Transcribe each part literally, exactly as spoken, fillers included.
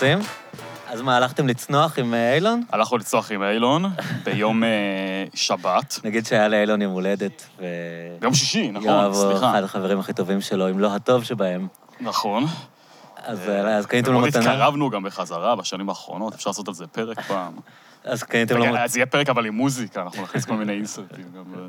מקסים. אז מה, הלכתם לצנוח עם אילון? הלכנו לצנוח עם אילון ביום שבת. נגיד שהיה לאילון יום הולדת, ו... ביום שישי, נכון, יואב, סליחה. אחד החברים הכי טובים שלו, אם לא הטוב שבהם. נכון. אז קניתם לו מתנה? מאוד התקרבנו גם בחזרה בשנים האחרונות, אפשר לעשות על זה פרק פעם. אז קניתם לו מתנה? אז יהיה פרק אבל עם מוזיקה, אנחנו נכניס כל מיני אינסרטים.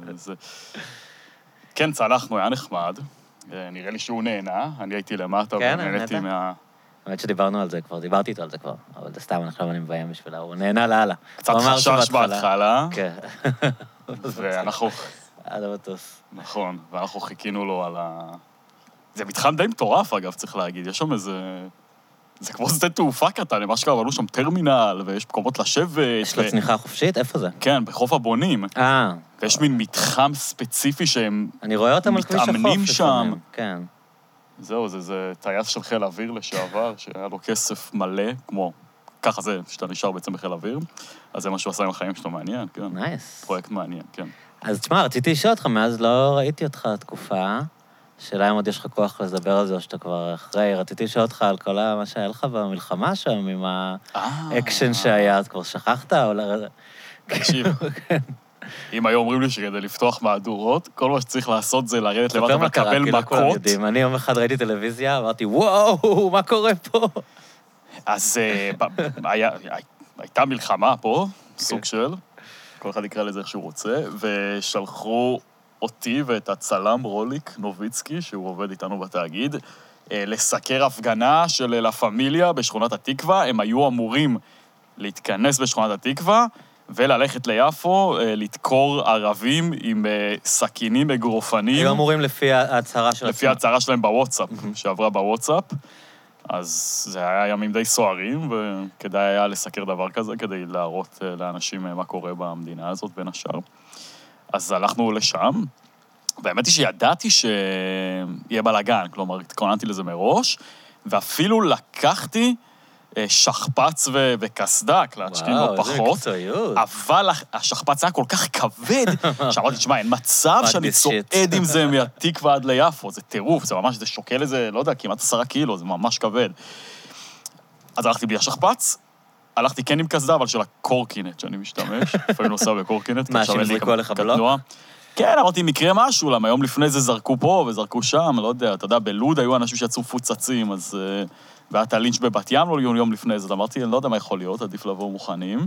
כן, צלחנו, היה נחמד. נראה לי שהוא נהנה, אני הייתי למטה ונהניתי מה... האמת שדיברנו על זה כבר, דיברתי איתו על זה כבר, אבל זה סתם, עכשיו אני מביים בשבילה, הוא נהנה לאללה. קצת חשש בהתחלה. כן. ואנחנו... עד המטוס. נכון, ואנחנו חיכינו לו על ה... זה מתחם די מטורף, אגב, צריך להגיד, יש שם איזה... זה כמו שדה תעופה קטן, מה שקרה, אבל שם טרמינל, ויש מקומות לשבת. יש לו צניחה חופשית? איפה זה? כן, בחוף הבונים. אה. ויש מין מתחם ספציפי שהם... אני רואה אותם על כביש החוף. מתאמנים שם. כן. זהו, זה, זה טייס של חיל האוויר לשעבר, שהיה לו כסף מלא, כמו... ככה זה, שאתה נשאר בעצם בחיל האוויר. אז זה מה שהוא עשה עם החיים שלו, מעניין, כן. נייס. פרויקט מעניין, כן. אז תשמע, רציתי לשאול אותך, מאז לא ראיתי אותך תקופה. שאלה אם עוד יש לך כוח לדבר על זה, או שאתה כבר אחרי, רציתי לשאול אותך על כל מה שהיה לך במלחמה שם, עם האקשן שהיה, אז כבר שכחת? תקשיב, אם היו אומרים לי שכדי לפתוח מהדורות, כל מה שצריך לעשות זה לרדת למטה ולקבל מכות. אני יום אחד ראיתי טלוויזיה, אמרתי, וואו, מה קורה פה? אז הייתה מלחמה פה, סוג של, כל אחד יקרא לזה איך שהוא רוצה, ושלחו... אותי ואת הצלם רוליק נוביצקי, שהוא עובד איתנו בתאגיד, לסקר הפגנה של לה פמיליה בשכונת התקווה. הם היו אמורים להתכנס בשכונת התקווה, וללכת ליפו, לדקור ערבים עם סכינים אגרופנים. היו אמורים לפי ההצהרה של... לפי ההצהרה שלהם בוואטסאפ, שעברה בוואטסאפ. אז זה היה ימים די סוערים, וכדאי היה לסקר דבר כזה, כדי להראות לאנשים מה קורה במדינה הזאת בין השאר. אז הלכנו לשם, והאמת היא שידעתי שיהיה בלגן, כלומר, התכוננתי לזה מראש, ואפילו לקחתי שכפ"ץ וקסדק, להשכים לא פחות, וואו, איזה מקצועיות. אבל השכפ"ץ היה כל כך כבד, שאמרתי, תשמע, אין מצב שאני צועד עם זה מהתקווה עד ליפו, זה טירוף, זה ממש, זה שוקל איזה, לא יודע, כמעט עשרה קילו, זה ממש כבד. אז הלכתי בלי השכפ"ץ, הלכתי כן עם קסדה, אבל של הקורקינט שאני משתמש, לפעמים נוסע בקורקינט. מה, שהם זריקו עליך בלוק? כן, אמרתי, מקרה משהו, למה יום לפני זה זרקו פה וזרקו שם, לא יודע, אתה יודע, בלוד היו אנשים שיצאו פוצצים, אז... והיה את הלינץ' בבת ים לא יום לפני זה, אמרתי, אני לא יודע מה יכול להיות, עדיף לבוא מוכנים.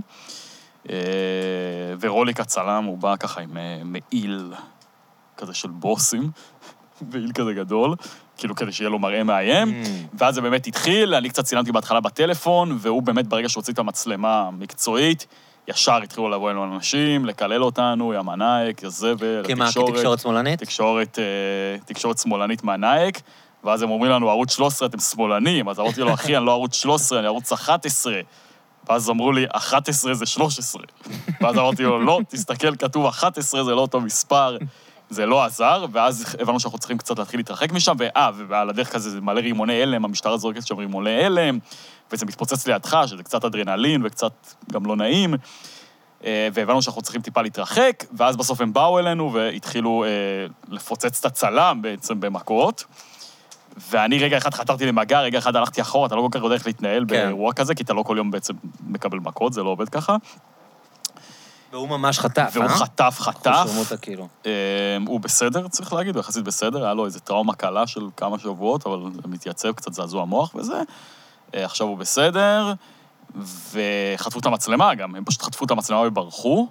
ורוליק הצלם, הוא בא ככה עם מעיל כזה של בוסים, מעיל כזה גדול, כאילו כדי שיהיה לו מראה מאיים, ואז זה באמת התחיל, אני קצת צילמתי בהתחלה בטלפון, והוא באמת ברגע שהוציא את המצלמה המקצועית, ישר התחילו לבוא אלינו אנשים, לקלל אותנו, יא מנאייק, יא זבל, כי מה, כתקשורת שמאלנית? תקשורת, תקשורת שמאלנית מהנאייק, ואז הם אומרים לנו, ערוץ שלוש עשרה, אתם שמאלנים, אז אמרתי לו, אחי, אני לא ערוץ שלוש עשרה, אני ערוץ אחת עשרה, ואז אמרו לי, אחת עשרה זה שלוש עשרה, ואז אמרתי לו, לא, תסתכל, כתוב אחת עשרה, זה לא אותו מספר, זה לא עזר, ואז הבנו שאנחנו צריכים קצת להתחיל להתרחק משם, ואה, ועל הדרך כזה זה מלא רימוני אלם, המשטרה זורקת שם רימוני אלם, וזה מתפוצץ לידך, שזה קצת אדרנלין וקצת גם לא נעים, והבנו שאנחנו צריכים טיפה להתרחק, ואז בסוף הם באו אלינו והתחילו לפוצץ את הצלם בעצם במכות, ואני רגע אחד חתרתי למגע, רגע אחד הלכתי אחורה, אתה לא כל כך יודע איך להתנהל באירוע כזה, כי אתה לא כל יום בעצם מקבל מכות, זה לא עובד ככה. והוא ממש חטף, והוא חטף, חטף. חושרמות כאילו. הוא בסדר, צריך להגיד, הוא יחסית בסדר, היה לו איזו טראומה קלה של כמה שבועות, אבל הוא מתייצב, קצת זעזוע מוח וזה. עכשיו הוא בסדר, וחטפו את המצלמה גם, הם פשוט חטפו את המצלמה וברחו,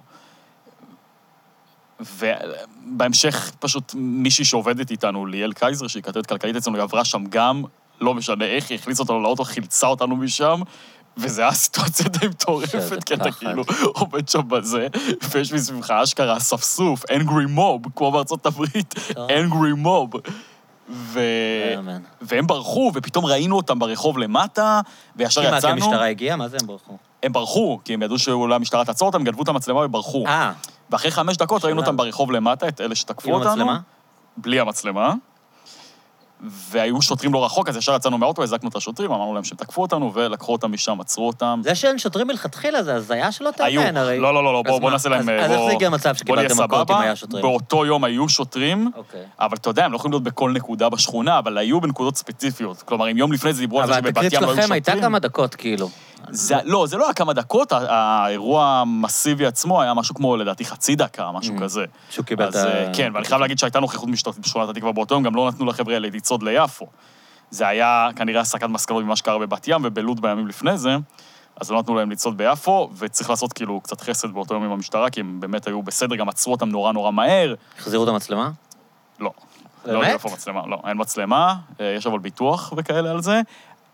ובהמשך פשוט מישהי שעובדת איתנו, ליאל קייזר, שהיא כתבת כלכלית אצלנו, היא עברה שם גם, לא משנה איך, היא הכניסה אותנו לאוטו, חילצה אותנו משם, וזה היה סיטואציה די מטורפת, כי אתה כאילו עובד שם בזה, ויש מסביבך אשכרה ספסוף, angry mob, כמו בארצות הברית, angry mob. והם ברחו, ופתאום ראינו אותם ברחוב למטה, וישר יצאנו... כי מה, כי המשטרה הגיעה? מה זה הם ברחו? הם ברחו, כי הם ידעו שאולי המשטרה תעצור אותם, גנבו את המצלמה וברחו. אה. ואחרי חמש דקות ראינו אותם ברחוב למטה, את אלה שתקפו אותנו. עם המצלמה? בלי המצלמה. והיו שוטרים לא רחוק, אז ישר יצאנו מהאוטו, הזקנו את השוטרים, אמרנו להם שהם תקפו אותנו, ולקחו אותם משם, עצרו אותם. זה שאין שוטרים מלכתחילה, זה הזיה שלא היו, תאמן, הרי... לא, לא, לא, בואו בוא נעשה להם... אז איך זה הגיע מצב שקיבלתם מכות אם היה שוטרים? באותו יום היו שוטרים, אוקיי. אבל אתה יודע, הם לא יכולים להיות בכל נקודה בשכונה, אבל היו בנקודות ספציפיות. כלומר, אם יום לפני זה דיברו על זה שבבת ים לא היו שוטרים. אבל התקרית שלכם הייתה כמה דקות, כאילו. לא, זה לא היה כמה דקות, האירוע המסיבי עצמו היה משהו כמו, לדעתי, חצי דקה, משהו כזה. שהוא קיבל את ה... כן, ואני חייב להגיד שהייתה נוכחות משטרתית בשכונת התקווה באותו יום, גם לא נתנו לחבר'ה האלה לצעוד ליפו. זה היה כנראה הסקת מסקנות ממה שקרה בבת ים ובלוד בימים לפני זה, אז לא נתנו להם לצעוד ביפו, וצריך לעשות כאילו קצת חסד באותו יום עם המשטרה, כי הם באמת היו בסדר, גם עצרו אותם נורא נורא מהר. החזירו את המצלמה? לא. לא היה איפה מצלמה, לא, אין מצלמה, יש אבל ביטוח וכאלה על זה.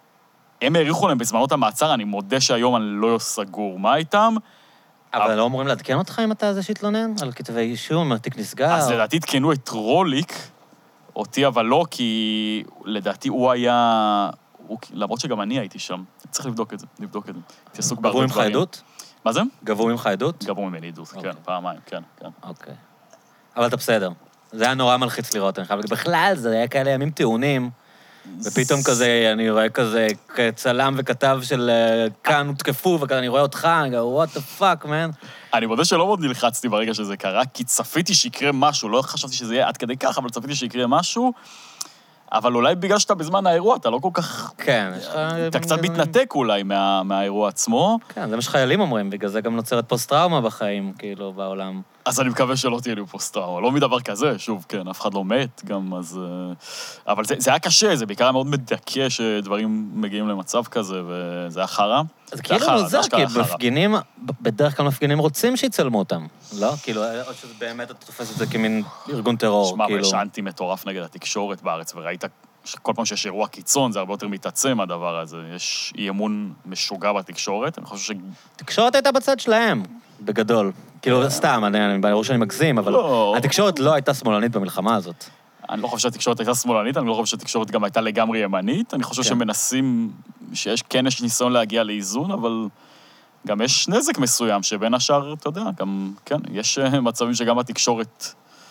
הם העריכו להם בזמנות המעצר, אני מודה שהיום אני לא סגור מה איתם. אבל לא אמורים לעדכן אותך אם אתה זה שהתלונן? על כתבי אישום, התיק נסגר? אז לדעתי התקנו את רוליק, אותי אבל לא, כי לדעתי הוא היה... למרות שגם אני הייתי שם. צריך לבדוק את זה, לבדוק את זה. גבו ממך עדות? מה זה? גבו ממך עדות? גבו ממני עדות, כן, פעמיים, כן, כן. אוקיי. אבל אתה בסדר. זה היה נורא מלחיץ לראות, אני חייב להגיד. בכלל, זה היה כאלה ימים טעונים, ופתאום כזה, אני רואה כזה צלם וכתב של כאן הותקפו, וכזה אני רואה אותך, אני go, what the fuck, man? אני מודה שלא מאוד נלחצתי ברגע שזה קרה, כי צפיתי שיקרה משהו, לא חשבתי שזה יהיה עד כדי כך, אבל צפיתי שיקרה משהו, אבל אולי בגלל שאתה בזמן האירוע, אתה לא כל כך... כן, יש לך... אתה קצת מתנתק אולי מה, מהאירוע עצמו. כן, זה מה שחיילים אומרים, בגלל זה גם נוצרת פוסט-טראומה בחיים, כאילו, בעולם. אז אני מקווה שלא תהיה לי פוסט-טראומה. לא מדבר כזה, שוב, כן, אף אחד לא מת גם, אז... אבל זה, זה היה קשה, זה בעיקר מאוד מדכא שדברים מגיעים למצב כזה, וזה היה חרא. אז כאילו מוזר, כי מפגינים, בדרך כלל מפגינים רוצים שיצלמו אותם, לא? כאילו, או שזה באמת, אתה תופס את זה כמין ארגון טרור, שמה, כאילו... יש אנטי מטורף נגד התקשורת בארץ, וראית שכל פעם שיש אירוע קיצון, זה הרבה יותר מתעצם הדבר הזה. יש אי אמון משוגע בתקשורת, אני חושב ש... תקשורת הייתה בצד שלהם, בגדול. כאילו, סתם, אני ברור שאני מגזים, אבל התקשורת לא הייתה שמאלנית במלחמה הזאת. אני לא חושב שהתקשורת הייתה שמאלנית, אני לא חושב שהתקשורת גם הייתה לגמרי ימנית, אני חושב שמנסים, שיש, כן יש ניסיון להגיע לאיזון, אבל גם יש נזק מסוים, שבין השאר, אתה יודע, גם, כן, יש מצבים שגם התקשורת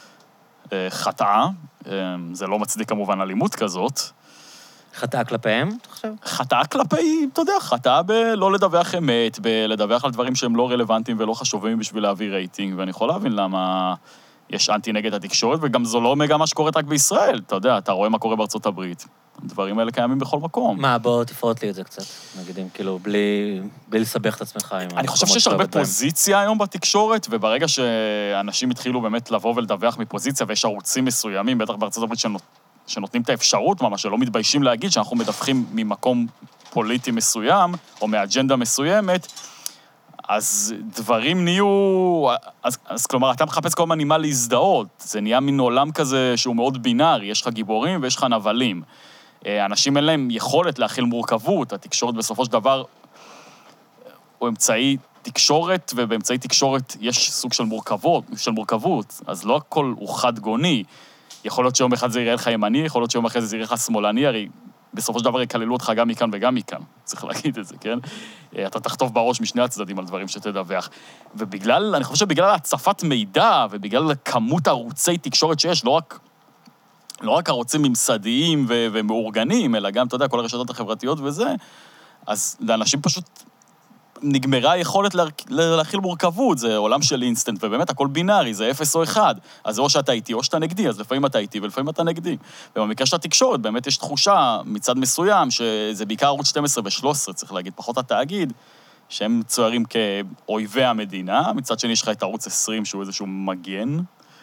חטאה, זה לא מצדיק כמובן אלימות כזאת. חטאה כלפיהם, אתה חושב? חטאה כלפי, אתה יודע, חטאה בלא לדווח אמת, בלדווח על דברים שהם לא רלוונטיים ולא חשובים בשביל להביא רייטינג, ואני יכול להבין למה יש אנטי נגד התקשורת, וגם זו לא מגמה שקורית רק בישראל, אתה יודע, אתה רואה מה קורה בארצות הברית. הדברים האלה קיימים בכל מקום. מה, בוא תפרוט לי את זה קצת, נגידים, כאילו, בלי, בלי לסבך את עצמך. אני חושב שיש הרבה פוזיציה היום בתקשורת, וברגע שאנשים התחילו באמת לבוא ולדווח מפוזיציה, ויש ערוצים מסוימים, בטח בארצות הברית שנות, שנותנים את האפשרות, ממש שלא מתביישים להגיד שאנחנו מדווחים ממקום פוליטי מסוים, או מאג'נדה מסוימת, אז דברים נהיו... אז, אז כלומר, אתה מחפש כל הזמן מה להזדהות, זה נהיה מין עולם כזה שהוא מאוד בינארי, יש לך גיבורים ויש לך נבלים. אנשים אין להם יכולת להכיל מורכבות, התקשורת בסופו של דבר הוא אמצעי תקשורת, ובאמצעי תקשורת יש סוג של מורכבות, של מורכבות, אז לא הכל הוא חד גוני. יכול להיות שיום אחד זה יראה לך ימני, יכול להיות שיום אחרי זה יראה לך שמאלני, הרי בסופו של דבר יקללו אותך גם מכאן וגם מכאן, צריך להגיד את זה, כן? אתה תחטוף בראש משני הצדדים על דברים שתדווח. ובגלל, אני חושב שבגלל הצפת מידע, ובגלל כמות ערוצי תקשורת שיש, לא רק... לא רק ערוצים ממסדיים ו- ומאורגנים, אלא גם, אתה יודע, כל הרשתות החברתיות וזה, אז לאנשים פשוט נגמרה היכולת לה- להכיל מורכבות, זה עולם של אינסטנט, ובאמת הכל בינארי, זה אפס או אחד, אז או שאתה איתי או שאתה נגדי, אז לפעמים אתה איתי ולפעמים אתה נגדי. ובמקרה של התקשורת, באמת יש תחושה מצד מסוים, שזה בעיקר ערוץ שתים עשרה ו-שלוש עשרה, צריך להגיד, פחות התאגיד, שהם מצוירים כאויבי המדינה, מצד שני יש לך את ערוץ עשרים, שהוא איזשהו מגן,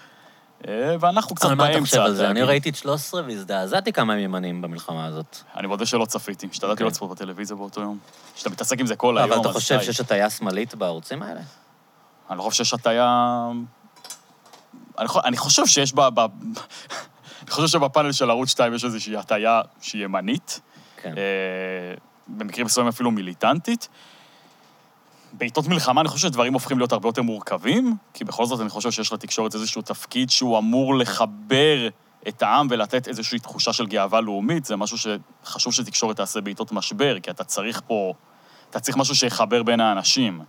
ואנחנו קצת באמצע. מה אתה חושב על זה? אני ראיתי את שלוש עשרה והזדעזעתי כמה הם ימנים במלחמה הזאת. אני מודה שלא צפיתי, השתדלתי לא לצפות בטלוויזיה באותו יום. שאתה מתעסק עם זה כל היום. אבל אתה חושב שיש הטיה שמאלית בערוצים האלה? אני לא חושב שיש הטיה... אני חושב שיש ב... אני חושב שבפאנל של ערוץ שתיים יש איזושהי הטיה שהיא ימנית. כן. במקרים מסוימים אפילו מיליטנטית. בעיתות מלחמה אני חושב שדברים הופכים להיות הרבה יותר מורכבים, כי בכל זאת אני חושב שיש לתקשורת איזשהו תפקיד שהוא אמור לחבר את העם ולתת איזושהי תחושה של גאווה לאומית, זה משהו שחשוב שתקשורת תעשה בעיתות משבר, כי אתה צריך פה, אתה צריך משהו שיחבר בין האנשים.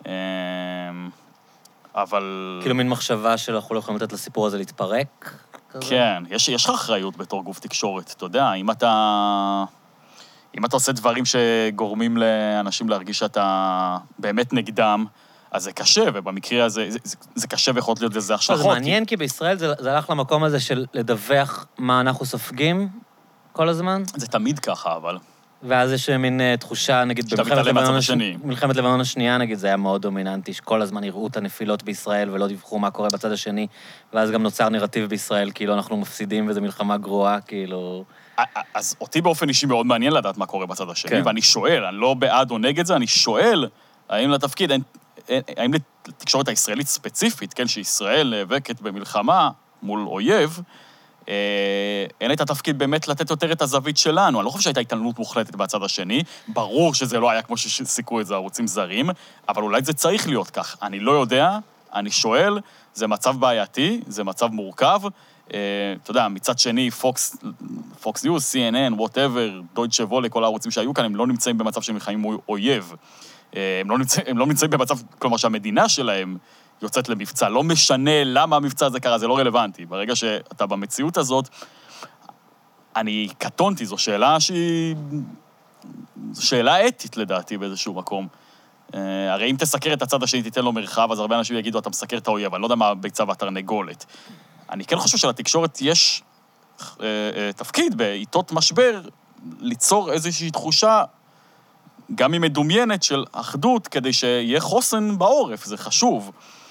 אבל... כאילו מין מחשבה שאנחנו לא יכולים לתת לסיפור הזה להתפרק? כזה? כן, יש, יש לך אחריות בתור גוף תקשורת, אתה יודע, אם אתה... אם אתה עושה דברים שגורמים לאנשים להרגיש שאתה באמת נגדם, אז זה קשה, ובמקרה הזה, זה, זה, זה קשה ויכול להיות לזה השלכות. זה מעניין, כי בישראל זה, זה הלך למקום הזה של לדווח מה אנחנו סופגים כל הזמן. זה תמיד ככה, אבל... ואז יש מין תחושה, נגיד, במלחמת לבנון, הש... מלחמת לבנון השנייה, נגיד, זה היה מאוד דומיננטי, שכל הזמן יראו את הנפילות בישראל ולא דיווחו מה קורה בצד השני, ואז גם נוצר נרטיב בישראל, כאילו אנחנו מפסידים וזו מלחמה גרועה, כאילו... אז אותי באופן אישי מאוד מעניין לדעת מה קורה בצד השני, כן. ואני שואל, אני לא בעד או נגד זה, אני שואל, האם לתפקיד, האם לתקשורת הישראלית ספציפית, כן, שישראל נאבקת במלחמה מול אויב, אין את התפקיד באמת לתת יותר את הזווית שלנו. אני לא חושב שהייתה התעלמות מוחלטת בצד השני, ברור שזה לא היה כמו שסיכו את זה ערוצים זרים, אבל אולי זה צריך להיות כך. אני לא יודע, אני שואל, זה מצב בעייתי, זה מצב מורכב, אתה יודע, מצד שני, פוקס, פוקס ניוז, סי אן אן, whatever, דויטשה וולה, כל הערוצים שהיו כאן, הם לא נמצאים במצב שהם נלחמים מול אויב. הם לא נמצאים, הם לא נמצאים במצב, כלומר שהמדינה שלהם יוצאת למבצע. לא משנה למה המבצע הזה קרה, זה לא רלוונטי. ברגע שאתה במציאות הזאת, אני קטונתי, זו שאלה שהיא... זו שאלה אתית לדעתי באיזשהו מקום. הרי אם תסקר את הצד השני, תיתן לו מרחב, אז הרבה אנשים יגידו, אתה מסקר את האויב, אני לא יודע מה ביצה והתרנגולת. אני כן חושב שלתקשורת יש תפקיד בעיתות משבר, ליצור איזושהי תחושה, גם היא מדומיינת של אחדות, כדי שיהיה חוסן בעורף, זה חשוב.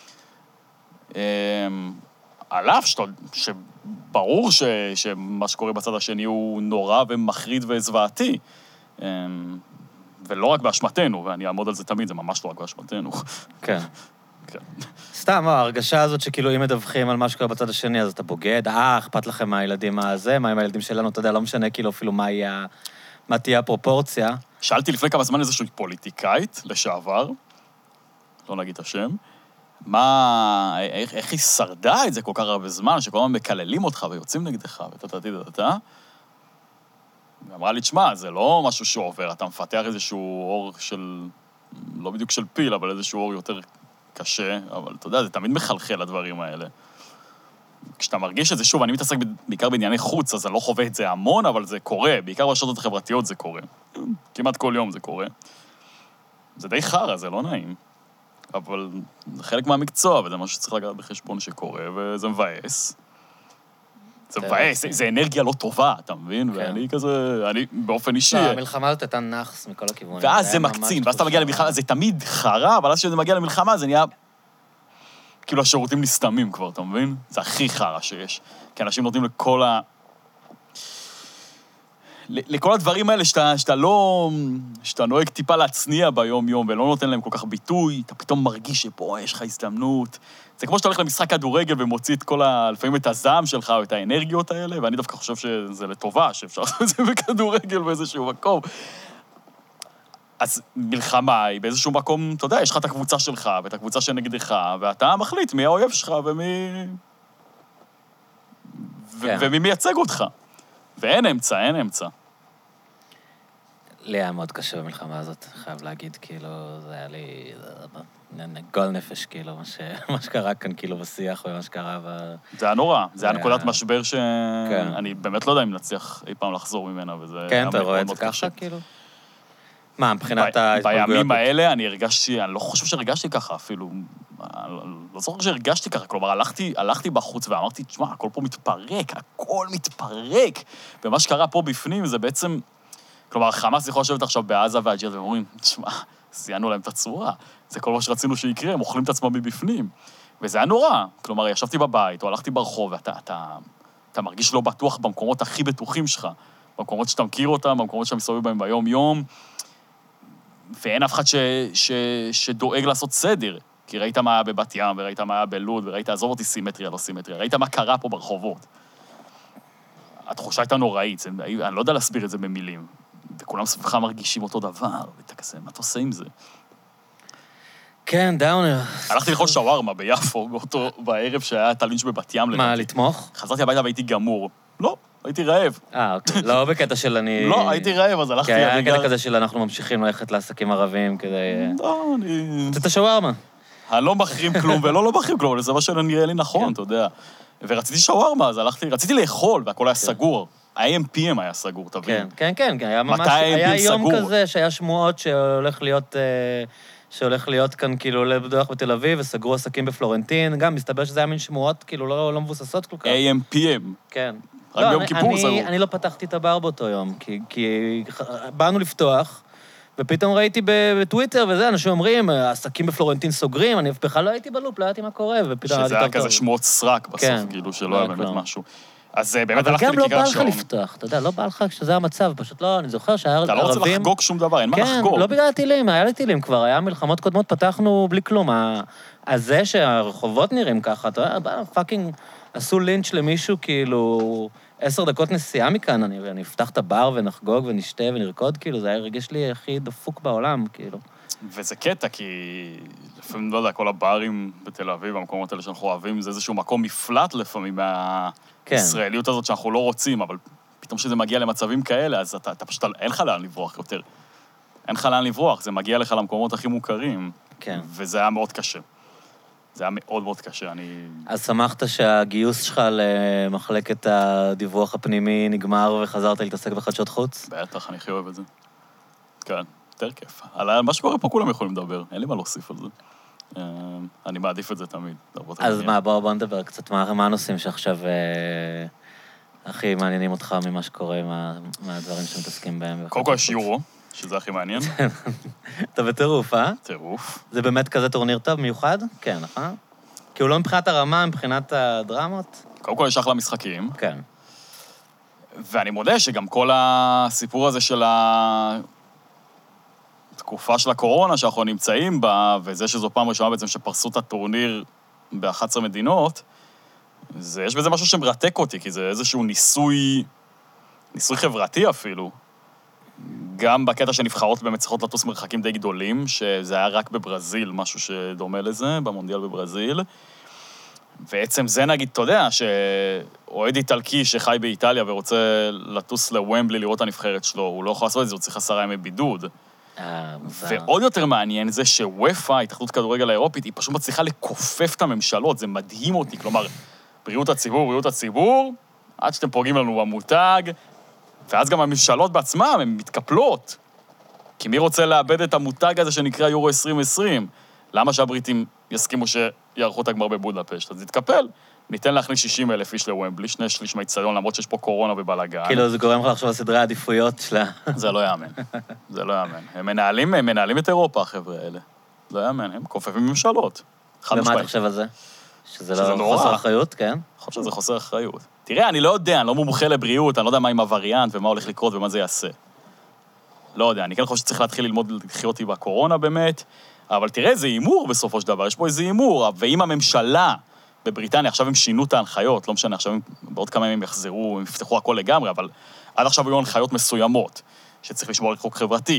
על אף שברור שמה שקורה בצד השני הוא נורא ומחריד וזוועתי, ולא רק באשמתנו, ואני אעמוד על זה תמיד, זה ממש לא רק באשמתנו. כן. סתם, ההרגשה הזאת שכאילו אם מדווחים על מה שקורה בצד השני, אז אתה בוגד, אה, אכפת לכם מהילדים הזה, מה עם הילדים שלנו, אתה יודע, לא משנה כאילו אפילו מה יהיה, מה תהיה הפרופורציה. שאלתי לפני כמה זמן איזושהי פוליטיקאית לשעבר, לא נגיד את השם, מה, איך, איך היא שרדה את זה כל כך הרבה זמן, שכל הזמן מקללים אותך ויוצאים נגדך, ותתתי דתה, ואמרה לי, תשמע, זה לא משהו שעובר, אתה מפתח איזשהו אור של, לא בדיוק של פיל, אבל איזשהו אור יותר קשה, אבל אתה יודע, זה תמיד מחלחל לדברים האלה. כשאתה מרגיש את זה, שוב, אני מתעסק בעיקר בענייני חוץ, אז אני לא חווה את זה המון, אבל זה קורה, בעיקר ברשתות החברתיות זה קורה. כמעט כל יום זה קורה. זה די חרא, זה לא נעים. אבל זה חלק מהמקצוע, וזה משהו שצריך לגעת בחשבון שקורה, וזה מבאס. זה מבאס, זה אנרגיה לא טובה, אתה מבין? ואני כזה, אני באופן אישי... המלחמה הזאת הייתה נחס מכל הכיוונים. ואז זה מקצין, ואז אתה מגיע למלחמה, זה תמיד חרא, אבל אז כשזה מגיע למלחמה, זה נהיה... כאילו השירותים נסתמים כבר, אתה מבין? זה הכי חרא שיש. כי אנשים נותנים לכל ה... לכל הדברים האלה שאתה, שאתה לא... שאתה נוהג טיפה להצניע ביום-יום, ולא נותן להם כל כך ביטוי, אתה פתאום מרגיש שפה יש לך הזדמנות. זה כמו שאתה הולך למשחק כדורגל ומוציא את כל ה... לפעמים את הזעם שלך או את האנרגיות האלה, ואני דווקא חושב שזה לטובה, שאפשר לעשות את זה בכדורגל באיזשהו מקום. אז מלחמה היא באיזשהו מקום, אתה יודע, יש לך את הקבוצה שלך ואת הקבוצה שנגדך, ואתה מחליט מי האויב שלך ומי... כן. ומי מייצג אותך. ואין אמצע, אין אמצע. לי היה מאוד קשה במלחמה הזאת, חייב להגיד, כאילו, זה היה לי... גול נפש, כאילו, מה שקרה כאן, כאילו, בשיח ומה שקרה ב... זה היה נורא, זה היה נקודת משבר שאני באמת לא יודע אם נצליח אי פעם לחזור ממנה, וזה... כן, אתה רואה את זה ככה, כאילו? מה, מבחינת ההתפלגויות? בימים האלה אני הרגשתי, אני לא חושב שהרגשתי ככה אפילו, לא זוכר שהרגשתי ככה, כלומר, הלכתי, הלכתי בחוץ ואמרתי, תשמע, הכל פה מתפרק, הכל מתפרק, ומה שקרה פה בפנים זה בעצם, כלומר, חמאס יכול לשבת עכשיו בעזה והג'יהאד, והם אומרים, תשמע, סיינו להם את הצורה, זה כל מה שרצינו שיקרה, הם אוכלים את עצמם מבפנים, וזה היה נורא, כלומר, ישבתי בבית, או הלכתי ברחוב, ואתה, אתה, אתה מרגיש לא בטוח במקומות הכי בטוחים שלך, במקומות שאתה מכיר אותם, במקומות שאתה מסתובב בהם ביום-יום, ואין אף אחד ש, ש, שדואג לעשות סדר, כי ראית מה היה בבת ים, וראית מה היה בלוד, וראית, עזוב אותי סימטריה, לא סימטריה, ראית מה קרה פה ברחובות. התחושה הייתה נוראית, זה, אני לא יודע להסביר את זה במילים, וכולם סביבך מרגישים אותו דבר, ואתה כזה, מה אתה עושה עם זה? כן, דאונר. הלכתי לאכול שווארמה ביפו, באותו, בערב שהיה את הלינץ' בבת ים. מה, לתמוך? חזרתי הביתה והייתי גמור. לא, הייתי רעב. אה, אוקיי. לא בקטע של אני... לא, הייתי רעב, אז הלכתי... כי היה קטע כזה של אנחנו ממשיכים ללכת לעסקים ערבים כדי... לא, אני... זה את השווארמה. אני לא מחרים כלום, ולא לא מחרים כלום, זה מה שנראה לי נכון, אתה יודע. ורציתי שווארמה, אז הלכתי, רציתי לאכול, והכל היה סגור. ה-איי אם פי אם היה סגור, תבין. כן, כן, כן, היה ממש, היה יום כזה שהיה שמועות שהולך להיות, שהולך להיות כאן כאילו לבדוח בתל אביב, וסגרו עסקים בפלורנטין, גם מסתבר שזה היה מין שמועות, כאילו לא, לא מבוססות כל כך. איי אם פי אם. כן. רק לא, ביום אני, כיפור אני, סגור. אני לא פתחתי את הבר באותו יום, כי, כי באנו לפתוח, ופתאום ראיתי בטוויטר וזה, אנשים אומרים, עסקים בפלורנטין סוגרים, אני בכלל לא הייתי בלופ, לא הייתי מה קורה, ופתאום... שזה היה כזה שמועות סרק בסוף, כן, כאילו, שלא היה באמת משהו. אז באמת אבל הלכתי גם לא לכיכר בא לך השעון. לפתוח, אתה יודע, לא בא לך כשזה המצב, פשוט לא, אני זוכר שהיה ערבים... אתה לא רוצה לחגוג שום דבר, אין מה לחגוג. כן, לא בגלל הטילים, היה לי טילים כבר, היה מלחמות קודמות, פתחנו בלי כלום. אז זה שהרחובות נראים ככה, אתה יודע, פאקינג עשו לינץ' למישהו, כאילו, עשר דקות נסיעה מכאן, אני, אני אפתח את הבר ונחגוג ונשתה ונרקוד, כאילו, זה היה הרגיש לי הכי דפוק בעולם, כאילו. וזה קטע, כי לפעמים, לא יודע, כל הברים בתל אביב, המקומות האלה שאנחנו אוהבים, זה איזשהו מקום מפלט לפעמים מהישראליות הזאת שאנחנו לא רוצים, אבל פתאום שזה מגיע למצבים כאלה, אז אתה, אתה פשוט, אין לך לאן לברוח יותר. אין לך לאן לברוח, זה מגיע לך למקומות הכי מוכרים, כן. וזה היה מאוד קשה. זה היה מאוד מאוד קשה, אני... אז שמחת שהגיוס שלך למחלקת הדיווח הפנימי נגמר וחזרת להתעסק בחדשות חוץ? בטח, אני הכי אוהב את זה. כן. יותר כיף. על מה שקורה פה כולם יכולים לדבר, אין לי מה להוסיף על זה. אני מעדיף את זה תמיד. אז מה, בואו נדבר קצת, מה הנושאים שעכשיו הכי מעניינים אותך ממה שקורה, מהדברים שמתעסקים בהם? קודם כל יש יורו, שזה הכי מעניין. אתה בטירוף, אה? טירוף. זה באמת כזה טורניר טוב, מיוחד? כן, נכון? כי הוא לא מבחינת הרמה, מבחינת הדרמות? קודם כל יש אחלה משחקים. כן. ואני מודה שגם כל הסיפור הזה של ה... תקופה של הקורונה שאנחנו נמצאים בה, וזה שזו פעם ראשונה בעצם שפרסו את הטורניר ב-אחת עשרה מדינות, זה, יש בזה משהו שמרתק אותי, כי זה איזשהו ניסוי, ניסוי חברתי אפילו. גם בקטע שנבחרות באמת צריכות לטוס מרחקים די גדולים, שזה היה רק בברזיל, משהו שדומה לזה, במונדיאל בברזיל. ועצם זה נגיד, אתה יודע, שאוהד איטלקי שחי באיטליה ורוצה לטוס לוומבלי לראות את הנבחרת שלו, הוא לא יכול לעשות את זה, הוא צריך עשרה ימי בידוד. ועוד יותר מעניין זה שוופא, התאחדות כדורגל האירופית, היא פשוט מצליחה לכופף את הממשלות, זה מדהים אותי, כלומר, בריאות הציבור, בריאות הציבור, עד שאתם פוגעים לנו במותג, ואז גם הממשלות בעצמם, הן מתקפלות. כי מי רוצה לאבד את המותג הזה שנקרא יורו עשרים עשרים? למה שהבריטים יסכימו שיערכו את הגמר בבודפשט? אז נתקפל. ניתן להכניס שישים אלף איש לוומבלי, שני שליש מהאצטדיון, למרות שיש פה קורונה ובלגן. כאילו, זה גורם לך לחשוב על סדרי העדיפויות שלה. זה לא יאמן. זה לא יאמן. הם מנהלים, הם מנהלים את אירופה, החבר'ה האלה. לא יאמן, הם כופפים ממשלות. ומה אתה חושב על זה? שזה לא חוסר אחריות, כן? אני חושב שזה חוסר אחריות. תראה, אני לא יודע, אני לא מומחה לבריאות, אני לא יודע מה עם הווריאנט ומה הולך לקרות ומה זה יעשה. לא יודע, אני כן חושב שצריך להתחיל ללמוד לחיות עם הקורונה באמת, אבל תראה, זה אימור בסופו של דבר, יש פה איזה אימור, ואם הממשלה בבריטניה, עכשיו הם שינו את ההנחיות, לא משנה, עכשיו הם, בעוד כמה ימים יחזרו, הם יפתחו הכל לגמרי, אבל עד עכשיו היו הנחיות מסוימות, שצריך לשמור על חוק חברתי,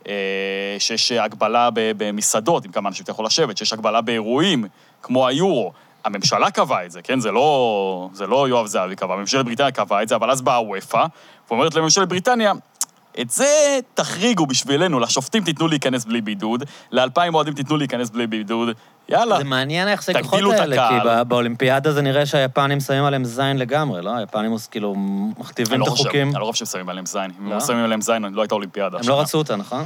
שיש הגבלה במסעדות, עם כמה אנשים אתה יכול לשבת, שיש הגבלה באירועים, כמו היורו. הממשלה קבעה את זה, כן? זה לא, זה לא יואב זהבי קבע, ממשלת בריטניה קבעה את זה, אבל אז באה וופא, ואומרת לממשלת בריטניה, את זה תחריגו בשבילנו, לשופטים תיתנו להיכנס בלי בידוד, לאלפיים מועדים תיתנו להיכנס בלי בידוד, יאללה. זה מעניין היחסי כוחות האלה, כי באולימפיאדה זה נראה שהיפנים שמים עליהם זין לגמרי, לא? היפנים כאילו מכתיבים את החוקים. אני לא חושב ששמים עליהם זין. אם הם שמים עליהם זין, לא הייתה אולימפיאדה. הם לא רצו אותה, נכון?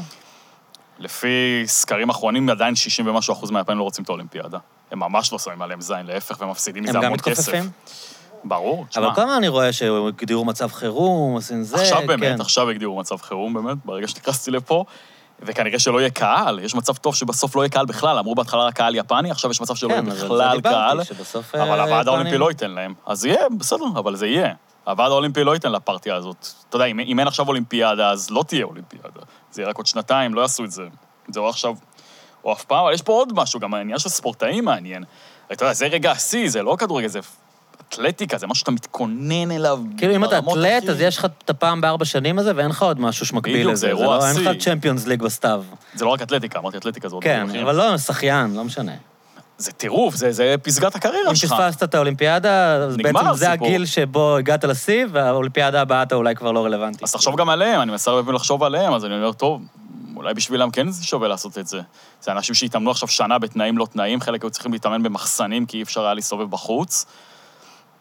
לפי סקרים אחרונים, עדיין שישים ומשהו אחוז מהיפנים לא רוצים את האולימפיאדה. הם ממש לא שמים עליהם זין, להפך, ומפסידים מזה המון כסף. הם גם מתכופפים? ברור, תשמע. אבל כמה אני רואה שהגדירו מצב חירום, עושים זה, עכשיו באמת, עכשיו הגדירו מצב חירום באמת, ברגע שנכנסתי לפה, וכנראה שלא יהיה קהל, יש מצב טוב שבסוף לא יהיה קהל בכלל, אמרו בהתחלה רק קהל יפני, עכשיו יש מצב שלא יהיה בכלל קהל, אבל הוועד האולימפי לא ייתן להם. אז יהיה, בסדר, אבל זה יהיה. הוועד האולימפי לא ייתן לפרטיה הזאת. אתה יודע, אם אין עכשיו אולימפיאדה, אז לא תהיה אולימפיאדה. זה יהיה רק עוד שנתיים, לא יעשו את זה. זה או עכשיו, או אף פעם, אבל יש פה עוד משהו, גם העניין של ספורטאים מעניין. אתה יודע, זה רגע השיא, זה לא כדורגל, זה אתלטיקה, זה משהו שאתה מתכונן אליו. כאילו, אם אתה אתלט, אז יש לך את הפעם בארבע שנים הזה, ואין לך עוד משהו שמקביל לזה. בדיוק, זה אירוע השיא. אין לך צ'מפיונס ליג בסתיו. זה לא רק אתלטיקה, אמרתי אתלטיקה, זה עוד כן, אבל לא, שחיין, לא משנה. זה טירוף, זה פסגת הקריירה שלך. אם פספסת את האולימפיאדה, אז בעצם זה הגיל שבו הגעת לשיא, והאולימפיאדה הבאה אתה אולי כבר לא רלוונטי. אז תחשוב גם עליהם, אני מסרב לחשוב עליהם, אז אני אומר, טוב, אולי בשבילם כן זה שווה לעשות את זה. זה אנשים שהתאמנו עכשיו שנה בתנאים לא תנאים, חלק היו צריכים להתאמן במחסנים, כי אי אפשר היה להסתובב בחוץ.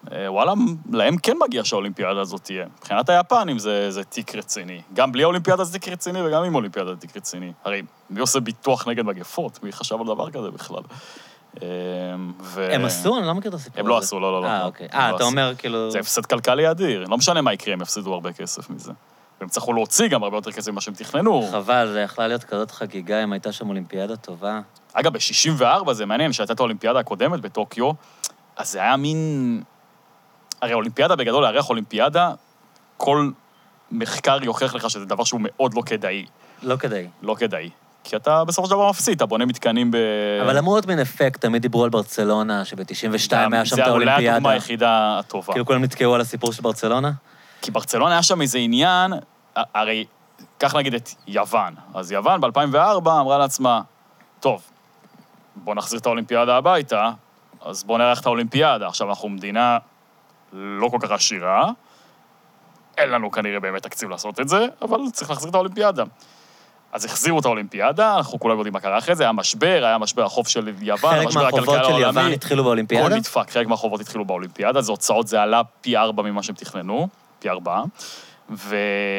וואלה, להם כן מגיע שהאולימפיאדה הזאת תהיה. מבחינת היפנים זה, זה תיק רציני. גם בלי האולימפיאדה זה תיק רציני, וגם עם האולימפיאדה זה תיק רציני. הרי מי עושה ביטוח נגד מגפות? מי חשב על דבר כזה בכלל? ו... הם עשו? אני לא מכיר את הסיפור הזה. הם לא עשו, לא, לא, לא. אה, אוקיי. אה, אתה אומר כאילו... זה הפסד כלכלי אדיר. לא משנה מה יקרה, הם הפסידו הרבה כסף מזה. והם צריכו להוציא גם הרבה יותר כסף ממה שהם תכננו. חבל, זה יכלה להיות כזאת חגיגה אם הייתה שם אולימפיאדה טובה. אגב, ב-שישים וארבע זה מעניין, שהייתה את האולימפיאדה הקודמת בטוקיו, אז זה היה מין... הרי אולימפיאדה בגדול, לארח אולימפיאדה, כל מחקר יוכיח לך שזה דבר שהוא מאוד לא כדאי. לא כדאי. לא כדאי. כי אתה בסופו של דבר מפסיד, אתה בונה מתקנים ב... אבל אמור להיות מין אפקט, תמיד דיברו על ברצלונה, שב-תשעים ושתיים היה שם את האולימפיאדה. זה אולי הדוגמה היחידה הטובה. כאילו כולם נתקעו על הסיפור של ברצלונה? כי ברצלונה היה שם איזה עניין, הרי, כך נגיד את יוון. אז יוון ב-אלפיים וארבע אמרה לעצמה, טוב, בוא נחזיר את האולימפיאדה הביתה, אז בוא נערך את האולימפיאדה. עכשיו אנחנו מדינה לא כל כך עשירה, אין לנו כנראה באמת תקציב לעשות את זה, אבל צריך להחזיר את האולימפיאדה. אז החזירו את האולימפיאדה, אנחנו כולם יודעים מה קרה אחרי זה, היה משבר, היה משבר החוב של יוון, המשבר הכלכלה העולמי. חלק מהחובות של יוון התחילו באולימפיאדה? כל נדפק, חלק מהחובות התחילו באולימפיאדה, זה הוצאות, זה עלה פי ארבע ממה שהם תכננו, פי ארבע, ו...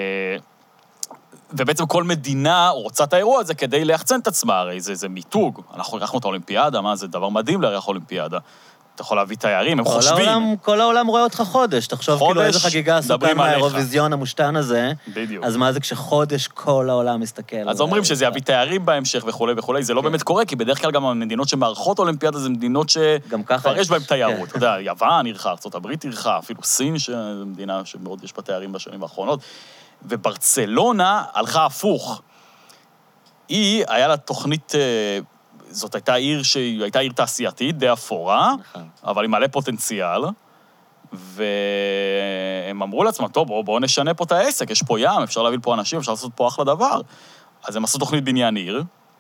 ובעצם כל מדינה רוצה את האירוע הזה כדי להחצן את עצמה, הרי זה, זה מיתוג, אנחנו ערכנו את האולימפיאדה, מה, זה דבר מדהים לארח אולימפיאדה. אתה יכול להביא תיירים, הם כל חושבים. העולם, כל העולם רואה אותך חודש, תחשוב חודש, כאילו איזה חגיגה עשו כאן מהאירוויזיון המושתן הזה. בדיוק. אז מה זה כשחודש כל העולם מסתכל? אז אומרים שזה יביא תיירים בהמשך וכו' וכו', זה לא באמת קורה, כי בדרך כלל גם המדינות שמארחות אולימפיאדה זה מדינות שכבר יש בהן תיירות. אתה יודע, יוון ערכה, ארצות הברית ערכה, אפילו סין, שזו מדינה שמאוד יש בה תיירים בשנים האחרונות, וברצלונה הלכה הפוך. היא, היה לה תוכנית... זאת הייתה עיר שהיא הייתה עיר תעשייתית, די אפורה, אבל עם מלא פוטנציאל, והם אמרו לעצמם, טוב, בואו בוא נשנה פה את העסק, יש פה ים, אפשר להביא פה אנשים, אפשר לעשות פה אחלה דבר. אז הם עשו תוכנית בניין עיר,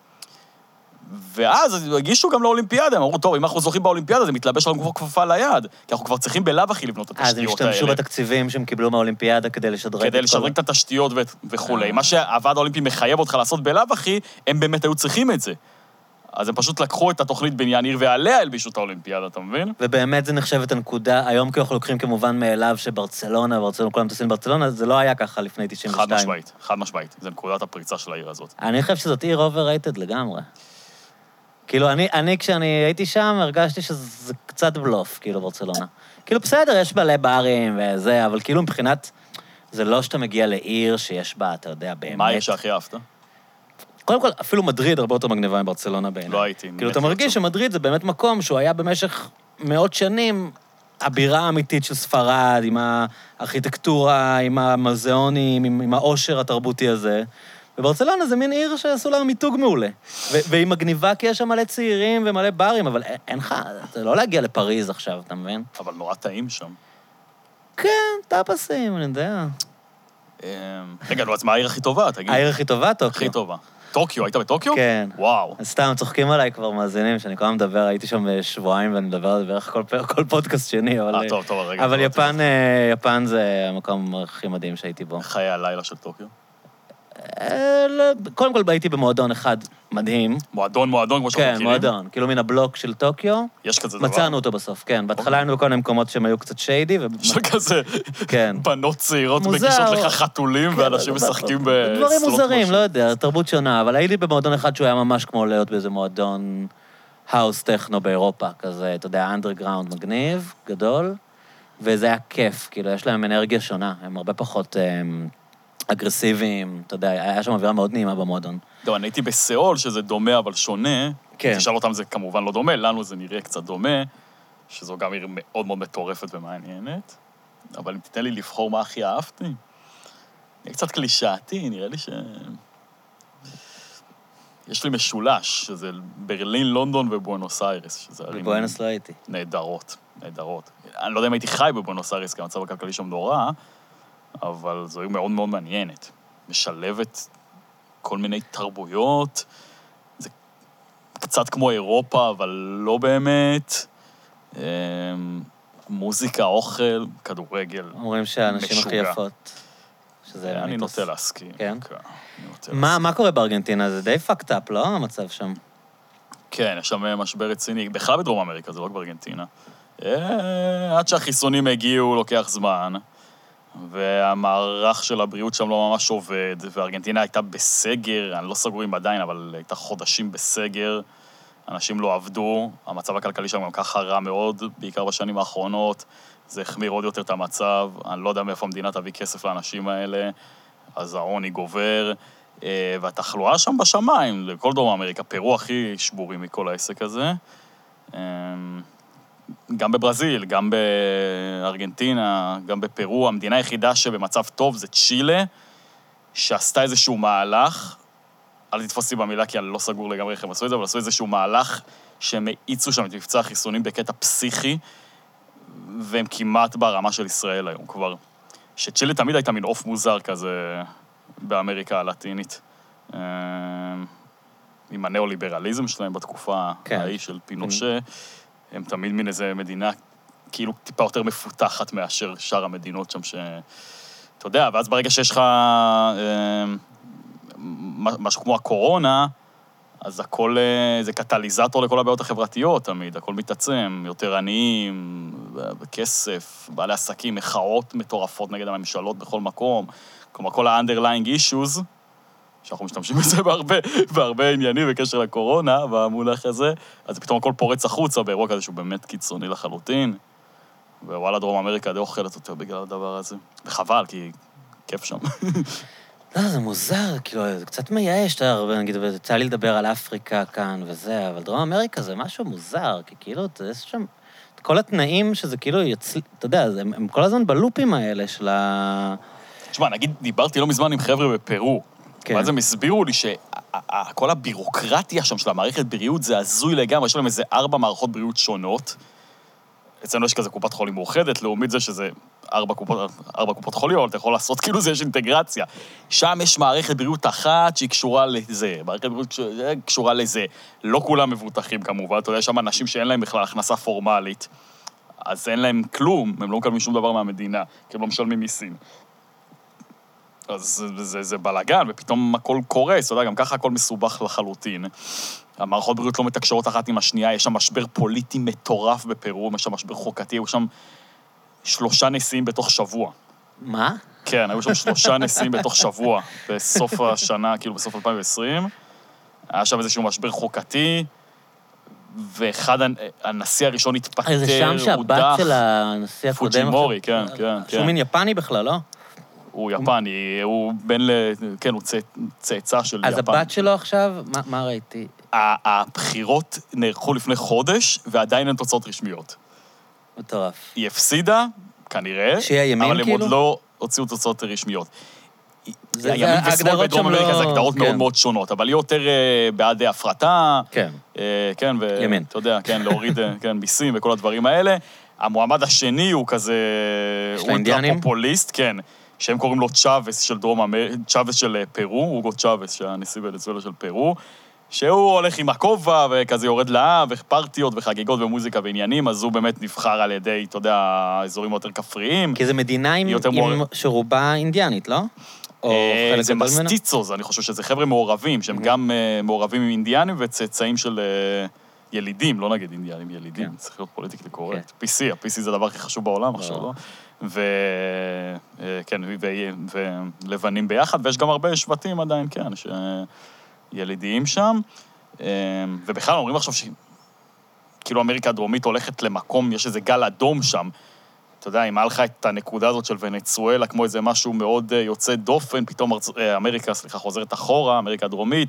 ואז הגישו גם לאולימפיאדה, הם אמרו, טוב, אם אנחנו זוכים באולימפיאדה, זה מתלבש לנו כבר כפפה ליד, כי אנחנו כבר צריכים בלאו הכי לבנות את התשתיות האלה. אז הם השתמשו בתקציבים שהם קיבלו מהאולימפיאדה כדי לשדרג את כדי לשדרג את התשתיות וכו'. מה שהוועד האולימפי מחייב אותך לעשות בלאו הכי, הם באמת היו צריכים את זה. אז הם פשוט לקחו את התוכנית בניין עיר, ועליה הלבישו את האולימפיאדה, אתה מבין? ובאמת זה נחשב את הנקודה, היום כי אנחנו לוקחים כמובן מאליו שברצלונה, ברצלונה, כולם טוסים ברצלונה, זה לא היה ככה לפני תשעים ושתיים. חד משמעית, חד משמעית. זה נקודת הפריצה של העיר הזאת. אני חושב שזאת עיר overrated לגמרי. כאילו, אני, אני כשאני הייתי שם, הרגשתי שזה קצת בלוף, כאילו, ברצלונה. כאילו, בסדר, יש מלא ברים וזה, אבל כאילו, מבחינת, זה לא שאתה מגיע לעיר שיש בה, אתה יודע, באמת. מה העיר שהכי אהבת? קודם כל, אפילו מדריד הרבה יותר מגניבה מברצלונה בעיניי. לא הייתי. כאילו, אתה מרגיש שמדריד זה באמת מקום שהוא היה במשך מאות שנים הבירה האמיתית של ספרד, עם הארכיטקטורה, עם המוזיאונים, עם, עם העושר התרבותי הזה. וברצלונה זה מין עיר שעשו לה מיתוג מעולה. ו- והיא מגניבה כי יש שם מלא צעירים ומלא ברים, אבל אין לך, אתה לא להגיע לפריז עכשיו, אתה מבין? אבל נורא טעים שם. כן, טאפסים, אני יודע. רגע, נו, אז מה העיר הכי טובה, תגיד? העיר הכי טובה, טוקיו. הכי טובה. טוקיו, היית בטוקיו? כן. וואו. אז סתם, צוחקים עליי כבר מאזינים, שאני כל הזמן מדבר, הייתי שם שבועיים ואני מדבר על זה בערך כל, כל פודקאסט שני, אבל... אה, טוב, טוב, רגע. אבל יפן, יפן זה המקום הכי מדהים שהייתי בו. איך היה הלילה של טוקיו? קודם כל הייתי במועדון אחד מדהים. מועדון, מועדון, כמו שאנחנו כן, מכירים? מועדון. כאילו מן הבלוק של טוקיו. יש כזה דבר? מצאנו אותו בסוף, כן. בהתחלה היינו בכל מיני מקומות שהם היו קצת שיידי. יש כזה בנות צעירות מגישות לך חתולים, ואנשים משחקים בסלוט. דברים מוזרים, לא יודע, תרבות שונה. אבל הייתי במועדון אחד שהוא היה ממש כמו להיות באיזה מועדון האוס טכנו באירופה, כזה, אתה יודע, אנדרגראונד מגניב, גדול, וזה היה כיף, כאילו, יש להם אנרגיה שונה, הם הרבה פחות אגרסיביים, אתה יודע, היה שם אווירה מאוד נעימה במועדון. טוב, אני הייתי בסיאול, שזה דומה אבל שונה, כן. תשאל אותם זה כמובן לא דומה, לנו זה נראה קצת דומה, שזו גם עיר מאוד מאוד מטורפת ומעניינת, אבל אם תיתן לי לבחור מה הכי אהבתי, אני קצת קלישאתי, נראה לי ש... יש לי משולש, שזה ברלין, לונדון ובואנוס איירס, שזה ערים... בבואנוס לא הייתי. נהדרות, נהדרות. אני לא יודע אם הייתי חי בבואנוס איירס, כי המצב הכלכלי שם נורא, אבל זו עיר מאוד מאוד מעניינת. משלבת כל מיני תרבויות, זה קצת כמו אירופה, אבל לא באמת. מוזיקה, אוכל, כדורגל. אומרים שהאנשים הכי יפות. אני נוטה להסכים. כן? מה קורה בארגנטינה? זה די פאקט אפ, לא? המצב שם. כן, יש שם משבר רציני. בכלל בדרום אמריקה, זה לא בארגנטינה. עד שהחיסונים הגיעו, לוקח זמן, והמערך של הבריאות שם לא ממש עובד, וארגנטינה הייתה בסגר, אני לא סגורים עדיין, אבל הייתה חודשים בסגר, אנשים לא עבדו, המצב הכלכלי שם גם ככה רע מאוד, בעיקר בשנים האחרונות, זה החמיר עוד יותר את המצב, אני לא יודע מאיפה המדינה תביא כסף לאנשים האלה, אז העוני גובר, והתחלואה שם בשמיים, לכל דרום אמריקה, פרו הכי שבורי מכל העסק הזה, גם בברזיל, גם בארגנטינה, גם בפרו, המדינה היחידה שבמצב טוב זה צ'ילה, שעשתה איזשהו מהלך, אל תתפוסי במילה כי אני לא סגור לגמרי איך הם עשו את זה, אבל עשו איזשהו מהלך שהם האיצו שם את מבצע החיסונים בקטע פסיכי, והם כמעט ברמה של ישראל היום כבר. שצ'ילה תמיד הייתה מין עוף מוזר כזה באמריקה הלטינית. עם הנאו-ליברליזם שלהם בתקופה כן. ההיא של פינושה, הם תמיד מין איזה מדינה כאילו טיפה יותר מפותחת מאשר שאר המדינות שם ש... אתה יודע, ואז ברגע שיש לך אה, משהו כמו הקורונה, אז הכל, זה קטליזטור לכל הבעיות החברתיות תמיד, הכל מתעצם, יותר עניים, בכסף, בעלי עסקים, מחאות מטורפות נגד הממשלות בכל מקום, כלומר כל ה-underlying issues, שאנחנו משתמשים בזה בהרבה, בהרבה עניינים בקשר לקורונה, במונח הזה, אז פתאום הכל פורץ החוצה באירוע כזה שהוא באמת קיצוני לחלוטין, ווואלה, דרום אמריקה די אוכלת אותו בגלל הדבר הזה. וחבל, כי כיף שם. לא, זה מוזר, כאילו, זה קצת מייאש, אתה הרבה, נגיד, יצא לי לדבר על אפריקה כאן וזה, אבל דרום אמריקה זה משהו מוזר, כי כאילו, יש שם, כל התנאים שזה כאילו יצל... אתה יודע, הם, הם כל הזמן בלופים האלה של ה... תשמע, נגיד, דיברתי לא מזמן עם חבר'ה בפרו, כן. ואז הם הסבירו לי שכל הבירוקרטיה שם של המערכת בריאות זה הזוי לגמרי, יש להם איזה ארבע מערכות בריאות שונות, אצלנו יש כזה קופת חולים מאוחדת, לאומית זה שזה ארבע קופות, ארבע קופות חולים, אבל אתה יכול לעשות כאילו זה, יש אינטגרציה. שם יש מערכת בריאות אחת שהיא קשורה לזה, מערכת בריאות קשורה לזה. לא כולם מבוטחים כמובן, אתה יודע, יש שם אנשים שאין להם בכלל הכנסה פורמלית, אז אין להם כלום, הם לא מקבלים שום דבר מהמדינה, כי הם לא משלמים מיסים. אז זה, זה, זה בלגן, ופתאום הכל קורס, אתה יודע, גם ככה הכל מסובך לחלוטין. המערכות בריאות לא מתקשרות אחת עם השנייה, יש שם משבר פוליטי מטורף בפרו, יש שם משבר חוקתי, היו שם שלושה נשיאים בתוך שבוע. מה? כן, היו שם שלושה נשיאים בתוך שבוע, בסוף השנה, כאילו בסוף אלפיים ועשרים. היה שם איזשהו משבר חוקתי, ואחד הנשיא הראשון התפטר, זה שם שהבת של הנשיא הקודם... פוג'ימורי, כן, כן, כן. שהוא מין יפני בכלל, לא? הוא יפני, הוא בן ל... כן, הוא צאצא של יפן. אז הבת שלו עכשיו, מה, מה ראיתי? הבחירות נערכו לפני חודש, ועדיין אין תוצאות רשמיות. מטורף. היא הפסידה, כנראה, שהיא הימין, אבל הם כאילו? עוד לא הוציאו תוצאות רשמיות. זה, הימין זה ושמאל בדרום אמריקה זה הגדרות כן. מאוד מאוד שונות, אבל היא יותר בעד הפרטה, כן, כן, ו... ימין. אתה יודע, כן, להוריד כן, מיסים וכל הדברים האלה. המועמד השני הוא כזה אולטרה פופוליסט, כן, שהם קוראים לו צ'אבס של דרום אמריקה, צ'אבס של פרו, אוגו צ'אבס, שהנשיא ונצואלה של פרו, שהוא הולך עם הכובע וכזה יורד לאב, ופרטיות וחגיגות ומוזיקה ועניינים, אז הוא באמת נבחר על ידי, אתה יודע, האזורים יותר כפריים. כי זה מדינה עם, עם מור... שרובה אינדיאנית, לא? זה מסטיצוז, אני חושב שזה חבר'ה מעורבים, שהם גם מעורבים עם אינדיאנים וצאצאים של ילידים, לא נגיד אינדיאנים, ילידים, צריך להיות פוליטיקלי קורקט. פי סי, ה-פי סי זה הדבר הכי חשוב בעולם עכשיו, לא? וכן, ולבנים ביחד, ויש גם הרבה שבטים עדיין, כן, שילידיים שם, ובכלל אומרים עכשיו שכאילו אמריקה הדרומית הולכת למקום, יש איזה גל אדום שם, אתה יודע, אם היה לך את הנקודה הזאת של ונצואלה, כמו איזה משהו מאוד יוצא דופן, פתאום אמריקה, סליחה, חוזרת אחורה, אמריקה הדרומית,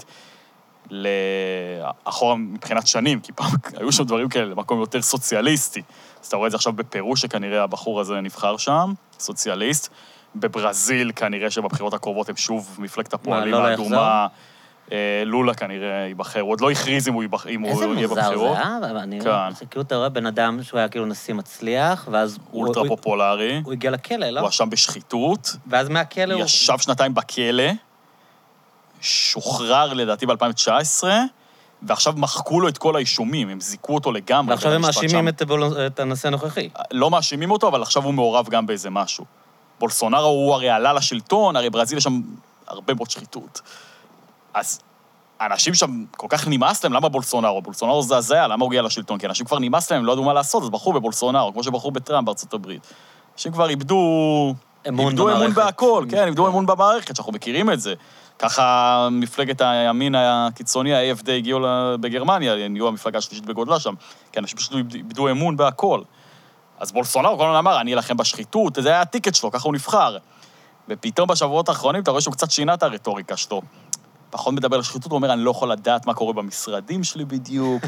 לאחורה מבחינת שנים, כי פעם היו שם דברים כאלה, למקום יותר סוציאליסטי. אז אתה רואה את זה עכשיו בפרו, שכנראה הבחור הזה נבחר שם, סוציאליסט. בברזיל, כנראה שבבחירות הקרובות הם שוב מפלגת הפועלים האדומה. לולה כנראה ייבחר, הוא עוד לא הכריז אם הוא יהיה בבחירות. איזה מוזר זה, אה? אני רואה, כאילו אתה רואה בן אדם שהוא היה כאילו נשיא מצליח, ואז... אולטרה פופולרי. הוא הגיע לכלא, לא? הוא אשם בשחיתות. ואז מהכלא הוא... ישב שנתיים בכלא, שוחרר לדעתי ב-אלפיים תשע עשרה, ועכשיו מחקו לו את כל האישומים, הם זיקו אותו לגמרי. ועכשיו הם מאשימים את הנשיא הנוכחי. לא מאשימים אותו, אבל עכשיו הוא מעורב גם באיזה משהו. בולסונארו הוא הרי עלה לשלטון, הרי ברזיל יש שם הרבה מאוד שחיתות. אז אנשים שם כל כך נמאס להם, למה בולסונארו? בולסונארו זה הזיה, למה הוא הגיע לשלטון? כי אנשים כבר נמאס להם, לא ידעו מה לעשות, אז בחרו בבולסונארו, כמו שבחרו בטראמפ בארצות הברית. אנשים כבר איבדו... אמון איבדו במערכת. אמון בהכל, כן, איבדו אמון במערכת, שאנחנו מכירים את זה. ככה מפלגת הימין הקיצוני, ה-איי אף די, הגיעו בגרמניה, נהיו המפלגה השלישית בגודלה שם, כי אנשים פשוט איבדו אמון בהכל. אז בולסונארו כל הזמן אמר, אני אלחם בשחיתות, זה היה הטיקט שלו, ככה הוא נבחר. ופתאום בשבועות האחרונים, אתה רואה שהוא קצת שינה את הרטוריקה שלו. פחות מדבר על שחיתות, הוא אומר, אני לא יכול לדעת מה קורה במשרדים שלי בדיוק,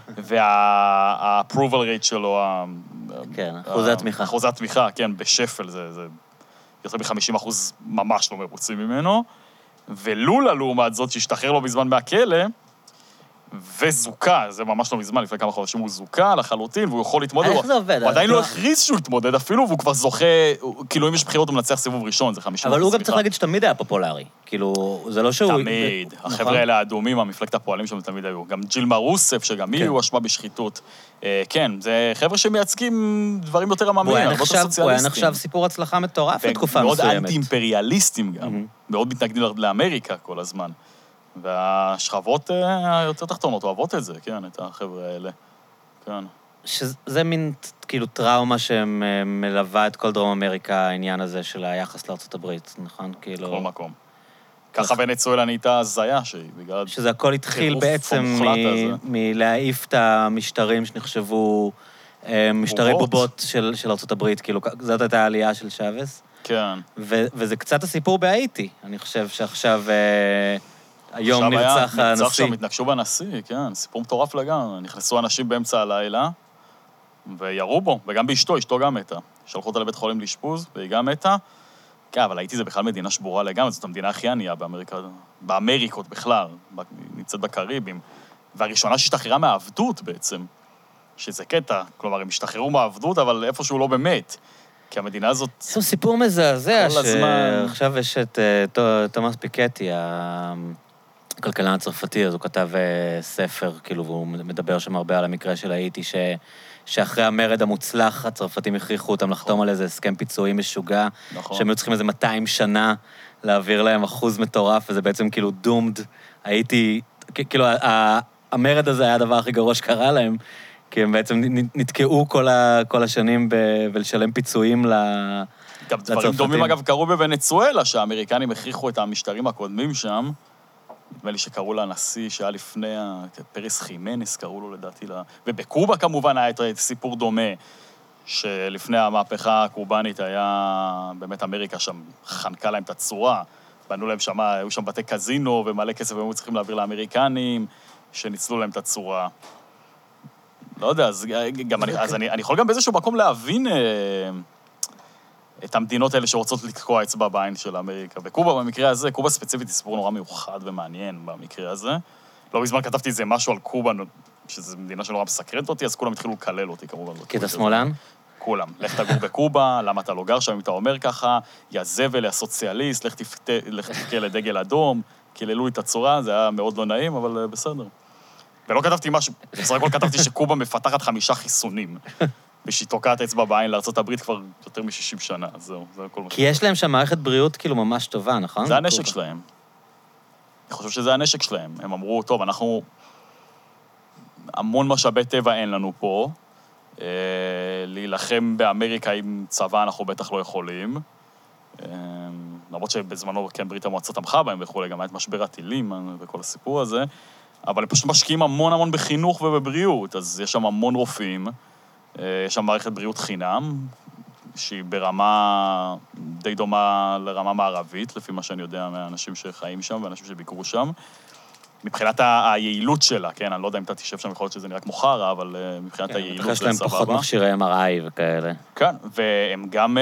וה-approval rate שלו, כן, אחוזי התמיכה. אחוזי התמיכה, כן, בשפל, זה יותר מ-חמישים אחוז ממש לא מרוצים ממנו, ולולה, לעומת זאת, שהשתחרר לו בזמן מהכלא, וזוקה, זה ממש לא מזמן, לפני כמה חודשים הוא זוקה לחלוטין, והוא יכול להתמודד. איך זה עובד? הוא עדיין לא הכריז שהוא יתמודד אפילו, והוא כבר זוכה, כאילו אם יש בחירות הוא מנצח סיבוב ראשון, זה חמישים אחוז. אבל הוא גם צריך להגיד שתמיד היה פופולרי. כאילו, זה לא שהוא... תמיד. החבר'ה האלה האדומים, המפלגת הפועלים שם תמיד היו. גם ג'ילמה רוסף, שגם היא הואשמה בשחיתות. כן, זה חבר'ה שמייצגים דברים יותר עממיים, הרבה יותר סוציאליסטים. הוא היה נחשב סיפור הצלחה מטורף לתקופה מסוימת. ומאוד אנטי-אימפריאליסטים גם. מאוד מתנגדים לאמריקה כל הזמן. והשכבות היותר תחתונות אוהבות את זה, כן, את החבר'ה האלה. כן. שזה מין, כאילו, טראומה שמלווה את כל דרום אמריקה, העניין הזה של היחס לארצות הברית, נכון? כאילו... כל מקום. ככה ונצואלה נהייתה הזיה שהיא, בגלל... שזה הכל התחיל בעצם מלהעיף את המשטרים שנחשבו משטרי בובות של ארצות הברית, כאילו, זאת הייתה העלייה של שווס. כן. וזה קצת הסיפור בהאיטי. אני חושב שעכשיו... היום נרצח הנשיא. נרצח שם, התנגשו בנשיא, כן, סיפור מטורף לגמרי. נכנסו אנשים באמצע הלילה, וירו בו, וגם באשתו, אשתו גם מתה. שלחו אותה לבית חולים לאשפוז, והיא גם מתה. כן, אבל הייתי זה בכלל מדינה שבורה לגמרי, זאת המדינה הכי ענייה באמריקה, באמריקות בכלל, נמצאת בקריבים. והראשונה שהשתחררה מהעבדות בעצם, שזה קטע, כלומר, הם השתחררו מהעבדות, אבל איפשהו לא באמת. כי המדינה הזאת... זה סיפור מזעזע, שעכשיו יש את תומאס פיקטי, הכלכלן הצרפתי, אז הוא כתב ספר, כאילו, והוא מדבר שם הרבה על המקרה של האיטי, שאחרי המרד המוצלח, הצרפתים הכריחו אותם לחתום על איזה הסכם פיצויים משוגע, שהם היו צריכים איזה מאתיים שנה להעביר להם אחוז מטורף, וזה בעצם כאילו דומד, האיטי, כאילו, המרד הזה היה הדבר הכי גרוע שקרה להם, כי הם בעצם נתקעו כל, ה, כל השנים ב, ולשלם פיצויים לצרפתים. גם דברים דומים, אגב, קרו בוונצואלה, שהאמריקנים הכריחו את המשטרים הקודמים שם. נדמה לי שקראו לנשיא שהיה לפני, פרס חימנס, קראו לו לדעתי, לה... ובקובה כמובן היה את סיפור דומה, שלפני המהפכה הקובנית היה, באמת אמריקה שם חנקה להם את הצורה, בנו להם שם, היו שם בתי קזינו ומלא כסף, והם צריכים להעביר לאמריקנים, שניצלו להם את הצורה. לא יודע, אז, גם אני, אז אני, אני יכול גם באיזשהו מקום להבין אה, את המדינות האלה שרוצות לתקוע אצבע בעין של אמריקה. וקובה במקרה הזה, קובה ספציפית היא סיפור נורא מיוחד ומעניין במקרה הזה. לא בזמן כתבתי איזה משהו על קובה, שזו מדינה שנורא מסקרנת אותי, אז כולם התחילו לקלל אותי כמובן. כי אתה שמאלן? כולם. לך תגור בקובה, למה אתה לא גר שם אם אתה אומר ככה, יא זבל, יא סוציאליסט, לך תפקה לדגל אדום, קיללו את הצורה, זה היה מאוד לא נעים, אבל בסדר. ולא כתבתי משהו, בסך הכל כתבתי שקובה מפתחת חמישה חיסונים, ושהיא תוקעת אצבע בעין לארצות הברית כבר יותר מ-שישים שנה, אז זהו, זה הכל. כי יש להם שם מערכת בריאות כאילו ממש טובה, נכון? זה הנשק שלהם. אני חושב שזה הנשק שלהם. הם אמרו, טוב, אנחנו... המון משאבי טבע אין לנו פה, להילחם באמריקה עם צבא אנחנו בטח לא יכולים, למרות שבזמנו, כן, ברית המועצות תמכה בהם וכו', גם היה את משבר הטילים וכל הסיפור הזה, אבל הם פשוט משקיעים המון המון בחינוך ובבריאות, אז יש שם המון רופאים, יש שם מערכת בריאות חינם, שהיא ברמה די דומה לרמה מערבית, לפי מה שאני יודע מהאנשים שחיים שם ואנשים שביקרו שם. מבחינת היעילות שלה, כן, אני לא יודע אם אתה תשב שם, יכול להיות שזה נראה כמו חרא, אבל מבחינת כן, היעילות זה סבבה. יש להם פחות מכשירי אם אר איי וכאלה. כן, והם גם...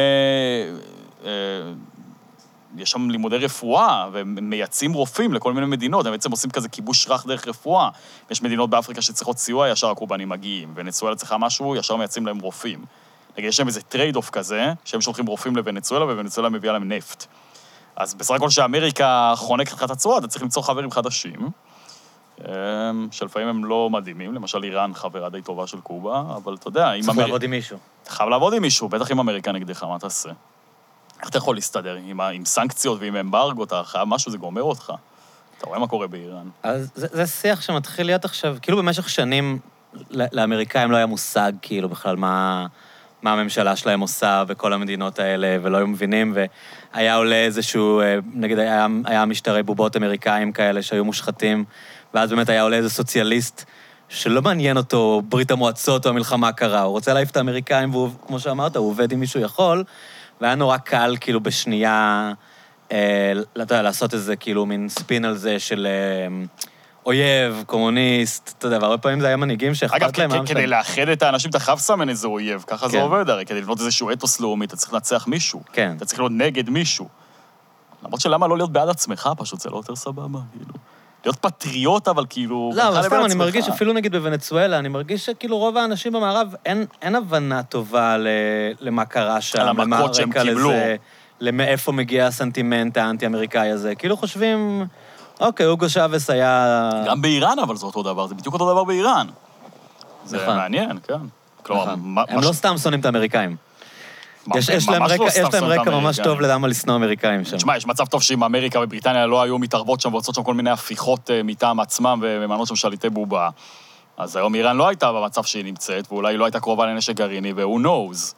יש שם לימודי רפואה, והם מייצאים רופאים לכל מיני מדינות, הם בעצם עושים כזה כיבוש רך דרך רפואה. יש מדינות באפריקה שצריכות סיוע, ישר הקובנים מגיעים, ונצואלה צריכה משהו, ישר מייצאים להם רופאים. נגיד, יש להם איזה טרייד-אוף כזה, שהם שולחים רופאים לוונצואלה, וונצואלה מביאה להם נפט. אז בסך הכל שאמריקה חונקת לך את הצורה, אתה צריך למצוא חברים חדשים, שלפעמים הם לא מדהימים, למשל איראן חברה די טובה של קובה, אבל אתה יודע, צריך לעבוד עם מישהו. חייב לעבוד עם מישהו, בטח עם אמריקה נגדך, מה תעשה? איך אתה יכול להסתדר? עם, עם סנקציות ועם אמברגות, אתה חייב משהו, זה גומר אותך. אתה רואה מה קורה באיראן. אז זה, זה שיח שמתחיל להיות עכשיו, כאילו במשך שנים לאמריקאים לא היה מושג, כאילו בכלל מה, מה הממשלה שלהם עושה בכל המדינות האלה, ולא היו מבינים, והיה עולה איזשהו, נגיד, היה, היה משטרי בובות אמריקאים כאלה שהיו מושחתים, ואז באמת היה עולה איזה סוציאליסט, שלא מעניין אותו ברית המועצות או המלחמה קרה, הוא רוצה להעיף את האמריקאים, וכמו שאמרת, הוא עובד עם מישהו יכול, והיה נורא קל, כאילו, בשנייה, אה, לעשות איזה, כאילו, מין ספין על זה של אה, אויב, קומוניסט, אתה יודע, והרבה פעמים זה היה מנהיגים שאכפת להם. אגב, כדי לאחד את האנשים, אתה חייב לסמן איזה אויב, ככה זה עובד, הרי כדי לבנות איזשהו אתוס לאומי, אתה צריך לנצח מישהו. כן. אתה צריך להיות נגד מישהו. למרות שלמה לא להיות בעד עצמך, פשוט זה לא יותר סבבה, כאילו. להיות פטריוט, אבל כאילו... לא, אבל סתם, אני מרגיש, אפילו נגיד בוונצואלה, אני מרגיש שכאילו רוב האנשים במערב, אין, אין הבנה טובה למה קרה שם, על המכות שהם קיבלו. למאיפה מגיע הסנטימנט האנטי-אמריקאי הזה. כאילו חושבים, אוקיי, אוגו שאבס היה... גם באיראן, אבל זה אותו דבר, זה בדיוק אותו דבר באיראן. זה מעניין, כן. הם לא סתם שונאים את האמריקאים. יש להם רקע ממש טוב ללמה לשנוא אמריקאים שם. תשמע, יש מצב טוב שאם אמריקה ובריטניה לא היו מתערבות שם ועושות שם כל מיני הפיכות מטעם עצמם וממנות שם שליטי בובה, אז היום איראן לא הייתה במצב שהיא נמצאת, ואולי היא לא הייתה קרובה לנשק גרעיני, ו-who knows.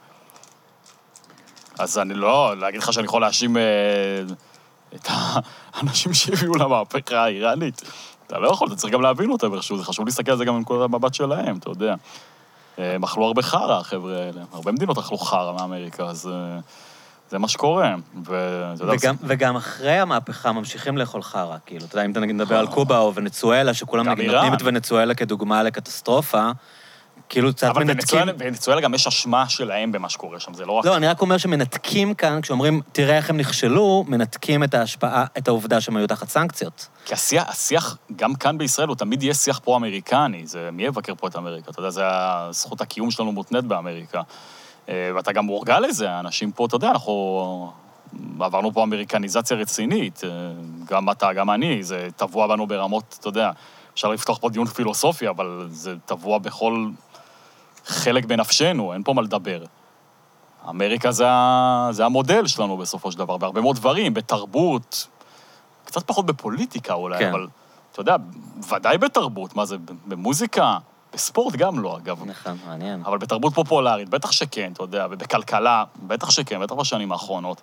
אז אני לא, להגיד לך שאני יכול להאשים את האנשים שהביאו למהפכה האיראנית. אתה לא יכול, אתה צריך גם להבין אותה איכשהו, זה חשוב להסתכל על זה גם מנקודת המבט שלהם, אתה יודע. הם אכלו הרבה חרא, החבר'ה האלה. הרבה מדינות אכלו חרא מאמריקה, אז זה מה שקורה. וגם אחרי המהפכה ממשיכים לאכול חרא, כאילו. אתה יודע, אם אתה נגיד מדבר על קובה או ונצואלה, שכולם נגיד נותנים את ונצואלה כדוגמה לקטסטרופה, כאילו קצת מנתקים... אבל בוונצואלה גם יש אשמה שלהם במה שקורה שם, זה לא רק... לא, אני רק אומר שמנתקים כאן, כשאומרים, תראה איך הם נכשלו, מנתקים את ההשפעה, את העובדה שהם היו תחת סנקציות. כי השיח, השיח, גם כאן בישראל, הוא תמיד יהיה שיח פרו-אמריקני, זה מי יבקר פה את אמריקה, אתה יודע, זה הזכות הקיום שלנו מותנית באמריקה. ואתה גם מורגל לזה, אנשים פה, אתה יודע, אנחנו עברנו פה אמריקניזציה רצינית, גם אתה, גם אני, זה טבוע בנו ברמות, אתה יודע, אפשר לפתוח פה דיון פילוסופי, אבל זה טבוע בכל חלק בנפשנו, אין פה מה לדבר. אמריקה זה, זה המודל שלנו בסופו של דבר, בהרבה מאוד דברים, בתרבות, קצת פחות בפוליטיקה אולי, כן. אבל אתה יודע, ודאי בתרבות, מה זה, במוזיקה, בספורט גם לא, אגב. נכון, מעניין. אבל בתרבות פופולרית, בטח שכן, אתה יודע, ובכלכלה, בטח שכן, בטח בשנים האחרונות.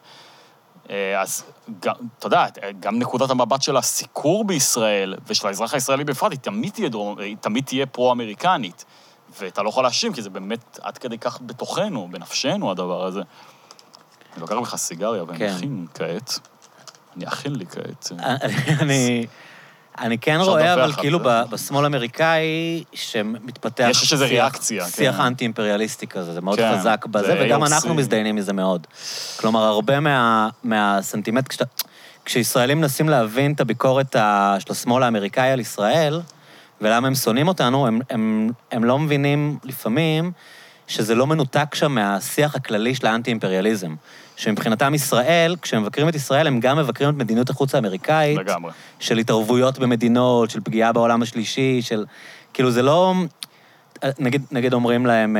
אז גם, אתה יודע, גם נקודת המבט של הסיקור בישראל, ושל האזרח הישראלי בפרט, היא תמיד תהיה, דרום, היא תמיד תהיה פרו-אמריקנית. ואתה לא יכול להאשים, כי זה באמת עד כדי כך בתוכנו, בנפשנו, הדבר הזה. אני לוקח לך סיגריה ואני אכין כעת. אני אכין לי כעת. אני... אני כן רואה, אבל כאילו בשמאל האמריקאי, שמתפתח... יש איזו ריאקציה. שיח אנטי-אימפריאליסטי כזה, זה מאוד חזק בזה, וגם אנחנו מזדיינים מזה מאוד. כלומר, הרבה מהסנטימנט, כשישראלים מנסים להבין את הביקורת של השמאל האמריקאי על ישראל, ולמה הם שונאים אותנו, הם לא מבינים לפעמים שזה לא מנותק שם מהשיח הכללי של האנטי-אימפריאליזם. שמבחינתם ישראל, כשהם מבקרים את ישראל, הם גם מבקרים את מדיניות החוץ האמריקאית, לגמרי. של התערבויות במדינות, של פגיעה בעולם השלישי, של... כאילו זה לא... נגיד, נגיד אומרים להם,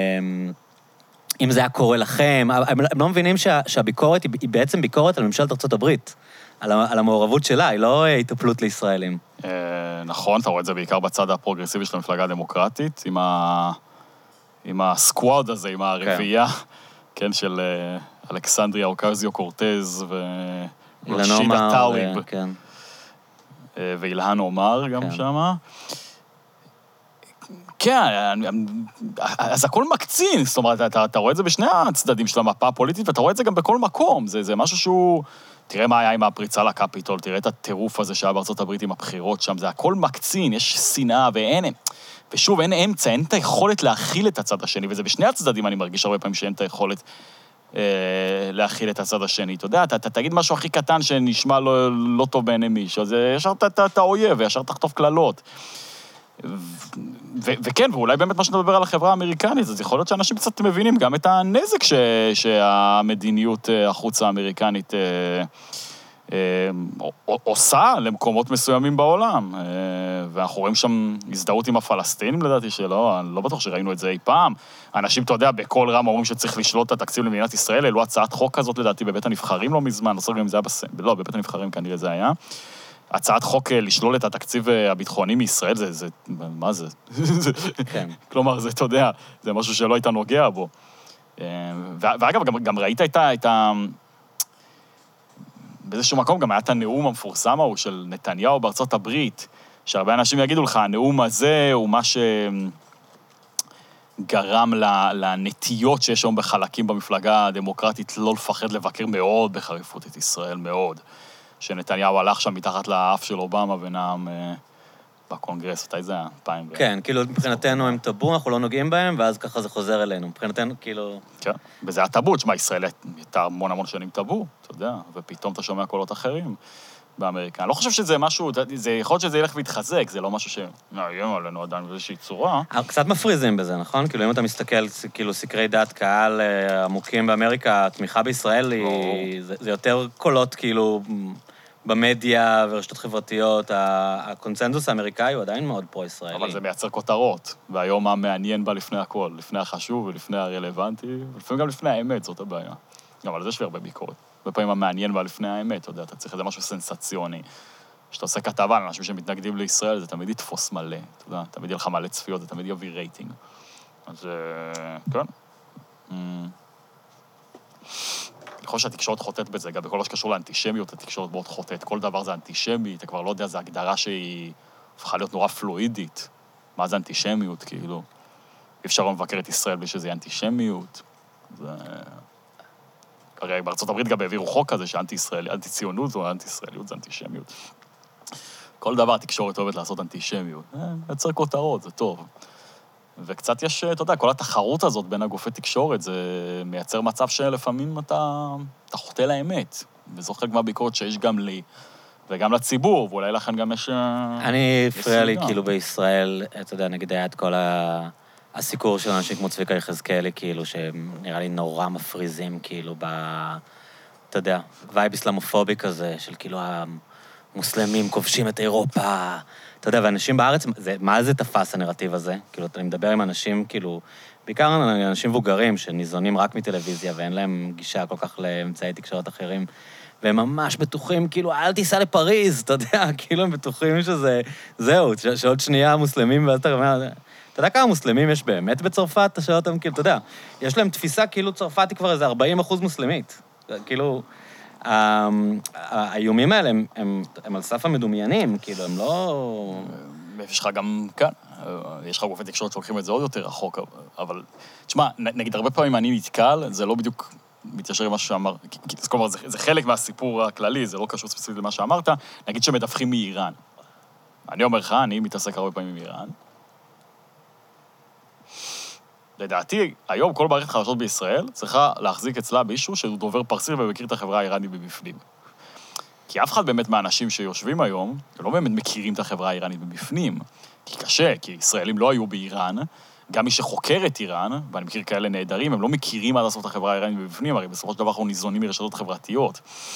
אם זה היה קורה לכם, הם לא מבינים שה, שהביקורת היא בעצם ביקורת על ממשלת ארצות הברית, על, על המעורבות שלה, היא לא התאפלות לישראלים. נכון, אתה רואה את זה בעיקר בצד הפרוגרסיבי של המפלגה הדמוקרטית, עם, ה... עם הסקוואד הזה, עם הרביעייה, כן, כן של... אלכסנדריה אוקזיו קורטז ורשידה טאויב. כן. ואילהן עומר גם שמה. כן, אז הכל מקצין, זאת אומרת, אתה, אתה רואה את זה בשני הצדדים של המפה הפוליטית, ואתה רואה את זה גם בכל מקום. זה, זה משהו שהוא... תראה מה היה עם הפריצה לקפיטול, תראה את הטירוף הזה שהיה בארצות הברית עם הבחירות שם, זה הכל מקצין, יש שנאה ואין... ושוב, אין אמצע, אין את היכולת להכיל את הצד השני, וזה בשני הצדדים אני מרגיש הרבה פעמים שאין את היכולת להכיל את הצד השני. אתה יודע, אתה, אתה תגיד משהו הכי קטן שנשמע לא, לא טוב בעיני מישהו, אז ישר אתה האויב, וישר תחטוף כללות. וכן, ואולי באמת מה שנדבר על החברה האמריקנית, אז יכול להיות שאנשים קצת מבינים גם את הנזק ש, שהמדיניות החוץ האמריקנית עושה למקומות מסוימים בעולם. ואנחנו רואים שם הזדהות עם הפלסטינים, לדעתי שלא, אני לא בטוח שראינו את זה אי פעם. אנשים, אתה יודע, בכל רם אומרים שצריך לשלוט את התקציב למדינת ישראל, אלו הצעת חוק כזאת, לדעתי, בבית הנבחרים לא מזמן, לא סוג אם זה היה בסם, לא, בבית הנבחרים כנראה זה היה. הצעת חוק לשלול את התקציב הביטחוני מישראל, זה, זה, מה זה? כן. כלומר, זה, אתה יודע, זה משהו שלא היית נוגע בו. ואגב, גם, גם ראית את ה... את ה... באיזשהו מקום גם היה את הנאום המפורסם ההוא של נתניהו בארצות הברית, שהרבה אנשים יגידו לך, הנאום הזה הוא מה שגרם לנטיות שיש היום בחלקים במפלגה הדמוקרטית לא לפחד לבקר מאוד בחריפות את ישראל, מאוד. שנתניהו הלך שם מתחת לאף של אובמה ונאם בקונגרס, אותי זה היה פעם. כן, כאילו מבחינתנו הם טבו, אנחנו לא נוגעים בהם, ואז ככה זה חוזר אלינו. מבחינתנו, כאילו... כן, וזה הטבו, שמה, ישראל הייתה המון המון שנים טבו, אתה יודע, ופתאום אתה שומע קולות אחרים באמריקה. אני לא חושב שזה משהו, זה יכול להיות שזה ילך ויתחזק, זה לא משהו שנאיים עלינו עדיין באיזושהי צורה. קצת מפריזים בזה, נכון? כאילו, אם אתה מסתכל, כאילו, סקרי דעת קהל עמוקים באמריקה, התמיכה בישראל היא... זה יותר קולות, כאילו... במדיה ורשתות חברתיות, הקונצנזוס האמריקאי הוא עדיין מאוד פרו-ישראלי. אבל זה מייצר כותרות, והיום המעניין בה לפני הכל, לפני החשוב ולפני הרלוונטי, ולפעמים גם לפני האמת, זאת הבעיה. גם על זה יש לי הרבה ביקורת. בפעמים המעניין בה לפני האמת, אתה יודע, אתה צריך איזה משהו סנסציוני. כשאתה עושה כתבה על אנשים שמתנגדים לישראל, זה תמיד יתפוס מלא, אתה יודע, תמיד יהיה לך מלא צפיות, זה תמיד יביא רייטינג. אז, כן. אני חושב שהתקשורת חוטאת בזה, גם בכל מה שקשור לאנטישמיות, התקשורת מאוד חוטאת. כל דבר זה אנטישמי, אתה כבר לא יודע, זו הגדרה שהיא הפכה להיות נורא פלואידית. מה זה אנטישמיות, כאילו? אי אפשר לא מבקר את ישראל בלי שזה אנטישמיות. זה... הרי בארצות הברית גם העבירו חוק כזה שאנטי-ישראלי, אנטי-ציונות או אנטי-ישראליות זה אנטישמיות. כל דבר התקשורת אוהבת לעשות אנטישמיות. יוצר כותרות, זה טוב. וקצת יש, אתה יודע, כל התחרות הזאת בין הגופי תקשורת, זה מייצר מצב שלפעמים אתה, אתה חוטא לאמת. וזו חלק מהביקורת שיש גם לי, וגם לציבור, ואולי לכן גם יש... אני הפריע לי, כאילו, בישראל, אתה יודע, נגיד היה את כל ה... הסיקור של אנשים כמו צביקה יחזקאלי, כאילו, שנראה לי נורא מפריזים, כאילו, ב... אתה יודע, וייב אסלאמופובי כזה, של כאילו המוסלמים כובשים את אירופה, אתה יודע, ואנשים בארץ, זה, מה זה תפס הנרטיב הזה? כאילו, אני מדבר עם אנשים, כאילו, בעיקר אנשים מבוגרים שניזונים רק מטלוויזיה, ואין להם גישה כל כך לאמצעי תקשורת אחרים, והם ממש בטוחים, כאילו, אל תיסע לפריז, אתה יודע, כאילו, הם בטוחים שזה, זהו, שעוד שנייה מוסלמים, ואז אתה אומר, אתה יודע כמה מוסלמים יש באמת בצרפת? אתה שואל אותם, כאילו, אתה יודע, יש להם תפיסה, כאילו, צרפת היא כבר איזה ארבעים אחוז מוסלמית. כאילו, האיומים האלה הם, הם, הם על סף המדומיינים, כאילו, הם לא... יש לך גם כאן, יש לך גופי תקשורת שלוקחים את זה עוד יותר רחוק, אבל, תשמע, נגיד, הרבה פעמים אני נתקל, זה לא בדיוק מתיישר עם מה שאמר, כלומר, זה, זה חלק מהסיפור הכללי, זה לא קשור ספציפית למה שאמרת, נגיד שמדווחים מאיראן. אני אומר לך, אני מתעסק הרבה פעמים עם איראן. לדעתי, היום כל מערכת חדשות בישראל צריכה להחזיק אצלה מישהו שהוא דובר פרסי ומכיר את החברה האיראנית מבפנים. כי אף אחד באמת מהאנשים שיושבים היום, לא באמת מכירים את החברה האיראנית מבפנים. כי קשה, כי ישראלים לא היו באיראן, גם מי שחוקר את איראן, ואני מכיר כאלה נהדרים, הם לא מכירים עד לעשות את החברה האיראנית מבפנים, הרי בסופו של דבר אנחנו ניזונים מרשתות חברתיות.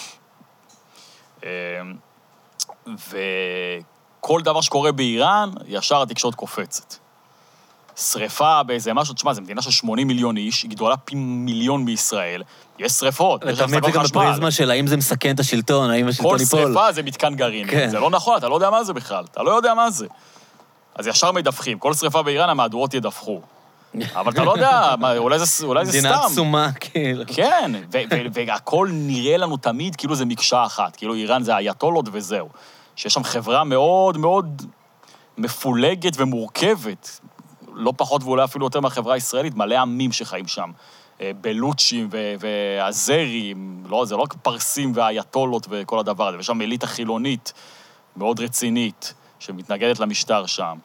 וכל דבר שקורה באיראן, ישר התקשורת קופצת. שריפה באיזה משהו, תשמע, זו מדינה של שמונים מיליון איש, היא גדולה פי מיליון מישראל, יש שריפות, יש ותמיד זה גם בפריזמה של האם זה מסכן את השלטון, האם השלטון ייפול. כל שריפה זה מתקן גרעין, כן. זה לא נכון, אתה לא יודע מה זה בכלל, אתה לא יודע מה זה. אז ישר מדווחים, כל שריפה באיראן המהדורות ידווחו. אבל אתה לא יודע, אולי זה, אולי זה סתם. מדינה עצומה, כאילו. כן, והכל נראה לנו תמיד כאילו זה מקשה אחת, כאילו איראן זה האייתולות וזהו. שיש שם חברה מאוד מאוד מפולגת ומורכבת, לא פחות ואולי אפילו יותר מהחברה הישראלית, מלא עמים שחיים שם. בלוצ'ים והזרים, לא, זה לא רק פרסים והאייתולות וכל הדבר הזה, ויש שם אליטה חילונית מאוד רצינית, שמתנגדת למשטר שם.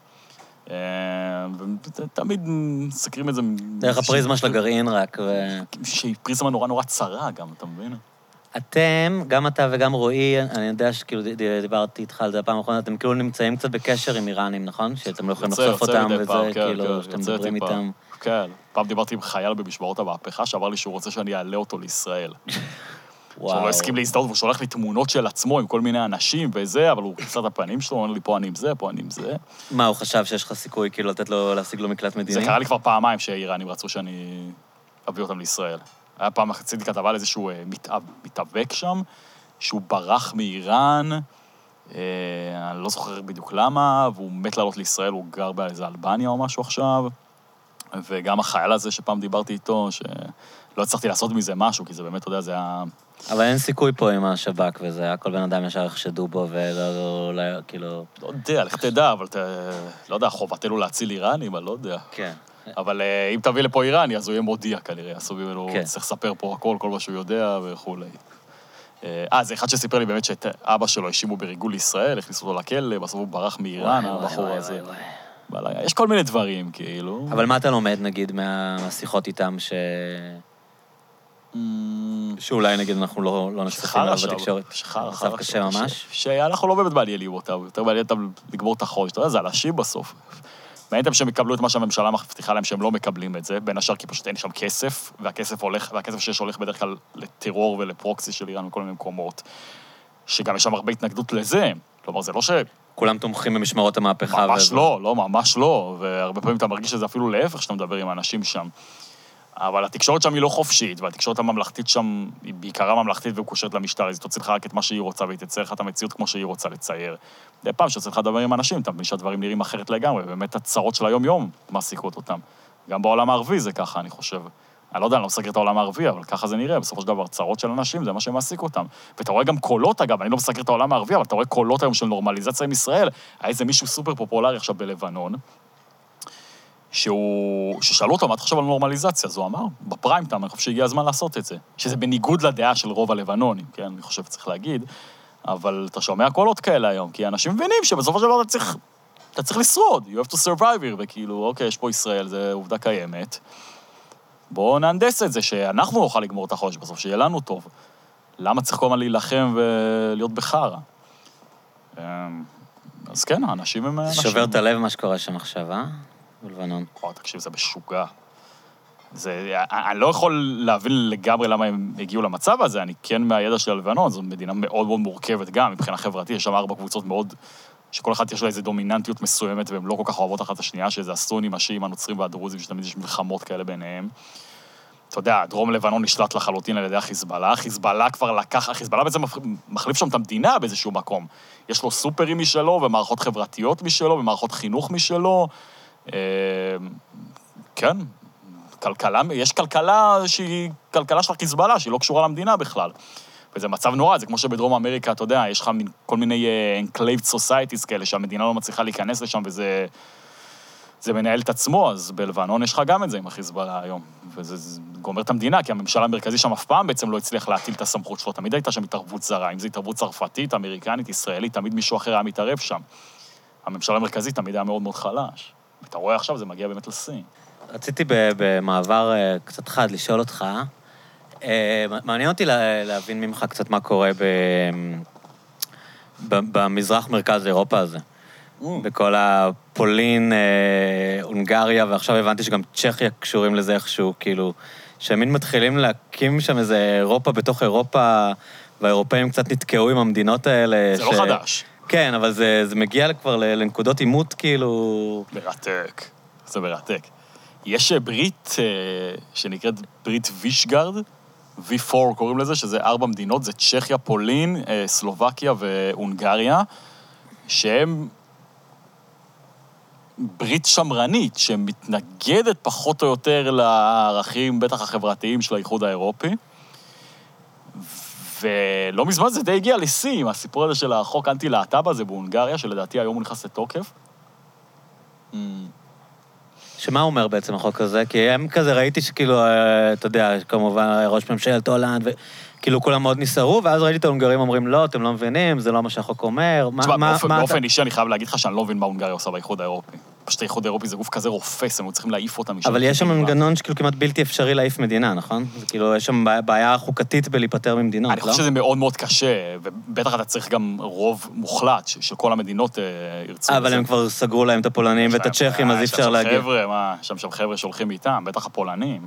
ותמיד מסקרים את זה... דרך הפריזמה של הגרעין רק, ו... שהיא פריזמה נורא נורא צרה גם, אתה מבין? אתם, גם אתה וגם רועי, אני יודע שכאילו דיברתי איתך על זה הפעם האחרונה, אתם כאילו נמצאים קצת בקשר עם איראנים, נכון? שאתם לא יכולים לחשוף אותם, וזה כאילו, שאתם מדברים איתם. כן, פעם דיברתי עם חייל במשמרות המהפכה, שאמר לי שהוא רוצה שאני אעלה אותו לישראל. שהוא לא הסכים להזדהות, והוא שולח לי תמונות של עצמו עם כל מיני אנשים וזה, אבל הוא כיסה את הפנים שלו, הוא אומר לי, פה אני עם זה, פה אני עם זה. מה, הוא חשב שיש לך סיכוי כאילו לתת לו, להשיג לו מקלט מדיני? זה קרה לי כבר פעמיים שהאיראנים רצו שאני אביא אותם לישראל. היה פעם עשיתי כתבה על איזשהו מתאבק שם, שהוא ברח מאיראן, אני לא זוכר בדיוק למה, והוא מת לעלות לישראל, הוא גר באיזה אלבניה או משהו עכשיו, וגם החייל הזה שפעם דיברתי איתו, שלא הצלחתי לעשות מזה משהו, כי זה באמת, אתה יודע, זה היה... אבל אין סיכוי פה עם השב"כ וזה, היה כל בן אדם ישר יחשדו בו ולא, לא, כאילו... לא יודע, לך תדע, אבל אתה... לא יודע, חובתנו להציל איראנים, אני לא יודע. כן. אבל אם תביא לפה איראני, אז הוא יהיה מודיע כנראה, אז הוא צריך לספר פה הכל, כל מה שהוא יודע וכו'. אה, זה אחד שסיפר לי באמת שאת אבא שלו האשימו בריגול לישראל, הכניסו אותו לכלא, בסוף הוא ברח מאיראן, הבחור הזה. יש כל מיני דברים, כאילו. אבל מה אתה לומד, נגיד, מהשיחות איתם ש... שאולי נגיד אנחנו לא נחשפים עליו בתקשורת. שחר, מצב קשה ממש. שאנחנו לא באמת מעניינים אותם, יותר מעניין אותם לגמור את החודש. אתה יודע, זה אנשים בסוף. מעניין אותם שהם יקבלו את מה שהממשלה מבטיחה להם שהם לא מקבלים את זה, בין השאר כי פשוט אין שם כסף, והכסף הולך, והכסף שיש הולך בדרך כלל לטרור ולפרוקסי של איראן וכל מיני מקומות, שגם יש שם הרבה התנגדות לזה. כלומר, זה לא ש... כולם תומכים במשמרות המהפכה. ממש לא, לא, ממש לא. והרבה פעמים אתה מרגיש שזה אפילו להפך שאתה מדבר עם האנשים שם. אבל התקשורת שם היא לא חופשית, והתקשורת הממלכתית שם היא בעיקרה ממלכתית ומקושרת למשטר, אז היא תוציא לך רק את מה שהיא רוצה, והיא תצייר לך את המציאות כמו שהיא רוצה לצייר. די פעם שצריך לדבר עם אנשים, אתה מבין שהדברים נראים אחרת לגמרי, ובאמת הצרות של היום-יום מעסיקות אותם. גם בעולם הערבי זה ככה, אני חושב. אני לא יודע, אני לא מסגר את העולם הערבי, אבל ככה זה נראה, בסופו של דבר, צרות של אנשים, זה מה שמעסיק אותם. ואתה רואה גם קולות, אגב, אני לא מסגר את העולם הערבי, אבל אתה רואה קולות היום של נורמליזציה עם ישראל. היה איזה מישהו סופר פופולרי עכשיו בלבנון, שהוא, ששאלו אותו, מה אתה חושב על נורמליזציה? אז הוא אמר, בפריים טיים, אני חושב שהגיע הזמן לעשות את זה. שזה בניגוד לדעה של רוב הלבנונים, כן? אני חושב שצריך להגיד, אבל אתה שומע קולות כאלה היום, כי אנשים מבינים שבסופו של דבר אתה צריך, אתה צריך לשרוד, you have to survive here, וכאילו, אוקיי, יש פה ישראל, זה עובדה קיימת. בואו נהנדס את זה, שאנחנו נוכל לגמור את החודש בסוף, שיהיה לנו טוב. למה צריך כל הזמן להילחם ולהיות בחרה? אז כן, האנשים הם אנשים. שובר את הלב מה שקורה שם עכשיו, אה? בלבנון. או, תקשיב, זה משוגע. זה, אני לא יכול להבין לגמרי למה הם הגיעו למצב הזה, אני כן מהידע של הלבנון, זו מדינה מאוד מאוד מורכבת גם, מבחינה חברתית, יש שם ארבע קבוצות מאוד, שכל אחת יש לה איזו דומיננטיות מסוימת, והם לא כל כך אוהבות אחת השנייה, שזה הסונים, השיעים, הנוצרים והדרוזים, שתמיד יש מלחמות כאלה ביניהם. אתה יודע, דרום לבנון נשלט לחלוטין על ידי החיזבאללה, החיזבאללה כבר לקח, החיזבאללה בעצם מחליף שם את המדינה באיזשהו מקום. יש לו סופרים משלו, ומערכות חברתיות משלו, ומערכות חינוך משלו. כן, כלכלה, יש כלכלה שהיא כלכלה של החיזבאללה, שהיא לא קשורה למדינה בכלל. וזה מצב נורא, זה כמו שבדרום אמריקה, אתה יודע, יש לך כל מיני enclaved societies כאלה, שהמדינה לא מצליחה להיכנס לשם, וזה זה מנהל את עצמו, אז בלבנון יש לך גם את זה עם החיזבאללה היום. וזה גומר את המדינה, כי הממשלה המרכזית שם אף פעם בעצם לא הצליח להטיל את הסמכות שלו, תמיד הייתה שם התערבות זרה, אם זה התערבות צרפתית, אמריקנית, ישראלית, תמיד מישהו אחר היה מתערב שם. הממשלה המרכזית תמיד היה מאוד מאוד חלש. אתה רואה עכשיו, זה מגיע באמת לסין. רציתי במעבר קצת חד לשאול אותך, מעניין אותי להבין ממך קצת מה קורה במזרח מרכז אירופה הזה. בכל הפולין, הונגריה, ועכשיו הבנתי שגם צ'כיה קשורים לזה איכשהו, כאילו, שהם מתחילים להקים שם איזה אירופה בתוך אירופה, והאירופאים קצת נתקעו עם המדינות האלה. זה לא חדש. כן, אבל זה, זה מגיע כבר לנקודות עימות, כאילו... מרתק. זה מרתק. יש ברית שנקראת ברית וישגרד, וי פור קוראים לזה, שזה ארבע מדינות, זה צ'כיה, פולין, סלובקיה והונגריה, שהם ברית שמרנית, שמתנגדת פחות או יותר לערכים, בטח החברתיים של האיחוד האירופי. ולא מזמן זה די הגיע לסין, הסיפור הזה של החוק אנטי-להט"ב הזה בהונגריה, שלדעתי היום הוא נכנס לתוקף. שמה הוא אומר בעצם החוק הזה? כי הם כזה ראיתי שכאילו, אתה יודע, כמובן ראש ממשלת הולנד, וכאילו כולם מאוד ניסרו, ואז ראיתי את ההונגרים אומרים, לא, אתם לא מבינים, זה לא מה שהחוק אומר. תשמע, באופן אישי אני חייב להגיד לך שאני לא מבין מה הונגריה עושה באיחוד האירופי. פשוט האיחוד האירופי זה גוף כזה רופס, הם צריכים להעיף אותם משם. אבל יש שם מנגנון שכאילו כמעט בלתי אפשרי להעיף מדינה, נכון? זה כאילו, יש שם בעיה חוקתית בלהיפטר ממדינות, לא? אני חושב שזה מאוד מאוד קשה, ובטח אתה צריך גם רוב מוחלט של כל המדינות ירצו. אבל הם כבר סגרו להם את הפולנים ואת הצ'כים, אז אי אפשר להגיע. חבר'ה, מה, שם שם חבר'ה שהולכים איתם, בטח הפולנים.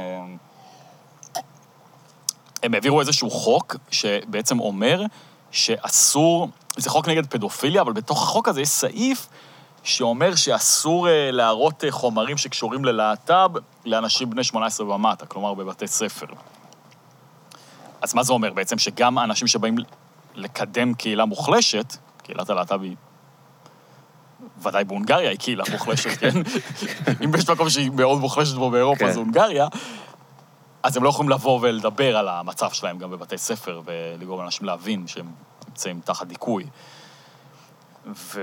הם העבירו איזשהו חוק שבעצם אומר שאסור, זה חוק נגד פדופיליה, אבל בתוך החוק הזה יש סעיף שאומר שאסור להראות חומרים שקשורים ללהט"ב לאנשים בני שמונה עשרה ומטה, כלומר בבתי ספר. אז מה זה אומר בעצם? שגם האנשים שבאים לקדם קהילה מוחלשת, קהילת הלהט"בים, ודאי בהונגריה היא קהילה מוחלשת, כן? אם יש מקום שהיא מאוד מוחלשת בו באירופה, זה הונגריה, אז הם לא יכולים לבוא ולדבר על המצב שלהם גם בבתי ספר, ולגרום לאנשים להבין שהם נמצאים תחת דיכוי. ו...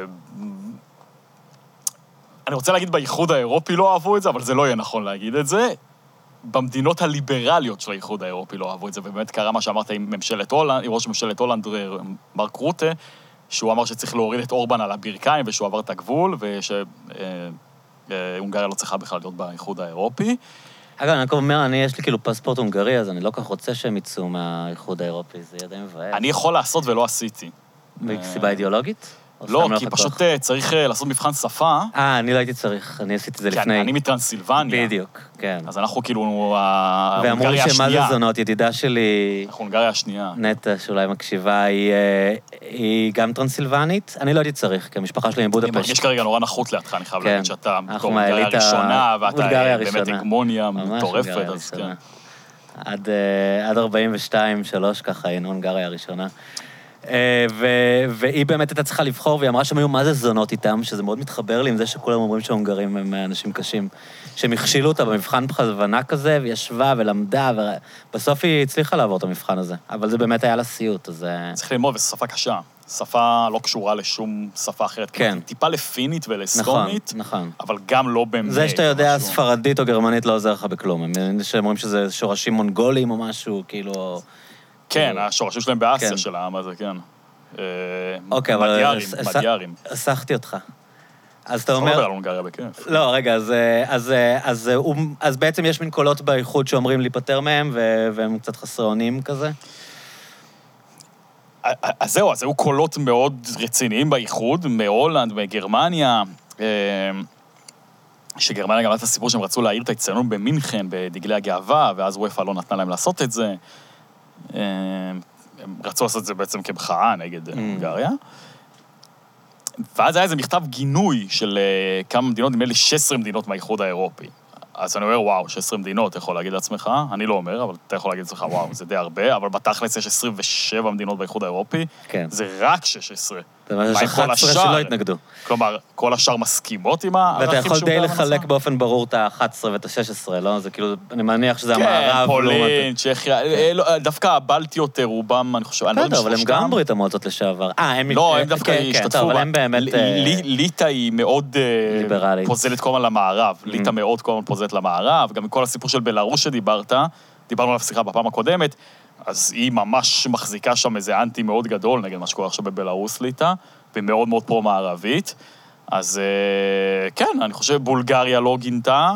אני רוצה להגיד, באיחוד האירופי לא אהבו את זה, אבל זה לא יהיה נכון להגיד את זה. במדינות הליברליות של האיחוד האירופי לא אהבו את זה, ובאמת קרה מה שאמרת עם ממשלת הולנד, עם ראש ממשלת הולנד, מרק רוטה, שהוא אמר שצריך להוריד את אורבן על הברכיים, ושהוא עבר את הגבול, ושהונגריה לא צריכה בכלל להיות באיחוד האירופי. אגב, אני אומר, אני, יש לי כאילו פספורט הונגרי, אז אני לא כך רוצה שהם יצאו מהאיחוד האירופי, זה ידי מבאס. אני יכול לעשות ולא עשיתי. מסיבה אידיאולוגית? לא, כי פשוט צריך לעשות מבחן שפה. אה, אני לא הייתי צריך, אני עשיתי את זה לפני. כן, אני מטרנסילבניה. בדיוק, כן. אז אנחנו כאילו, ההונגריה השנייה. ואמרו לי שמה זה זונות, ידידה שלי... אנחנו הונגריה השנייה. נטע, שאולי מקשיבה, היא גם טרנסילבנית. אני לא הייתי צריך, כי המשפחה שלי מבודפשט. אני מרגיש כרגע נורא נחות לידך, אני חייב להגיד שאתה הונגריה הראשונה, ואתה באמת הגמוניה מטורפת, אז כן. עד ארבעים ושתיים שלוש ככה, היינו הונגריה הראשונה. והיא באמת הייתה צריכה לבחור, והיא אמרה שהם היו מה זה זונות איתם, שזה מאוד מתחבר לי עם זה שכולם אומרים שההונגרים הם אנשים קשים, שהם הכשילו אותה במבחן בכוונה כזה, והיא ישבה ולמדה, ובסוף היא הצליחה לעבור את המבחן הזה. אבל זה באמת היה לה סיוט, אז... צריך ללמוד, וזו שפה קשה. שפה לא קשורה לשום שפה אחרת. כן. טיפה לפינית ולסטונית, נכון, נכון. אבל גם לא באמת. זה שאתה יודע, ספרדית או גרמנית לא עוזר לך בכלום. הם אומרים שזה שורשים מונגולים או משהו, כאילו... כן, השורשים שלהם באסיה של העם הזה, כן. אוקיי, אבל... מדיארים, מדיארים. הסחתי אותך. אז אתה לא אומר... מדבר על הונגריה בכיף. לא, רגע, אז בעצם יש מין קולות באיחוד שאומרים להיפטר מהם, והם קצת חסרי אונים כזה? אז זהו, אז היו קולות מאוד רציניים באיחוד, מהולנד, מגרמניה, שגרמניה גם הייתה את הסיפור שהם רצו להעיר את ההצטיינות במינכן, בדגלי הגאווה, ואז וופא לא נתנה להם לעשות את זה. הם רצו לעשות את זה בעצם כמחאה נגד הונגריה. ואז היה איזה מכתב גינוי של כמה מדינות, נדמה לי שש עשרה מדינות מהאיחוד האירופי. אז אני אומר, וואו, שש עשרה מדינות, אתה יכול להגיד לעצמך, אני לא אומר, אבל אתה יכול להגיד לעצמך, וואו, זה די הרבה, אבל בתכלס יש עשרים ושבע מדינות באיחוד האירופי, כן. זה רק שש עשרה. זה מה יש אחת עשרה שלא התנגדו. כלומר, כל השאר מסכימות עם הערכים ואתה יכול די לחלק באופן ברור את ה-אחת עשרה ואת ה-שש עשרה, לא? זה כאילו, אני מניח שזה המערב. כן, פולין, צ'כיה, דווקא הבלטיות, רובם, אני חושב, אני לא יודע אבל הם גם ברית המועצות לשעבר. אה, הם... לא, הם דווקא השתתפו. אבל הם באמת... ליטא היא מאוד פוזלת כל הזמן למערב. ליטא מאוד כל הזמן פוזלת למערב, גם כל הסיפור של בלרוס שדיברת, דיברנו עליו שיחה בפעם הקודמת, אז היא ממש מחזיקה שם איזה אנטי מאוד גדול נגד מה שקורה עכשיו בבלרוס ליטא, ומאוד מאוד פרו-מערבית. אז כן, אני חושב בולגריה לא גינתה,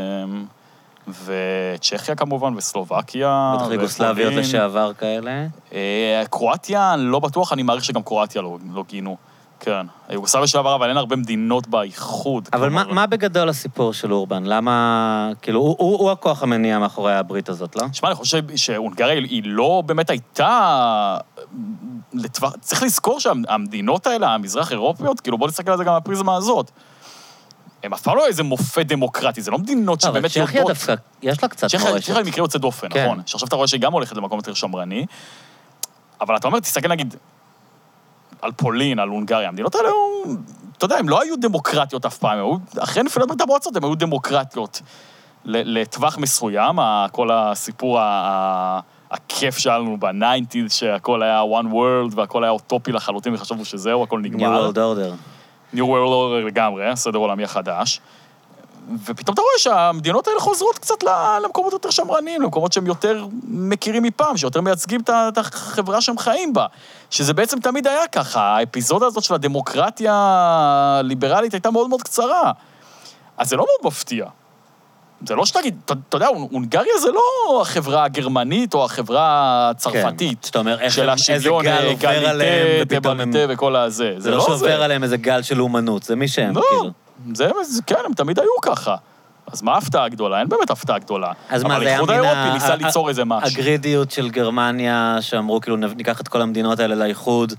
וצ'כיה כמובן, וסלובקיה. בטח יוגוסלביות לשעבר כאלה. קרואטיה, לא בטוח, אני מעריך שגם קרואטיה לא, לא גינו. כן, יוגוסלביה לשעבר, אבל אין הרבה מדינות באיחוד. אבל מה, מה בגדול הסיפור של אורבן? למה, כאילו, הוא, הוא, הוא הכוח המניע מאחורי הברית הזאת, לא? תשמע, אני חושב שהונגריה היא לא באמת הייתה... לטווח... צריך לזכור שהמדינות האלה, המזרח אירופיות, כאילו בוא נסתכל על זה גם מהפריזמה הזאת. הם אף פעם לא איזה מופת דמוקרטי, זה לא מדינות שבאמת יודעות... צ'כיה דווקא, יש לה קצת מורשת. צ'כיה מקרה יוצא דופן, נכון? שעכשיו אתה רואה שהיא גם הולכת למקום יותר שמרני, אבל אתה אומר, תסתכל נגיד, על פולין, על הונגריה, המדינות האלה, אתה יודע, הם לא היו דמוקרטיות אף פעם, אחרי נפילת ברית המועצות, הם היו דמוקרטיות לטווח מסוים, כל הסיפור הכיף שלנו ב-תשעים, שהכל היה one world, והכל היה אוטופי לחלוטין, וחשבנו שזהו, הכל נגמר. New World Order. New World Order לגמרי, סדר עולמי החדש. ופתאום אתה רואה שהמדינות האלה חוזרות קצת למקומות יותר שמרנים, למקומות שהם יותר מכירים מפעם, שיותר מייצגים את החברה שהם חיים בה. שזה בעצם תמיד היה ככה. האפיזודה הזאת של הדמוקרטיה הליברלית הייתה מאוד מאוד קצרה. אז זה לא מאוד מפתיע. זה לא שתגיד, אתה יודע, הונגריה זה לא החברה הגרמנית או החברה הצרפתית. כן, שאתה אומר, איזה גל עובר עליהם, ופתאום הם... וכל הזה. זה לא שעובר עליהם איזה גל של אומנות, זה מי שהם, כאילו. זה, כן, הם תמיד היו ככה. אז מה ההפתעה הגדולה? אין באמת הפתעה גדולה. אז מה, זה היה מינה... ניסה ליצור איזה משהו. הגרידיות של גרמניה, שאמרו, כאילו, ניקח את כל המדינות האלה לאיחוד,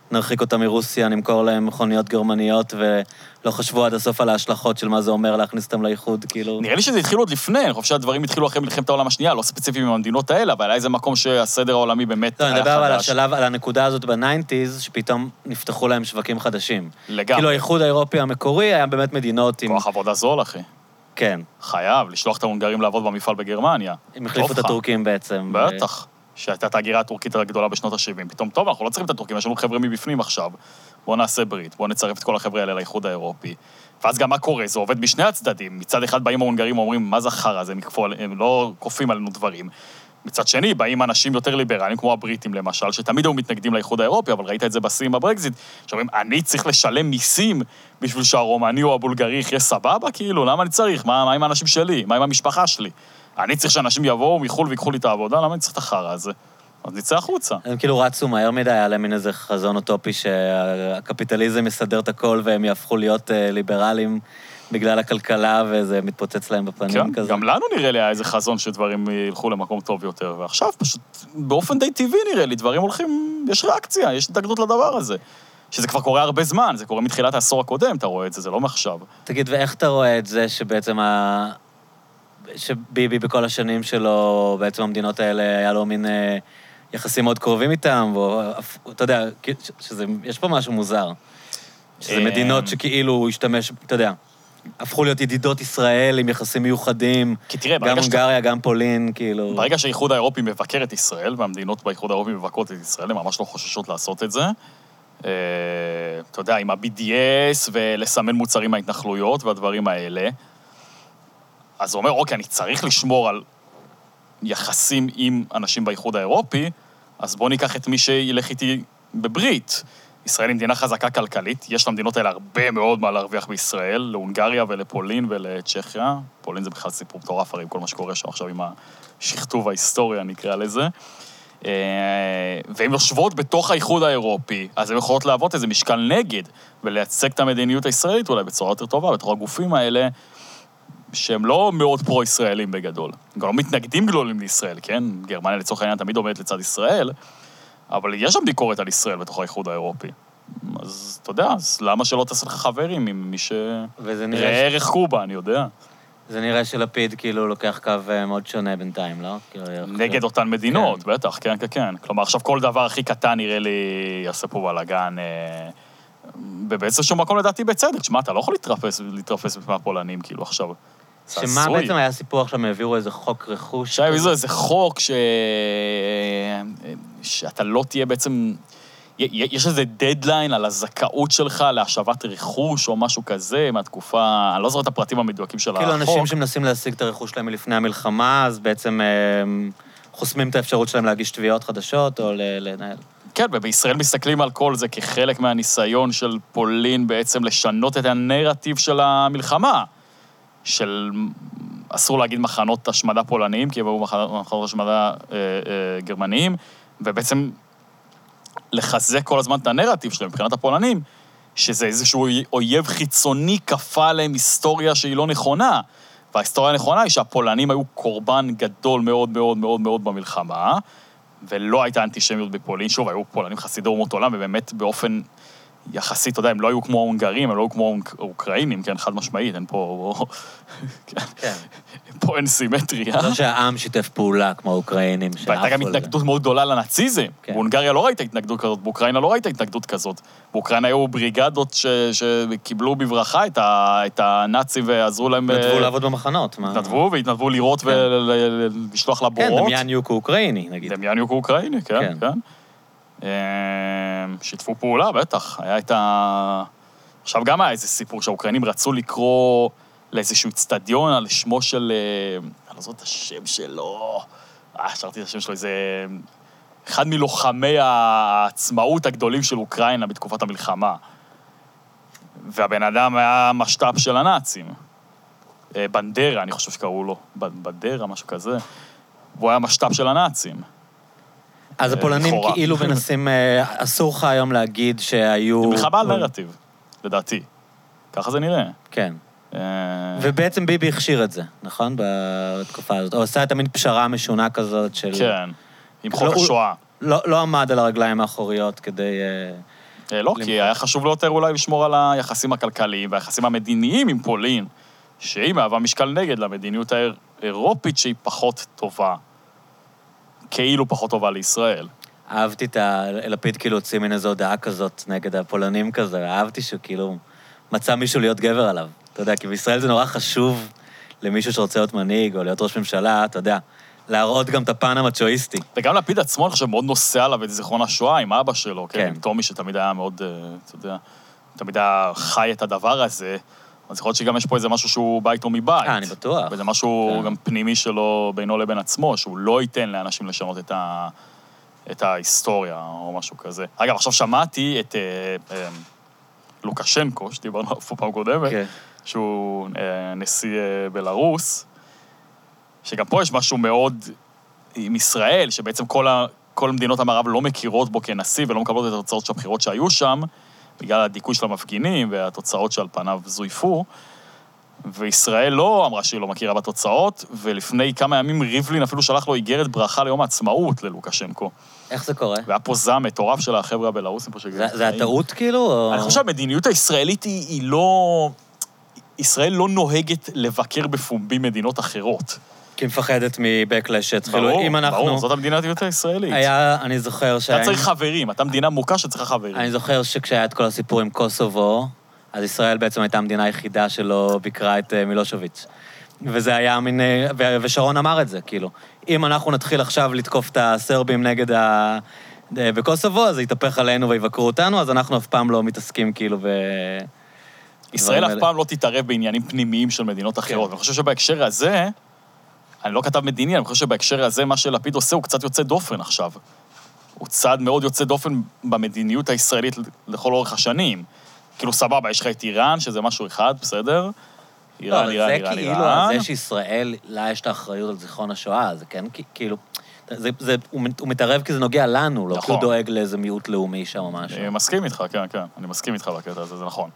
נרחיק אותם מרוסיה, נמכור להם מכוניות גרמניות, ולא חשבו עד הסוף על ההשלכות של מה זה אומר להכניס אותם לאיחוד, כאילו... נראה לי שזה התחילו עוד לפני, אני חושב שהדברים התחילו אחרי מלחמת העולם השנייה, לא ספציפיים עם המדינות האלה, אבל היה איזה מקום שהסדר העולמי באמת היה חדש. לא, אני מדבר על השלב, על הנקודה הזאת ב-תשעים, שפתאום נפתחו להם שווקים חדשים. לגמרי. כאילו האיחוד האירופי המקורי היה באמת מדינות עם... כוח עבודה זול, אחי. כן. חייב, לשלוח את ההונגרים לעבוד במפעל בגרמניה. הם החליפו את הטורקים בעצם. בטח. שהייתה את ההגירה הטורקית הגדולה בשנות ה-שבעים. פתאום, טוב, אנחנו לא צריכים את הטורקים, יש לנו חבר'ה מבפנים עכשיו. בואו נעשה ברית, בואו נצרף את כל החבר'ה האלה לאיחוד האירופי. ואז גם מה קורה? זה עובד בשני הצדדים. מצד אחד באים ההונגרים ואומרים, מה זה חרא? הם, הם לא כופים עלינו דברים. מצד שני, באים אנשים יותר ליברליים, כמו הבריטים למשל, שתמיד היו מתנגדים לאיחוד האירופי, אבל ראית את זה בסים בברקזיט, שאומרים, אני צריך לשלם מיסים בשביל שהרומני או הבולגרי יחיה סבבה, כאילו, למה אני צריך? מה, מה עם האנשים שלי? מה עם המשפחה שלי? אני צריך שאנשים יבואו מחול ויקחו לי את העבודה, למה אני צריך את החרא הזה? אז נצא החוצה. הם כאילו רצו מהר מדי, היה להם מין איזה חזון אוטופי שהקפיטליזם יסדר את הכל והם יהפכו להיות ליברליים בגלל הכלכלה וזה מתפוצץ להם בפנים כן, כזה. גם לנו נראה לי היה איזה חזון שדברים ילכו למקום טוב יותר, ועכשיו פשוט באופן די טבעי נראה לי, דברים הולכים, יש ריאקציה, יש התנגדות לדבר הזה. שזה כבר קורה הרבה זמן, זה קורה מתחילת העשור הקודם, אתה רואה את זה, זה לא מעכשיו. תגיד, ואיך אתה רואה את זה שבעצם ה... שביבי בכל השנים שלו, בעצם המדינות האלה, היה לו מין יחסים מאוד קרובים איתם, ואתה יודע, שזה, יש פה משהו מוזר. שזה מדינות שכאילו הוא השתמש, אתה יודע, הפכו להיות ידידות ישראל עם יחסים מיוחדים, גם הונגריה, גם פולין, כאילו... ברגע שהאיחוד האירופי מבקר את ישראל, והמדינות באיחוד האירופי מבקרות את ישראל, הן ממש לא חוששות לעשות את זה. אתה יודע, עם ה-בי די אס ולסמן מוצרים מההתנחלויות והדברים האלה, אז הוא אומר, אוקיי, אני צריך לשמור על יחסים עם אנשים באיחוד האירופי, אז בואו ניקח את מי שילך איתי בברית. ישראל היא מדינה חזקה כלכלית, יש למדינות האלה הרבה מאוד מה להרוויח בישראל, להונגריה ולפולין ולצ'כיה. פולין זה בכלל סיפור מטורף, הרי כל מה שקורה שם עכשיו עם השכתוב ההיסטוריה, נקרא לזה. והן יושבות בתוך האיחוד האירופי, אז הן יכולות להוות איזה משקל נגד, ולייצג את המדיניות הישראלית אולי בצורה יותר טובה, בתוך הגופים האלה, שהם לא מאוד פרו-ישראלים בגדול. הם גם לא מתנגדים גדולים לישראל, כן? גרמניה לצורך העניין תמיד עומדת לצד ישראל, אבל יש שם ביקורת על ישראל בתוך האיחוד האירופי. אז אתה יודע, אז למה שלא תעשה לך חברים עם מי ש... ראה ערך קובה, אני יודע. זה נראה שלפיד כאילו לוקח קו מאוד שונה בינתיים, לא? נגד אותן מדינות, בטח, כן, כן, כן. כלומר, עכשיו כל דבר הכי קטן נראה לי יעשה פה בלגן, ובעצם שום מקום לדעתי בצדק. שמה, אתה לא יכול להתרפס בפני הפולנים, כאילו, עכשיו. שמה בעצם היה סיפור עכשיו, העבירו איזה חוק רכוש? שהעבירו איזה חוק ש... שאתה לא תהיה בעצם... יש איזה דדליין על הזכאות שלך להשבת רכוש או משהו כזה מהתקופה, אני לא זוכר את הפרטים המדויקים של החוק. כאילו אנשים שמנסים להשיג את הרכוש שלהם מלפני המלחמה, אז בעצם חוסמים את האפשרות שלהם להגיש תביעות חדשות או לנהל. כן, ובישראל מסתכלים על כל זה כחלק מהניסיון של פולין בעצם לשנות את הנרטיב של המלחמה, של אסור להגיד מחנות השמדה פולניים, כי הם היו מחנות השמדה אה, אה, גרמניים, ובעצם לחזק כל הזמן את הנרטיב שלהם מבחינת הפולנים, שזה איזשהו אויב חיצוני כפה עליהם היסטוריה שהיא לא נכונה, וההיסטוריה הנכונה היא שהפולנים היו קורבן גדול מאוד מאוד מאוד מאוד במלחמה, ולא הייתה אנטישמיות בפולין, שוב, היו פולנים חסידי אומות עולם, ובאמת באופן יחסית, אתה יודע, הם לא היו כמו ההונגרים, הם לא היו כמו האוקראינים, כן, חד משמעית, אין פה... כן. פה אין סימטריה. לא שהעם שיתף פעולה כמו האוקראינים. והייתה גם התנגדות מאוד גדולה לנאציזם. בהונגריה לא ראית התנגדות כזאת, באוקראינה לא ראית התנגדות כזאת. באוקראינה היו בריגדות שקיבלו בברכה את הנאצים ועזרו להם... התנדבו לעבוד במחנות. התנדבו והתנדבו לראות ולשלוח לבורות. כן, דמיאניוק הוא אוקראיני, נגיד. דמיאניוק הוא אוקראיני, כן, כן. שיתפו פעולה, בטח. היה את ה... עכשיו גם היה איזה סיפור שהאוקראינים רצו לקרוא לאיזשהו אצטדיון על שמו של... אני לא זוכר את השם שלו. אה, שרתי את השם שלו, איזה... אחד מלוחמי העצמאות הגדולים של אוקראינה בתקופת המלחמה. והבן אדם היה משת"פ של הנאצים. בנדרה, אני חושב שקראו לו. בנדרה, משהו כזה. והוא היה משת"פ של הנאצים. אז הפולנים כאילו מנסים, אסור לך היום להגיד שהיו... זה מלחמה על נרטיב, לדעתי. ככה זה נראה. כן. ובעצם ביבי הכשיר את זה, נכון? בתקופה הזאת. הוא עשה את המין פשרה משונה כזאת של... כן, עם חוק השואה. לא עמד על הרגליים האחוריות כדי... לא, כי היה חשוב לו יותר אולי לשמור על היחסים הכלכליים והיחסים המדיניים עם פולין, שהיא מהווה משקל נגד למדיניות האירופית שהיא פחות טובה, כאילו פחות טובה לישראל. אהבתי את הלפיד כאילו הוציא מן איזו הודעה כזאת נגד הפולנים כזה, אהבתי שהוא כאילו מצא מישהו להיות גבר עליו. אתה יודע, כי בישראל זה נורא חשוב למישהו שרוצה להיות מנהיג או להיות ראש ממשלה, אתה יודע, להראות גם את הפן המצ'ואיסטי. וגם לפיד עצמו, אני חושב, מאוד נוסע עליו את זיכרון השואה עם אבא שלו, כן, עם תומי שתמיד היה מאוד, אתה יודע, תמיד היה חי את הדבר הזה, אז יכול להיות שגם יש פה איזה משהו שהוא בא איתו מבית. אה, אני בטוח. וזה משהו גם פנימי שלו בינו לבין עצמו, שהוא לא ייתן לאנשים לשנות את ה... את ההיסטוריה או משהו כזה. אגב, עכשיו שמעתי את אה, אה, לוקשנקו, שדיברנו עליו פה פעם קודמת, okay. שהוא אה, נשיא אה, בלרוס, שגם פה יש משהו מאוד עם ישראל, שבעצם כל, ה, כל מדינות המערב לא מכירות בו כנשיא, ולא מקבלות את התוצאות של הבחירות שהיו שם, בגלל הדיכוי של המפגינים והתוצאות שעל פניו זויפו, וישראל לא אמרה שהיא לא מכירה בתוצאות, ולפני כמה ימים ריבלין אפילו שלח לו איגרת ברכה ליום העצמאות ללוקשנקו. איך זה קורה? והיה פה זעם מטורף של החבר'ה הבלרוסים פה שגרים. זה הטעות כאילו? אני חושב שהמדיניות הישראלית היא לא... ישראל לא נוהגת לבקר בפומבי מדינות אחרות. כי מפחדת מבקלש שהתחילו, ברור, אם אנחנו... ברור, זאת המדינתיות הישראלית. היה, אני זוכר ש... אתה צריך חברים, אתה מדינה מוכה שצריכה חברים. אני זוכר שכשהיה את כל הסיפור עם קוסובו, אז ישראל בעצם הייתה המדינה היחידה שלא ביקרה את מילושביץ'. וזה היה מין... ושרון אמר את זה, כאילו. אם אנחנו נתחיל עכשיו לתקוף את הסרבים נגד ה... בקוסובו, אז זה יתהפך עלינו ויבקרו אותנו, אז אנחנו אף פעם לא מתעסקים כאילו ב... ישראל אף פעם לא תתערב בעניינים פנימיים של מדינות אחרות. אני חושב שבהקשר הזה, אני לא כתב מדיני, אני חושב שבהקשר הזה מה שלפיד עושה הוא קצת יוצא דופן עכשיו. הוא צעד מאוד יוצא דופן במדיניות הישראלית לכל אורך השנים. כאילו סבבה, יש לך את איראן, שזה משהו אחד, בסדר? איראן, איראן, איראן, איראן. זה כאילו, זה שישראל, לה יש את האחריות על זיכרון השואה, זה כן, כאילו, זה, זה, הוא, הוא מתערב כי זה נוגע לנו, לא כי הוא דואג לאיזה מיעוט לאומי שם או משהו. אני מסכים איתך, כן, כן, אני מסכים איתך בקטע הזה, זה נכון.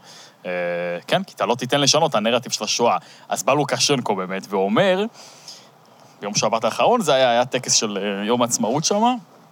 כן, כי אתה לא תיתן לשנות את הנרטיב של השואה. אז בא לוקשנקו באמת, ואומר, ביום שבת האחרון זה היה, היה טקס של יום העצמאות שם,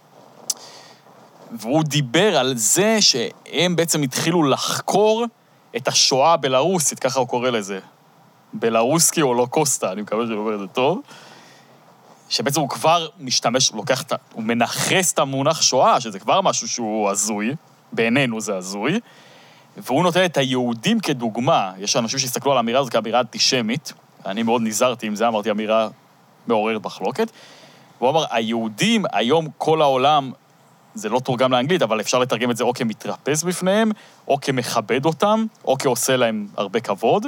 והוא דיבר על זה שהם בעצם התחילו לחקור את השואה הבלרוסית, ככה הוא קורא לזה. בלרוסקי הולוקוסטה, אני מקווה שאני אומר את זה טוב, שבעצם הוא כבר משתמש, הוא לוקח, הוא מנחס את המונח שואה, שזה כבר משהו שהוא הזוי, בעינינו זה הזוי, והוא נותן את היהודים כדוגמה. יש אנשים שהסתכלו על האמירה הזאת כאמירה אנטישמית, אני מאוד נזהרתי עם זה, אמרתי אמירה מעוררת מחלוקת, והוא אמר, היהודים, היום כל העולם, זה לא תורגם לאנגלית, אבל אפשר לתרגם את זה או כמתרפס בפניהם, או כמכבד אותם, או כעושה להם הרבה כבוד,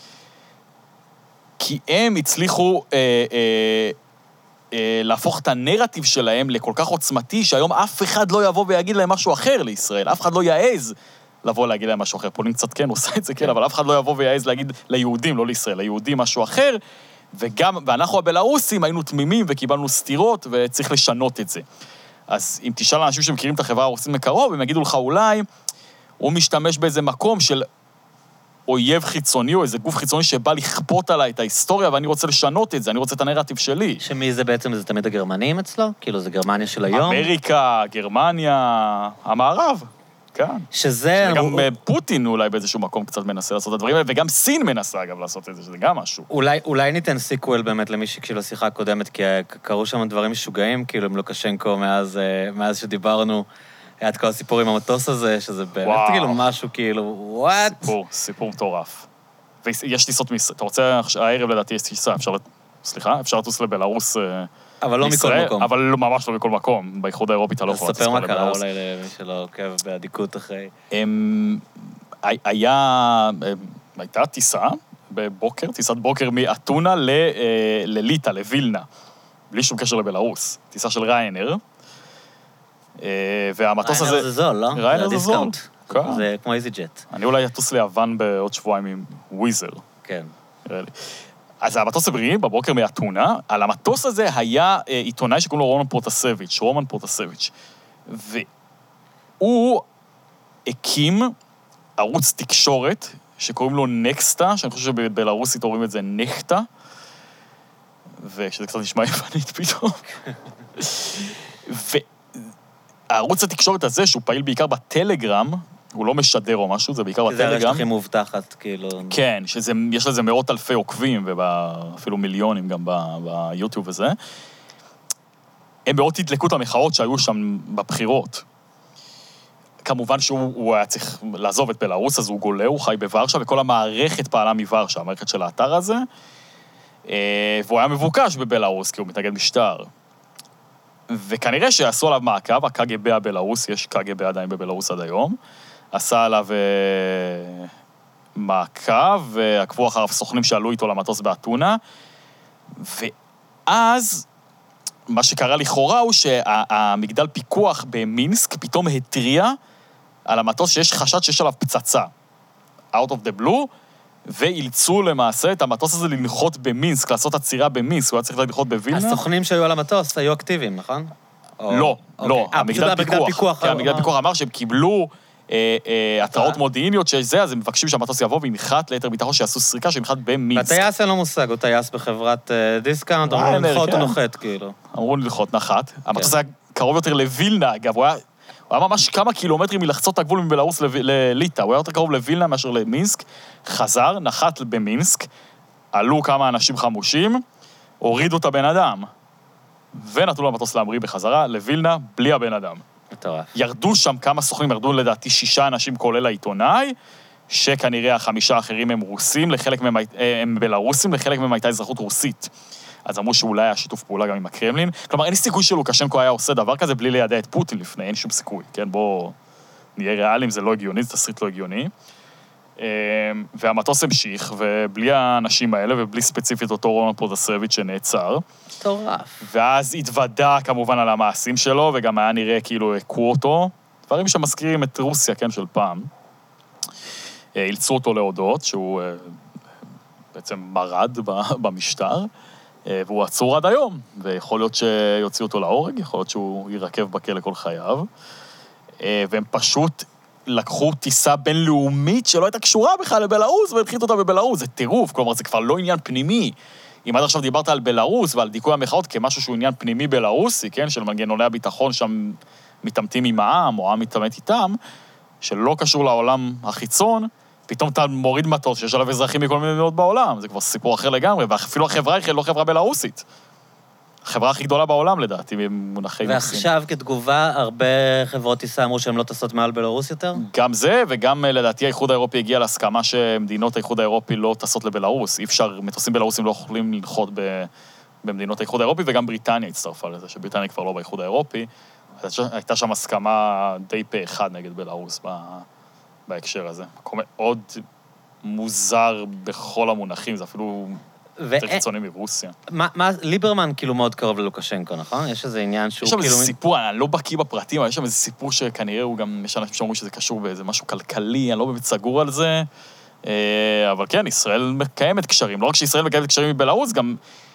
כי הם הצליחו אה, אה, אה, להפוך את הנרטיב שלהם לכל כך עוצמתי, שהיום אף אחד לא יבוא ויגיד להם משהו אחר לישראל, אף אחד לא יעז לבוא להגיד להם משהו אחר. פולין קצת כן עושה את זה, כן, אבל אף אחד לא יבוא ויעז להגיד ליהודים, לא לישראל, ליהודים משהו אחר, וגם, ואנחנו הבלרוסים היינו תמימים וקיבלנו סתירות, וצריך לשנות את זה. אז אם תשאל אנשים שמכירים את החברה הרוסית מקרוב, הם יגידו לך אולי, הוא משתמש באיזה מקום של אויב חיצוני, או איזה גוף חיצוני שבא לכפות עליי את ההיסטוריה, ואני רוצה לשנות את זה, אני רוצה את הנרטיב שלי. שמי זה בעצם? זה תמיד הגרמנים אצלו? כאילו זה גרמניה של היום? אמריקה, גרמניה, המערב. כן. שזה... שגם הוא... פוטין אולי באיזשהו מקום קצת מנסה לעשות את הדברים האלה, וגם סין מנסה אגב לעשות את זה, שזה גם משהו. אולי, אולי ניתן סיקוול באמת למי שקשיב לשיחה הקודמת, כי קראו שם דברים משוגעים, כאילו עם לוקשנקו מאז, מאז שדיברנו, היה את כל הסיפור עם המטוס הזה, שזה באמת וואו. כאילו משהו כאילו, וואט? סיפור, סיפור מטורף. ויש טיסות מישראל, אתה רוצה, הערב לדעתי יש טיסה, אפשר, סליחה, אפשר לטוס לבלרוס, אבל לא מכל מקום. אבל לא, ממש לא מכל מקום. באיחוד האירופי אתה לא יכול לספר מה קרה אולי למי שלא עוקב בעדיקות אחרי. היה, הייתה טיסה בבוקר, טיסת בוקר מאתונה לליטא, לווילנה, בלי שום קשר לבלרוס. טיסה של ריינר. והמטוס הזה... ריינר זה זול, לא? ריינר זה זול. זה כמו איזי ג'ט. אני אולי אטוס ליוון בעוד שבועיים עם וויזר. כן. נראה לי. אז המטוס הבריאי בבוקר מאתונה, על המטוס הזה היה עיתונאי שקוראים לו רומן פרוטסביץ', רומן פרוטסביץ', והוא הקים ערוץ תקשורת שקוראים לו נקסטה, שאני חושב שבבלרוסית אומרים את זה נכטה, ושזה קצת נשמע יוונית פתאום. והערוץ התקשורת הזה, שהוא פעיל בעיקר בטלגרם, הוא לא משדר או משהו, זה בעיקר בטלגרם. שזה הרשת הכי מובטחת, כאילו. כן, שיש לזה מאות אלפי עוקבים, ואפילו מיליונים גם ביוטיוב וזה. הם מאוד תדלקו את המחאות שהיו שם בבחירות. כמובן שהוא היה צריך לעזוב את בלרוס, אז הוא גולה, הוא חי בוורשה, וכל המערכת פעלה מוורשה, המערכת של האתר הזה, והוא היה מבוקש בבלרוס, כי הוא מתנגד משטר. וכנראה שעשו עליו מעקב, ה-קג"ב הבלרוס, יש קג"ב עדיין בבלרוס עד היום, עשה עליו מעקב, ועקבו אחריו סוכנים שעלו איתו למטוס באתונה, ואז מה שקרה לכאורה הוא שהמגדל פיקוח במינסק פתאום התריע על המטוס שיש חשד שיש עליו פצצה, out of the blue, ואילצו למעשה את המטוס הזה לנחות במינסק, לעשות עצירה במינסק, הוא היה צריך לנחות בווילנה. הסוכנים שהיו על המטוס היו אקטיביים, נכון? לא, לא, המגדל פיקוח. המגדל פיקוח אמר שהם קיבלו התראות מודיעיניות שזה, אז הם מבקשים שהמטוס יבוא וינחת ליתר ביטחון שיעשו סריקה שינחת במינסק. והטייס אין לו מושג, הוא טייס בחברת דיסקאונט, אמרו לנחות או נוחת, כאילו. אמרו לנחות, נחת. המטוס היה קרוב יותר לווילנה, אגב, הוא היה... הוא היה ממש כמה קילומטרים מלחצות את הגבול מבלרוס לליטא, הוא היה יותר קרוב לווילנה מאשר למינסק, חזר, נחת במינסק, עלו כמה אנשים חמושים, הורידו את הבן אדם, ונתנו למטוס להמריא בחזרה לווילנה בלי הבן אדם. מטורף. ירדו שם כמה סוכנים, ירדו לדעתי שישה אנשים כולל העיתונאי, שכנראה החמישה האחרים הם רוסים, לחלק מהם, הם בלרוסים, לחלק מהם הייתה אזרחות רוסית. אז אמרו שאולי היה שיתוף פעולה גם עם הקרמלין. כלומר, אין סיכוי שלוקשנקו היה עושה דבר כזה בלי לידע את פוטין לפני, אין שום סיכוי, כן? בוא נהיה ריאליים, זה לא הגיוני, זה תסריט לא הגיוני. והמטוס המשיך, ובלי האנשים האלה, ובלי ספציפית אותו רונן פרודסביץ' שנעצר. מטורף. ואז התוודע כמובן על המעשים שלו, וגם היה נראה כאילו הכו אותו. דברים שמזכירים את רוסיה, כן, של פעם. אילצו אותו להודות, שהוא בעצם מרד במשטר. והוא עצור עד היום, ויכול להיות שיוציאו אותו להורג, יכול להיות שהוא יירקב בכלא כל חייו, והם פשוט לקחו טיסה בינלאומית שלא הייתה קשורה בכלל לבלרוס, והנחיתו אותה בבלרוס, זה טירוף, כלומר זה כבר לא עניין פנימי. אם עד עכשיו דיברת על בלרוס ועל דיכוי המחאות כמשהו שהוא עניין פנימי בלרוסי, כן, של מנגנוני הביטחון שם מתעמתים עם העם, או העם מתעמת איתם, שלא קשור לעולם החיצון, פתאום אתה מוריד מטוס שיש עליו אזרחים מכל מיני מדינות בעולם, זה כבר סיפור אחר לגמרי, ואפילו החברה היא לא חברה בלרוסית. החברה הכי גדולה בעולם, לדעתי, במונחי נוסעים. ועכשיו, כתגובה, הרבה חברות טיסה אמרו שהן לא טסות מעל בלרוס יותר? גם זה, וגם לדעתי האיחוד האירופי הגיע להסכמה שמדינות האיחוד האירופי לא טסות לבלרוס. אי אפשר, מטוסים בלרוסים לא יכולים לנחות במדינות האיחוד האירופי, וגם בריטניה הצטרפה לזה, שבריטניה כבר לא באיחוד האירופי. הייתה שם הסכמה די פה אחד נגד בלרוס בהקשר הזה. מקום מאוד מוזר בכל המונחים, זה אפילו יותר קיצוני מרוסיה. מה, ליברמן כאילו מאוד קרוב ללוקשנקו, נכון? יש איזה עניין שהוא כאילו... יש שם איזה סיפור, אני לא בקיא בפרטים, אבל יש שם איזה סיפור שכנראה הוא גם, יש אנשים שאומרים שזה קשור באיזה משהו כלכלי, אני לא באמת סגור על זה, אבל כן, ישראל מקיימת קשרים, לא רק שישראל מקיימת קשרים מבלרוס, גם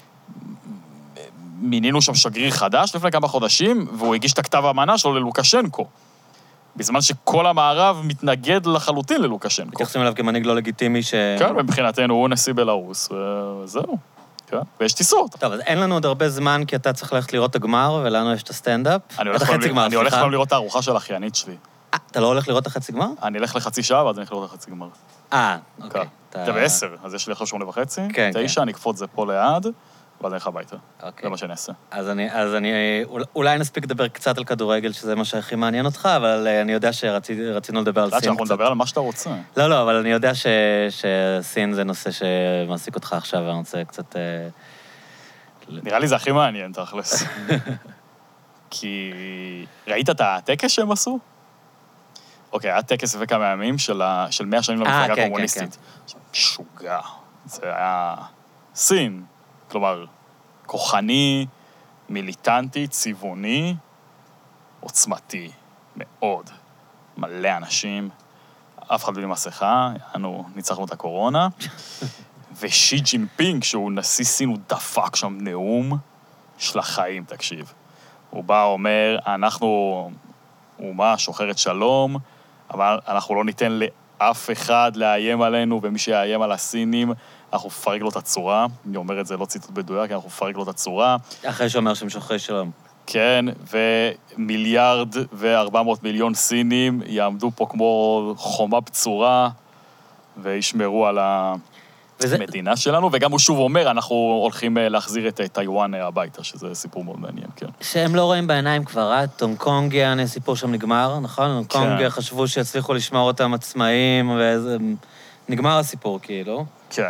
מינינו שם שגריר חדש לפני כמה חודשים, והוא הגיש את הכתב האמנה שלו ללוקשנקו. בזמן שכל המערב מתנגד לחלוטין ללוקשנקו. מתייחסים אליו כמנהיג לא לגיטימי ש... כן, מבחינתנו הוא נשיא בלרוס, וזהו. כן, ויש טיסות. טוב, אז אין לנו עוד הרבה זמן, כי אתה צריך ללכת לראות את הגמר, ולנו יש את הסטנדאפ. אני הולך פעם לראות את הארוחה של האחיינית שלי. אה, אתה לא הולך לראות את החצי גמר? אני אלך לחצי שעה, ואז אני אלך לראות את החצי גמר. אה, אוקיי. זה בעשר, אז יש לי עכשיו שמונה וחצי, כן, תשע, אני אקפוץ זה פה ליד, ואז אני אלך הביתה. אוקיי. זה מה שאני אעשה. אז אני, אז אני, אולי נספיק לדבר קצת על כדורגל, שזה מה שהכי מעניין אותך, אבל אני יודע שרצינו לדבר על סין. שאנחנו נדבר על מה שאתה רוצה. לא, לא, אבל אני יודע ש, שסין זה נושא שמעסיק אותך עכשיו, ואני רוצה קצת... נראה לי זה הכי מעניין, תכלס. כי ראית את הטקס שהם עשו? אוקיי, היה טקס לפני כמה ימים של מאה שנים למפלגה הקומוניסטית. משוגע. זה היה סין. כלומר, כוחני, מיליטנטי, צבעוני, עוצמתי, מאוד. מלא אנשים, אף אחד בלי מסכה, אנו ניצחנו את הקורונה, ושי ג'ינפינג, שהוא נשיא סין, הוא דפק שם נאום של החיים, תקשיב. הוא בא, אומר, אנחנו אומה שוחרת שלום, אבל אנחנו לא ניתן לאף אחד לאיים עלינו, ומי שיאיים על הסינים, אנחנו נפרק לו את הצורה. אני אומר את זה לא ציטוט בדויק, אנחנו נפרק לו את הצורה. אחרי שאומר שהם שוחרי שלום. כן, ומיליארד וארבע מאות מיליון סינים יעמדו פה כמו חומה בצורה, וישמרו על המדינה וזה... שלנו, וגם הוא שוב אומר, אנחנו הולכים להחזיר את טיואן הביתה, שזה סיפור מאוד מעניין, כן. שהם לא רואים בעיניים כבר, אה? הונג קונג, הסיפור שם נגמר, נכון? הונג קונג כן. חשבו שיצליחו לשמור אותם עצמאים, וזה... נגמר הסיפור, כאילו. כן.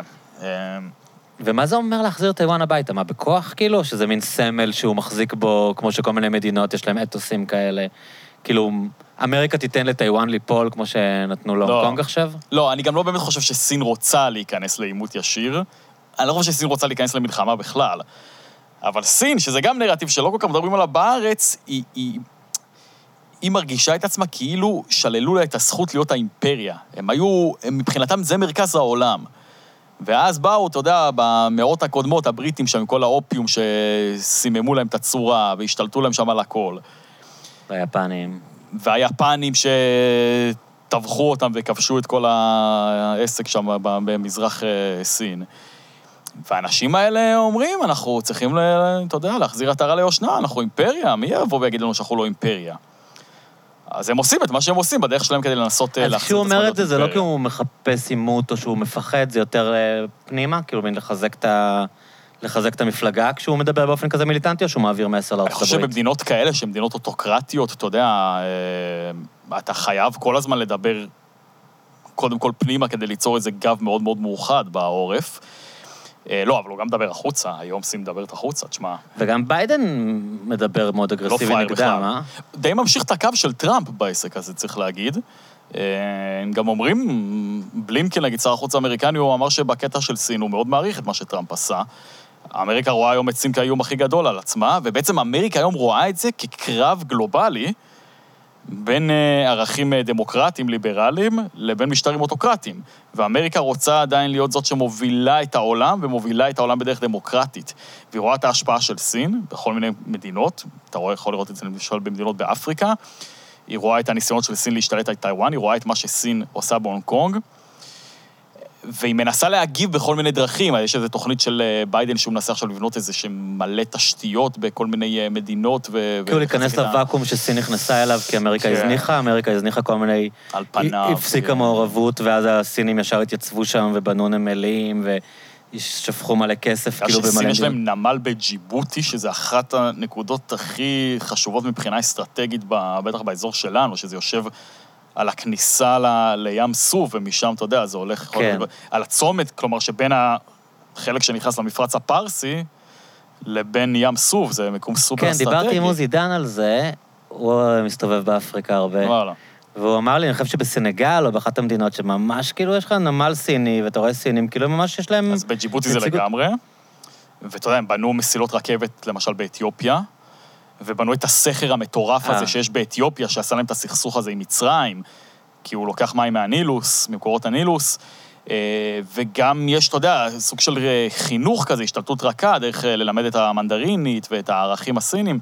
ומה זה אומר להחזיר את טיואן הביתה? מה, בכוח, כאילו? שזה מין סמל שהוא מחזיק בו, כמו שכל מיני מדינות, יש להם אתוסים כאלה. כאילו, אמריקה תיתן לטיואן ליפול, כמו שנתנו להונג קונג עכשיו? לא, אני גם לא באמת חושב שסין רוצה להיכנס לעימות ישיר. אני לא חושב שסין רוצה להיכנס למלחמה בכלל. אבל סין, שזה גם נרטיב שלא כל כך מדברים עליו בארץ, היא, היא, היא מרגישה את עצמה כאילו שללו לה את הזכות להיות האימפריה. הם היו, הם, מבחינתם זה מרכז העולם. ואז באו, אתה יודע, במאות הקודמות, הבריטים שם, עם כל האופיום שסיממו להם את הצורה, והשתלטו להם שם על הכל. והיפנים. והיפנים שטבחו אותם וכבשו את כל העסק שם במזרח סין. והאנשים האלה אומרים, אנחנו צריכים, אתה יודע, להחזיר עטרה ליושנה, אנחנו אימפריה, מי יבוא ויגיד לנו שאנחנו לא אימפריה? אז הם עושים את מה שהם עושים בדרך שלהם כדי לנסות להחזיר את עצמם. אז כשהוא אומר את זה, זה לא כי הוא מחפש עימות או שהוא מפחד, זה יותר פנימה, כאילו בין לחזק את ה... לחזק את המפלגה כשהוא מדבר באופן כזה מיליטנטי, או שהוא מעביר מסר לארצות הברית? אני חושב שבמדינות כאלה, שהן מדינות אוטוקרטיות, אתה יודע, אתה חייב כל הזמן לדבר קודם כל פנימה כדי ליצור איזה גב מאוד מאוד מאוחד בעורף. לא, אבל הוא גם מדבר החוצה, היום סין מדברת החוצה, תשמע. וגם ביידן מדבר מאוד אגרסיבי נגדם, אה? די ממשיך את הקו של טראמפ בעסק הזה, צריך להגיד. הם גם אומרים, בלינקן, נגיד שר החוץ האמריקני, הוא אמר שבקטע של סין הוא מאוד מעריך את מה שטראמפ עשה. אמריקה רואה היום את סין כאיום הכי גדול על עצמה, ובעצם אמריקה היום רואה את זה כקרב גלובלי, בין ערכים דמוקרטיים, ליברליים, לבין משטרים אוטוקרטיים. ואמריקה רוצה עדיין להיות זאת שמובילה את העולם, ומובילה את העולם בדרך דמוקרטית. והיא רואה את ההשפעה של סין בכל מיני מדינות, אתה רואה, יכול לראות את זה למשל במדינות באפריקה, היא רואה את הניסיונות של סין להשתלט על טיואן, היא רואה את מה שסין עושה בהונג קונג, והיא מנסה להגיב בכל מיני דרכים. יש איזו תוכנית של ביידן שהוא מנסה עכשיו לבנות איזה שמלא תשתיות בכל מיני מדינות. כאילו להיכנס לוואקום שסין נכנסה אליו, כי אמריקה הזניחה, אמריקה הזניחה כל מיני... על פניו. הפסיקה מעורבות, ואז הסינים ישר התייצבו שם ובנו נמלים, ושפכו מלא כסף, כאילו במלא... סין יש להם נמל בג'יבוטי, שזה אחת הנקודות הכי חשובות מבחינה אסטרטגית, בטח באזור שלנו, שזה יושב... על הכניסה ל, לים סוף, ומשם, אתה יודע, זה הולך... כן. על הצומת, כלומר, שבין החלק שנכנס למפרץ הפרסי, לבין ים סוף, זה מקום סופר כן, אסטרטגי. כן, דיברתי עם עוזי דן על זה, הוא מסתובב באפריקה הרבה. וואלה. והוא אמר לי, אני חושב שבסנגל, או באחת המדינות, שממש כאילו יש לך נמל סיני, ואתה רואה סינים, כאילו ממש יש להם... אז בג'יבוטי זה לגמרי, ואתה יודע, הם בנו מסילות רכבת, למשל באתיופיה, ובנו את הסכר המטורף הזה שיש באתיופיה, שעשה להם את הסכסוך הזה עם מצרים, כי הוא לוקח מים מהנילוס, ממקורות הנילוס, וגם יש, אתה יודע, סוג של חינוך כזה, השתלטות רכה, דרך ללמד את המנדרינית ואת הערכים הסינים,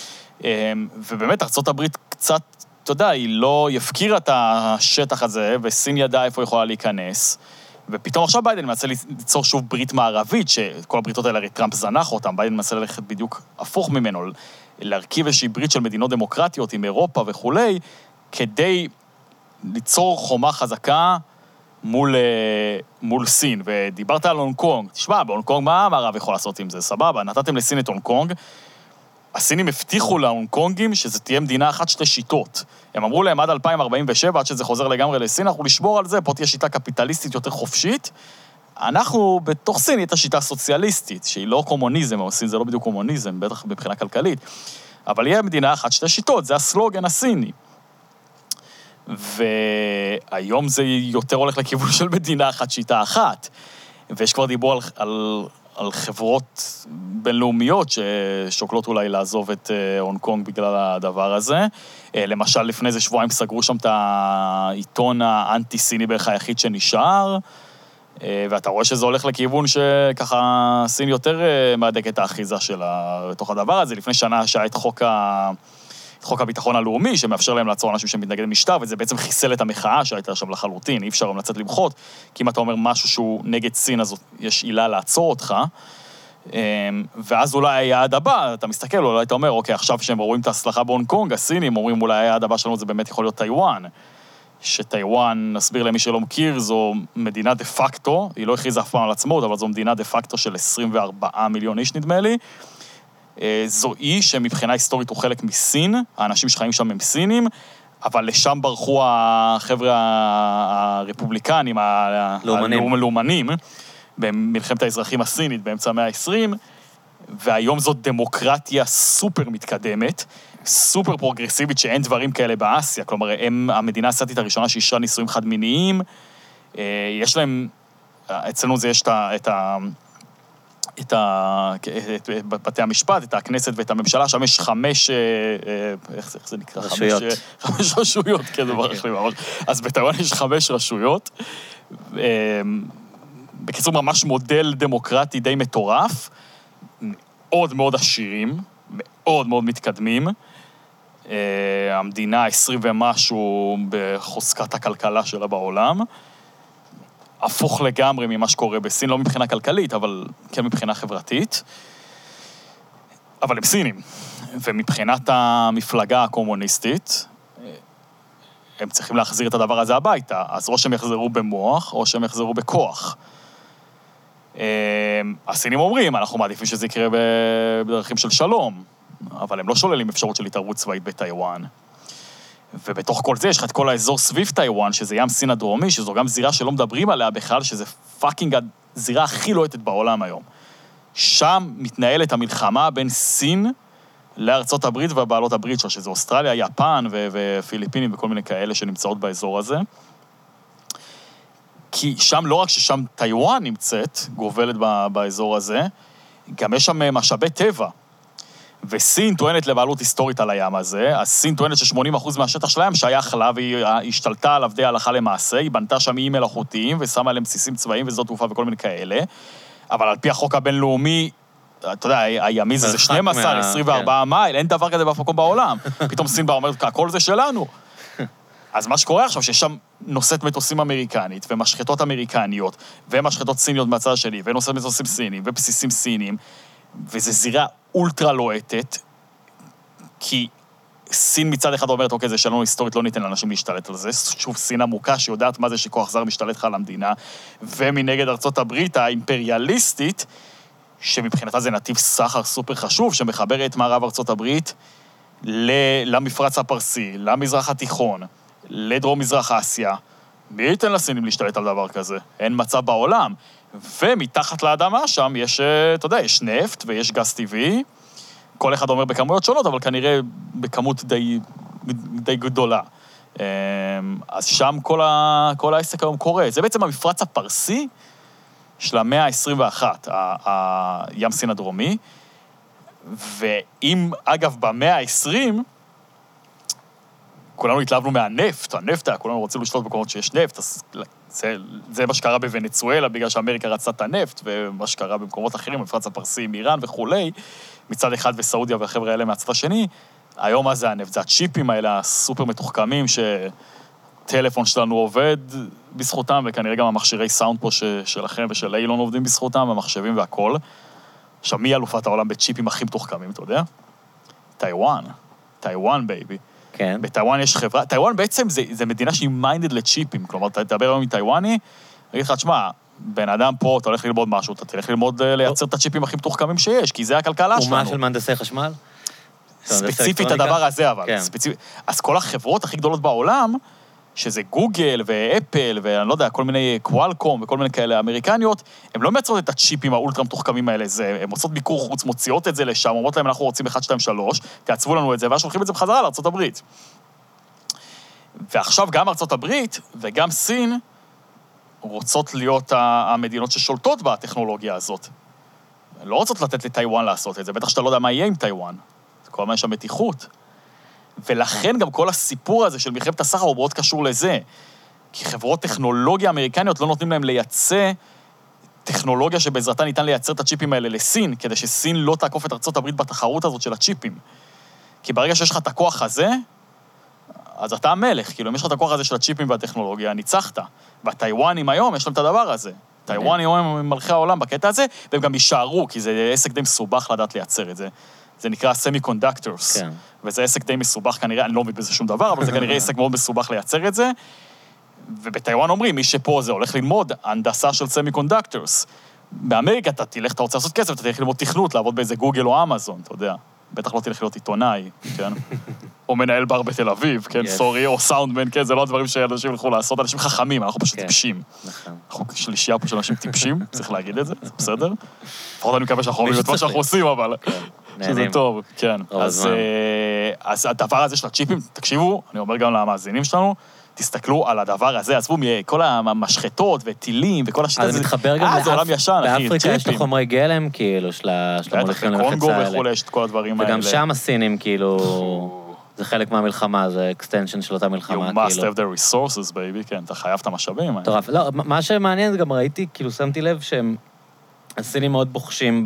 ובאמת, ארצות הברית קצת, אתה יודע, היא לא יפקירה את השטח הזה, וסין ידעה איפה יכולה להיכנס, ופתאום עכשיו ביידן מנסה ליצור שוב ברית מערבית, שכל הבריתות האלה, הרי טראמפ זנח אותם, ביידן מנסה ללכת בדיוק הפוך ממנו, להרכיב איזושהי ברית של מדינות דמוקרטיות עם אירופה וכולי, כדי ליצור חומה חזקה מול, מול סין. ודיברת על הונג קונג, תשמע, בהונג קונג מה המערב יכול לעשות עם זה? סבבה, נתתם לסין את הונג קונג, הסינים הבטיחו להונג קונגים שזה תהיה מדינה אחת שתי שיטות. הם אמרו להם עד אלפיים ארבעים ושבע, עד שזה חוזר לגמרי לסין, אנחנו נשמור על זה, פה תהיה שיטה קפיטליסטית יותר חופשית. אנחנו בתוך סין היא את השיטה סוציאליסטית, שהיא לא קומוניזם, אבל סין זה לא בדיוק קומוניזם, בטח מבחינה כלכלית. אבל יהיה מדינה אחת שתי שיטות, זה הסלוגן הסיני. והיום זה יותר הולך לכיוון של מדינה אחת שיטה אחת. ויש כבר דיבור על, על, על חברות בינלאומיות ששוקלות אולי לעזוב את הונג קונג בגלל הדבר הזה. למשל, לפני איזה שבועיים סגרו שם את העיתון האנטי-סיני בערך היחיד שנשאר, ואתה רואה שזה הולך לכיוון שככה סין יותר מהדק את האחיזה שלה בתוך הדבר הזה. לפני שנה שהיה את חוק, ה... את חוק הביטחון הלאומי, שמאפשר להם לעצור אנשים שמתנגד למשטר, וזה בעצם חיסל את המחאה שהייתה עכשיו לחלוטין, אי אפשר גם לצאת למחות, כי אם אתה אומר משהו שהוא נגד סין, אז יש עילה לעצור אותך, ואז אולי היעד הבא, אתה מסתכל, אולי אתה אומר, אוקיי, עכשיו שהם רואים את ההצלחה בהונג קונג, הסינים אומרים, אולי היעד הבא שלנו זה באמת יכול להיות טיואן. שטיואן, נסביר למי שלא מכיר, זו מדינה דה פקטו, היא לא הכריזה אף פעם על עצמאות, אבל זו מדינה דה פקטו של עשרים וארבעה מיליון איש, נדמה לי. זו אי שמבחינה היסטורית הוא חלק מסין, האנשים שחיים שם הם סינים, אבל לשם ברחו החבר'ה הרפובליקנים, הלאומנים, במלחמת האזרחים הסינית באמצע המאה ה-עשרים, והיום זאת דמוקרטיה סופר מתקדמת, סופר פרוגרסיבית שאין דברים כאלה באסיה, כלומר, הם המדינה האסייתית הראשונה שאישרה נישואים חד-מיניים, יש להם, אצלנו זה יש את ה... את ה... את בתי המשפט, את הכנסת ואת הממשלה, שם יש חמש... איך זה נקרא? רשויות. חמש רשויות, כן, זה ברח לי ממש. אז בטיואן יש חמש רשויות. בקיצור, ממש מודל דמוקרטי די מטורף, מאוד מאוד עשירים, מאוד מאוד מתקדמים. המדינה עשרים ומשהו בחוזקת הכלכלה שלה בעולם. הפוך לגמרי ממה שקורה בסין, לא מבחינה כלכלית, אבל כן מבחינה חברתית. אבל הם סינים. ומבחינת המפלגה הקומוניסטית, הם צריכים להחזיר את הדבר הזה הביתה. אז או שהם יחזרו במוח, או שהם יחזרו בכוח. הסינים אומרים, אנחנו מעדיפים שזה יקרה בדרכים של שלום, אבל הם לא שוללים אפשרות של התערבות צבאית בטיואן. ובתוך כל זה יש לך את כל האזור סביב טיואן, שזה ים סין הדרומי, שזו גם זירה שלא מדברים עליה בכלל, שזה פאקינג הזירה הכי לוהטת בעולם היום. שם מתנהלת המלחמה בין סין לארצות הברית והבעלות הברית שלה, שזה אוסטרליה, יפן ו- ופיליפינים וכל מיני כאלה שנמצאות באזור הזה. כי שם, לא רק ששם טיואן נמצאת, גובלת באזור הזה, גם יש שם משאבי טבע. וסין טוענת לבעלות היסטורית על הים הזה, אז סין טוענת ש-שמונים אחוז מהשטח של הים שייך לה, והיא השתלטה על עבדי ההלכה למעשה, היא בנתה שם איים מלאכותיים, ושמה עליהם בסיסים צבאיים ושדות תעופה וכל מיני כאלה, אבל על פי החוק הבינלאומי, אתה יודע, הימי זה שנים עשר, עשרים וארבעה מייל, אין דבר כזה באף מקום בעולם. פתאום סין באה אומרת, הכל זה שלנו. אז מה שקורה עכשיו, שיש שם נושאת מטוסים אמריקנית, ומשחטות אמריקניות, ומשחטות סיניות מהצד השני, ונושאת מטוסים סינים, ובסיסים סינים, וזו זירה אולטרה לוהטת, כי סין מצד אחד אומרת, אוקיי, זה שלנו היסטורית, לא ניתן לאנשים להשתלט על זה. שוב, סין עמוקה שיודעת מה זה שכוח זר משתלט לך על המדינה, ומנגד ארצות הברית האימפריאליסטית, שמבחינתה זה נתיב סחר סופר חשוב, שמחבר את מערב ארצות הברית למפרץ הפרסי, למזרח התיכון, לדרום מזרח אסיה. מי ייתן לסינים להשתלט על דבר כזה? אין מצב בעולם. ומתחת לאדמה שם יש, אתה יודע, יש נפט ויש גז טבעי, כל אחד אומר בכמויות שונות, אבל כנראה בכמות די, די גדולה. אז שם כל, ה, כל העסק היום קורה. זה בעצם המפרץ הפרסי של המאה ה-עשרים ואחת, הים סין הדרומי, ואם, אגב, במאה ה-עשרים, כולנו התלהבנו מהנפט, הנפט היה, כולנו רוצים לשלוט במקומות שיש נפט, אז זה, זה מה שקרה בוונצואלה, בגלל שאמריקה רצתה את הנפט, ומה שקרה במקומות אחרים, במפרץ הפרסי, איראן וכולי, מצד אחד וסעודיה והחבר'ה האלה מהצד השני, היום מה זה הנפט? זה הצ'יפים האלה הסופר מתוחכמים, שטלפון שלנו עובד בזכותם, וכנראה גם המכשירי סאונד פה ש, שלכם ושל אילון עובדים בזכותם, המחשבים והכל. עכשיו, מי אלופת העולם בצ'יפים הכי מתוחכמים, אתה יודע? טיואן. טיואן, בייבי. כן. בטיואן יש חברה, טיואן בעצם זה, זה מדינה שהיא מיינדד לצ'יפים, כלומר, אתה תדבר היום עם טיואני, תגיד לך, תשמע, בן אדם פה, אתה הולך ללמוד משהו, אתה תלך ללמוד לייצר את הצ'יפים הכי מתוחכמים שיש, כי זה הכלכלה שלנו. ומה של מהנדסי חשמל? ספציפית הדבר הזה, אבל. כן. ספציפית. אז כל החברות הכי גדולות בעולם, שזה גוגל ואפל, ואני לא יודע, כל מיני קוואלקום וכל מיני כאלה אמריקניות, הם לא מייצרות את הצ'יפים האולטרה מתוחכמים האלה, זה, הם עושות ביקור חוץ, מוציאות את זה לשם, אומרות להם, אנחנו רוצים אחת, שתיים, שלוש, תעצבו לנו את זה, ואז שולחים את זה בחזרה לארצות הברית. ועכשיו גם ארצות הברית וגם סין רוצות להיות המדינות ששולטות בטכנולוגיה הזאת. לא רוצות לתת לטיואן לעשות את זה, בטח שאתה לא יודע מה יהיה עם טיואן. זה כל הזמן יש שם מתיחות. ולכן גם כל הסיפור הזה של מלחמת הסחר הוא מאוד קשור לזה. כי חברות טכנולוגיה אמריקניות לא נותנים להם לייצא טכנולוגיה שבעזרתה ניתן לייצר את הצ'יפים האלה לסין, כדי שסין לא תעקוף את ארצות הברית בתחרות הזאת של הצ'יפים. כי ברגע שיש לך את הכוח הזה, אז אתה המלך, כאילו, אם יש לך את הכוח הזה של הצ'יפים והטכנולוגיה, ניצחת. והטיואנים היום יש להם את הדבר הזה. טיואן הם מלכי העולם בקטע הזה, והם גם יישארו, כי זה עסק די מסובך לדעת לייצר את זה. זה נקרא סמי-קונדקטורס, כן. וזה עסק די מסובך כנראה, אני לא מבין בזה שום דבר, אבל זה כנראה עסק מאוד מסובך לייצר את זה, ובטיואן אומרים, מי שפה זה הולך ללמוד הנדסה של סמי-קונדקטורס. באמריקה אתה תלך, אתה רוצה לעשות כסף, אתה תלך ללמוד תכנות, לעבוד באיזה גוגל או אמזון, אתה יודע. בטח לא תלך להיות עיתונאי, כן? או מנהל בר בתל אביב, כן? סורי, או סאונדמן, כן? זה לא הדברים שאנשים ילכו לעשות, אנשים חכמים, אנחנו פשוט טיפשים. אנחנו שלישייה פה של אנשים טיפשים, צריך להגיד את זה, זה בסדר? לפחות אני מקווה שאנחנו אומרים את מה שאנחנו עושים, אבל... שזה טוב, כן. אז הדבר הזה של הצ'יפים, תקשיבו, אני אומר גם למאזינים שלנו, תסתכלו על הדבר הזה, עזבו מכל המשחטות וטילים וכל השיטה הזה. זה מתחבר גם אה, זה עולם ישן, אחי, באפריקה יש את החומרי גלם, כאילו, של המולכים למחצה. בקונגו וכו', יש את כל הדברים האלה. וגם שם הסינים, כאילו, זה חלק מהמלחמה, זה אקסטנשן של אותה מלחמה, כאילו. You must have the resources, baby, כן, אתה חייב את המשאבים. טוב, לא, מה שמעניין, גם ראיתי, כאילו, שמתי לב שהם, הסינים מאוד בוחשים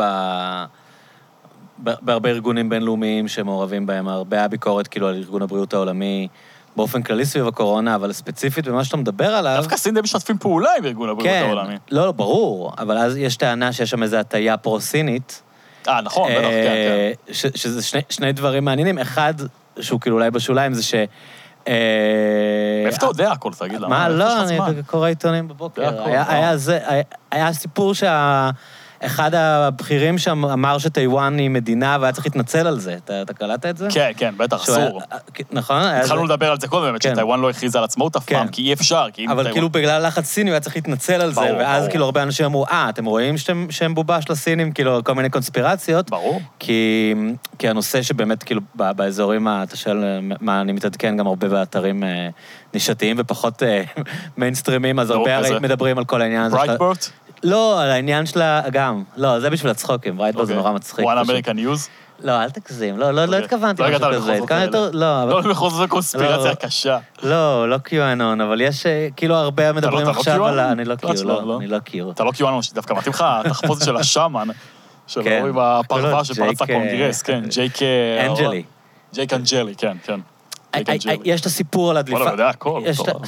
בהרבה ארגונים בינלאומיים שמעורבים בהם, הרבה הביקורת, כאילו, על ארגון הבריאות העולמי, באופן כללי סביב הקורונה, אבל ספציפית במה שאתה מדבר עליו... דווקא סין די משתפים פעולה עם ארגון הבריאות העולמי. לא, לא, ברור, אבל אז יש טענה שיש שם איזו הטיה פרו-סינית. אה, נכון, בטח, כן, כן. שזה שני דברים מעניינים. אחד, שהוא כאילו אולי בשוליים, זה ש... איפה אתה יודע הכל, תגיד למה? מה, לא, אני קורא עיתונים בבוקר. היה סיפור שה... אחד הבכירים שם אמר שטיואן היא מדינה, והיה צריך להתנצל על זה. אתה, אתה קלטת את זה? כן, כן, בטח, אסור. נכון? התחלנו לדבר על זה קודם, באמת, שטיואן לא הכריז על עצמאות אף פעם, כי אי אפשר. אבל כאילו בגלל לחץ סיני, הוא היה צריך להתנצל על זה, ואז כאילו הרבה אנשים אמרו, אה, אתם רואים שהם בובה של הסינים, כאילו, כל מיני קונספירציות. ברור. כי הנושא שבאמת, כאילו, באזורים, אתה שואל, מה אני מתעדכן גם הרבה באתרים נישתיים, ופחות מיינסטרימים, אז הרבה הרי מדברים על כל העניין הזה. ברייטבורט? לא, על העניין שלה גם. לא, זה בשביל הצחוקים, ברייטבורט זה נורא מצחיק. וואן אמריקן ניוז? לא, אל תגזים, לא, לא התכוונתי משהו כזה. לא, לא מחוזות קונספירציה קשה. לא, לא קיואנון, אבל יש כאילו הרבה מדברים עכשיו על... אני לא קיו, אני לא קיו. אתה לא קיואנון, שדווקא מתאים לך התחפושת של השאמן, שלו עם הפרווה שפרץ הקונגרס, כן, ג'ייק... אנג'לי. ג'ייק אנג'לי, כן, כן. יש את הסיפור על הדליפה... וואלה, יודע הכל.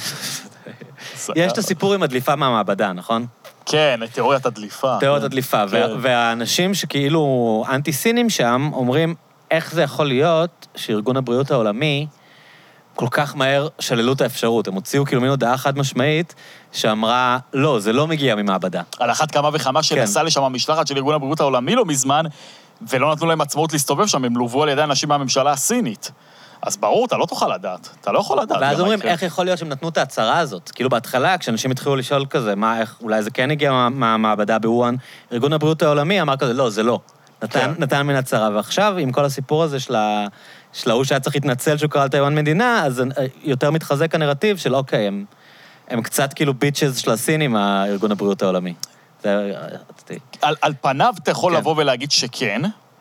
יש את הסיפור עם הדליפה מהמעבדה, נכון? כן, תיאוריית הדליפה. תיאוריית הדליפה, והאנשים שכאילו אנטי-סינים שם אומרים, איך זה יכול להיות שארגון הבריאות העולמי כל כך מהר שללו את האפשרות. הם הוציאו כאילו מין הודעה חד משמעית שאמרה, לא, זה לא מגיע ממעבדה. על אחת כמה וכמה שנסע לשם המשלחת של ארגון הבריאות העולמי לא מזמן, ולא נתנו להם עצמאות להסתובב שם, הם לובו על ידי אנשים מהממשלה הסינית. אז ברור, אתה לא תוכל לדעת. אתה לא יכול לדעת. ואז אומרים, איך יכול להיות שהם נתנו את ההצהרה הזאת? כאילו בהתחלה, כשאנשים התחילו לשאול כזה, מה, איך, אולי זה כן הגיע מהמעבדה בוואן, ארגון הבריאות העולמי אמר כזה, לא, זה לא. נתן, נתן מן הצהרה. ועכשיו, עם כל הסיפור הזה של ההוא שהיה צריך להתנצל שהוא קרא על טיואן מדינה, אז יותר מתחזק הנרטיב של, אוקיי, הם, הם קצת כאילו ביצ'ז של הסינים, הארגון הבריאות העולמי. זה, על, על פניו אתה יכול כן. לבוא ולהגיד שכן,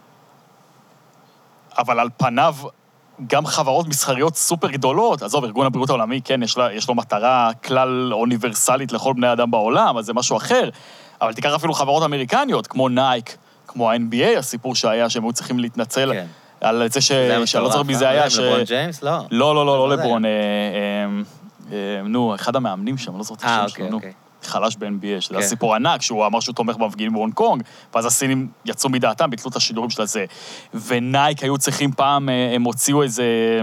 אבל על פניו... גם חברות מסחריות סופר גדולות, עזוב, ארגון הבריאות העולמי, כן, יש, לה, יש לו מטרה כלל אוניברסלית לכל בני אדם בעולם, אז זה משהו אחר, אבל תיקח אפילו חברות אמריקניות, כמו נייק, כמו ה-אן בי איי, הסיפור שהיה, שהם היו צריכים להתנצל כן. על זה ש... שאני לא זוכר מי זה היה, ש... לברון ג'יימס? לא. לא, לא, לא, לא לברון, אה, אה, אה, נו, אחד המאמנים שם, לא זוכר את השם שלו, נו. חלש ב-אן בי איי, שזה היה סיפור ענק, שהוא אמר שהוא תומך במפגינים בהונג קונג, ואז הסינים יצאו מדעתם, ביטלו את השידורים של זה. ונייק היו צריכים פעם, הם הוציאו איזה,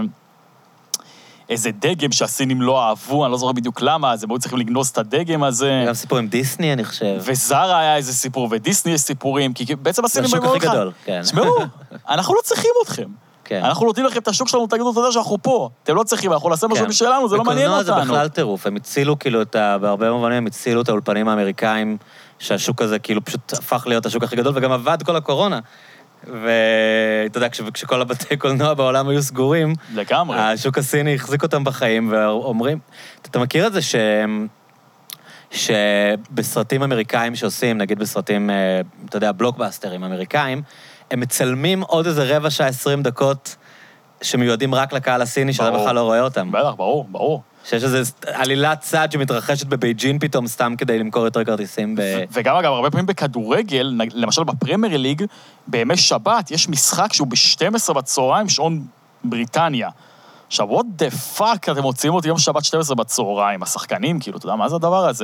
איזה דגם שהסינים לא אהבו, אני לא זוכר בדיוק למה, אז הם היו צריכים לגנוז את הדגם הזה. גם סיפור עם דיסני, אני חושב. וזרה היה איזה סיפור, ודיסני יש סיפורים, כי בעצם הסינים... זה השוק הכי גדול, כן. תשמעו, אנחנו לא צריכים אתכם. כן. אנחנו נותנים לכם את השוק שלנו, תגידו, אתה יודע שאנחנו פה. אתם לא צריכים, אנחנו נעשה משהו משלנו, זה לא מעניין אותנו. בקולנוע זה בכלל טירוף, הם הצילו כאילו את ה... בהרבה מובנים הם הצילו את האולפנים האמריקאים, שהשוק הזה כאילו פשוט הפך להיות השוק הכי גדול, וגם עבד כל הקורונה. ואתה יודע, כשכל הבתי קולנוע בעולם היו סגורים, לגמרי. השוק הסיני החזיק אותם בחיים, ואומרים, אתה מכיר את זה ש... שבסרטים אמריקאים שעושים, נגיד בסרטים, אתה יודע, בלוקבאסטרים אמריקאים, הם מצלמים עוד איזה רבע שעה, עשרים דקות, שמיועדים רק לקהל הסיני, שאתה בכלל לא רואה אותם. בטח, ברור, ברור. שיש איזו עלילת צד שמתרחשת בבייג'ין פתאום, סתם כדי למכור יותר כרטיסים ב... וגם, אגב, הרבה פעמים בכדורגל, למשל בפרמייר ליג, בימי שבת, יש משחק שהוא ב-שתים עשרה בצהריים, שעון בריטניה. עכשיו, what the fuck אתם מוציאים אותי יום שבת שתים עשרה בצהריים, השחקנים, כאילו, אתה יודע, מה זה הדבר הזה?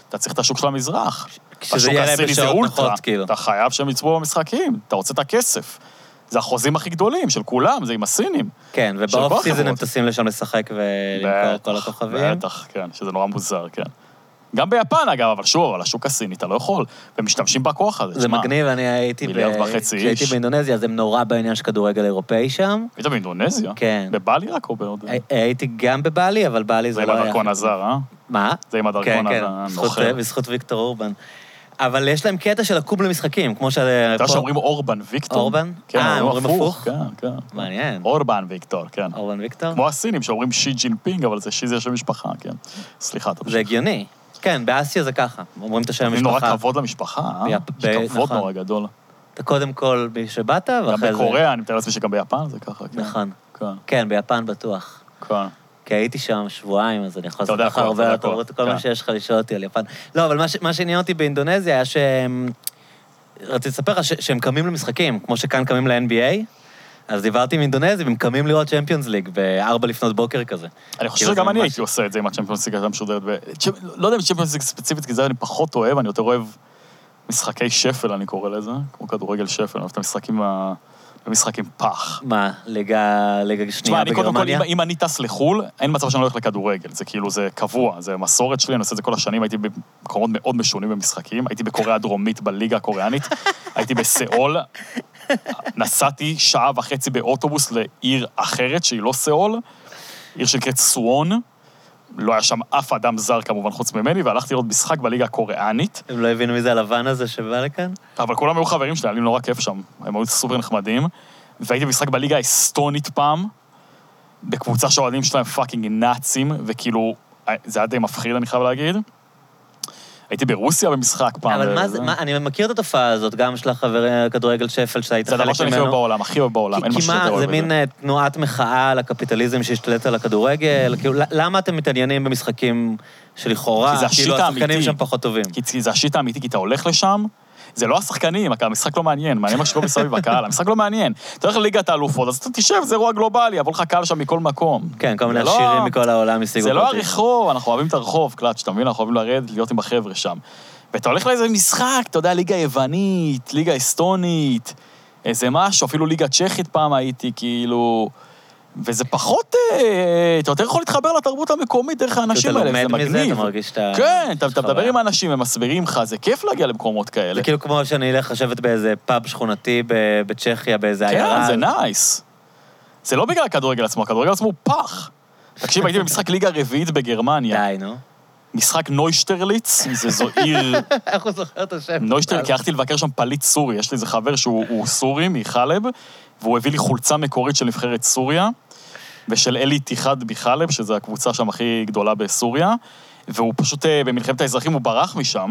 אתה צריך את השוק של המזרח. כשזה יהיה להם בשעות נוחות, כאילו. אתה חייב שהם יצבו במשחקים, אתה רוצה את הכסף. זה החוזים הכי גדולים של כולם, זה עם הסינים. כן, ובאוף סיזן הם טסים לשם לשחק ולמכור כל הכוכבים. בטח, כן, שזה נורא מוזר, כן. גם ביפן, אגב, אבל שוב, על השוק הסיני, אתה לא יכול, ומשתמשים בכוח הזה. זה מגניב, אני הייתי כשהייתי באינדונזיה, אז הם נורא בעניין של כדורגל אירופאי שם. היית באינדונזיה? כן. בבלי רק או בעוד? הייתי גם בבלי, אבל בלי זה לא היה... זה עם הדרכון הזר, אה? מה? זה עם הדרכון הנוחר. כן, כן, בזכות ויקטור אורבן. אבל יש להם קטע של לקום למשחקים, כמו ש... אתה יודע שאומרים אורבן ויקטור? אורבן? כן, אה, אומרים הפוך? כן, כן. מעניין. אורבן ויקטור, כן. אורבן ויקטור? כמו הסינים שאומרים שי ג'ינפינג, אבל זה שי זה שם משפחה, כן. סליחה, אתה זה הגיוני. כן, באסיה זה ככה. אומרים את השם המשפחה. נורא כבוד למשפחה, אה? יש כבוד נורא גדול. אתה קודם כל שבאת, ואחרי זה... גם בקוריאה, אני מתאר לעצמי שגם ביפן זה ככה, כן. נכון. כן, ביפן בטוח. כן. כי הייתי שם שבועיים, אז אני יכול לעשות לך הרבה יותר, כל מה שיש לך לשאול אותי על יפן. לא, אבל מה שעניין אותי באינדונזיה היה שהם... רציתי לספר לך שהם קמים למשחקים, כמו שכאן קמים ל-אן בי איי, אז דיברתי עם אינדונזים, הם קמים לראות צ'מפיונס ליג בארבע לפנות בוקר כזה. אני חושב שגם אני הייתי עושה את זה עם הצ'מפיונס ליג הייתה משודרת. לא יודע אם צ'מפיונס ליג ספציפית, כי זה אני פחות אוהב, אני יותר אוהב משחקי שפל, אני קורא לזה, כמו כדורגל שפל, אני אוהב את המשחקים במשחקים פח. מה, ליגה שנייה בגרמניה? אם אני טס לחול, אין מצב שאני לא הולך לכדורגל, זה כאילו, זה קבוע, זה מסורת שלי, אני עושה את זה כל השנים, הייתי במקומות מאוד משונים במשחקים, הייתי בקוריאה הדרומית, בליגה הקוריאנית, הייתי בסיאול, נסעתי שעה וחצי באוטובוס לעיר אחרת, שהיא לא סיאול, עיר שנקראת סוון, לא היה שם אף אדם זר כמובן חוץ ממני, והלכתי לראות משחק בליגה הקוריאנית. הם לא הבינו מי זה הלבן הזה שבא לכאן? אבל כולם היו חברים שלי, היה לי נורא כיף שם, הם היו סופר נחמדים, והייתי במשחק בליגה האסטונית פעם, בקבוצה שהאוהדים שלהם פאקינג נאצים, וכאילו, זה היה די מפחיד, אני חייב להגיד. הייתי ברוסיה במשחק פעם. אבל מה זה, אני מכיר את התופעה הזאת, גם של החבר כדורגל שפל, שהיית חלק ממנו. זה הדבר שאני חייב בעולם, הכי אוהב בעולם, אין משהו יותר אוהב זה מין תנועת מחאה על הקפיטליזם שהשתלט על הכדורגל, למה אתם מתעניינים במשחקים שלכאורה, כאילו השחקנים שם פחות טובים? כי זה השיט האמיתי, כי אתה הולך לשם, זה לא השחקנים, המשחק לא מעניין, מעניין מה שקורה מסביב בקהל, המשחק לא מעניין. אתה הולך לליגת האלופות, אז אתה תשב, זה אירוע גלובלי, יבוא לך קהל שם מכל מקום. כן, כל מיני עשירים מכל העולם השיגו. זה לא הרחוב, אנחנו אוהבים את הרחוב, קלאץ', אתה מבין, אנחנו אוהבים לרדת, להיות עם החבר'ה שם. ואתה הולך לאיזה משחק, אתה יודע, ליגה יוונית, ליגה אסטונית, איזה משהו, אפילו ליגה צ'כית פעם הייתי, כאילו... וזה פחות, אתה יותר יכול להתחבר לתרבות המקומית דרך האנשים האלה, זה מגניב. כן, אתה מדבר עם האנשים, הם מסבירים לך, זה כיף להגיע למקומות כאלה. זה כאילו כמו שאני אלך לשבת באיזה פאב שכונתי בצ'כיה, באיזה עיירה. כן, זה נייס. זה לא בגלל הכדורגל עצמו, הכדורגל עצמו הוא פח. תקשיב, הייתי במשחק ליגה רביעית בגרמניה. די, נו. משחק נוישטרליץ, זה זו עיר... איך הוא זוכר את השם? נוישטרליץ, כי הלכתי לבקר שם פליט סורי, יש לי איזה חבר שהוא סורי, מחלב, והוא הביא לי חולצה מקורית של נבחרת סוריה, ושל אלי תיחד בחלב, שזו הקבוצה שם הכי גדולה בסוריה, והוא פשוט, במלחמת האזרחים, הוא ברח משם,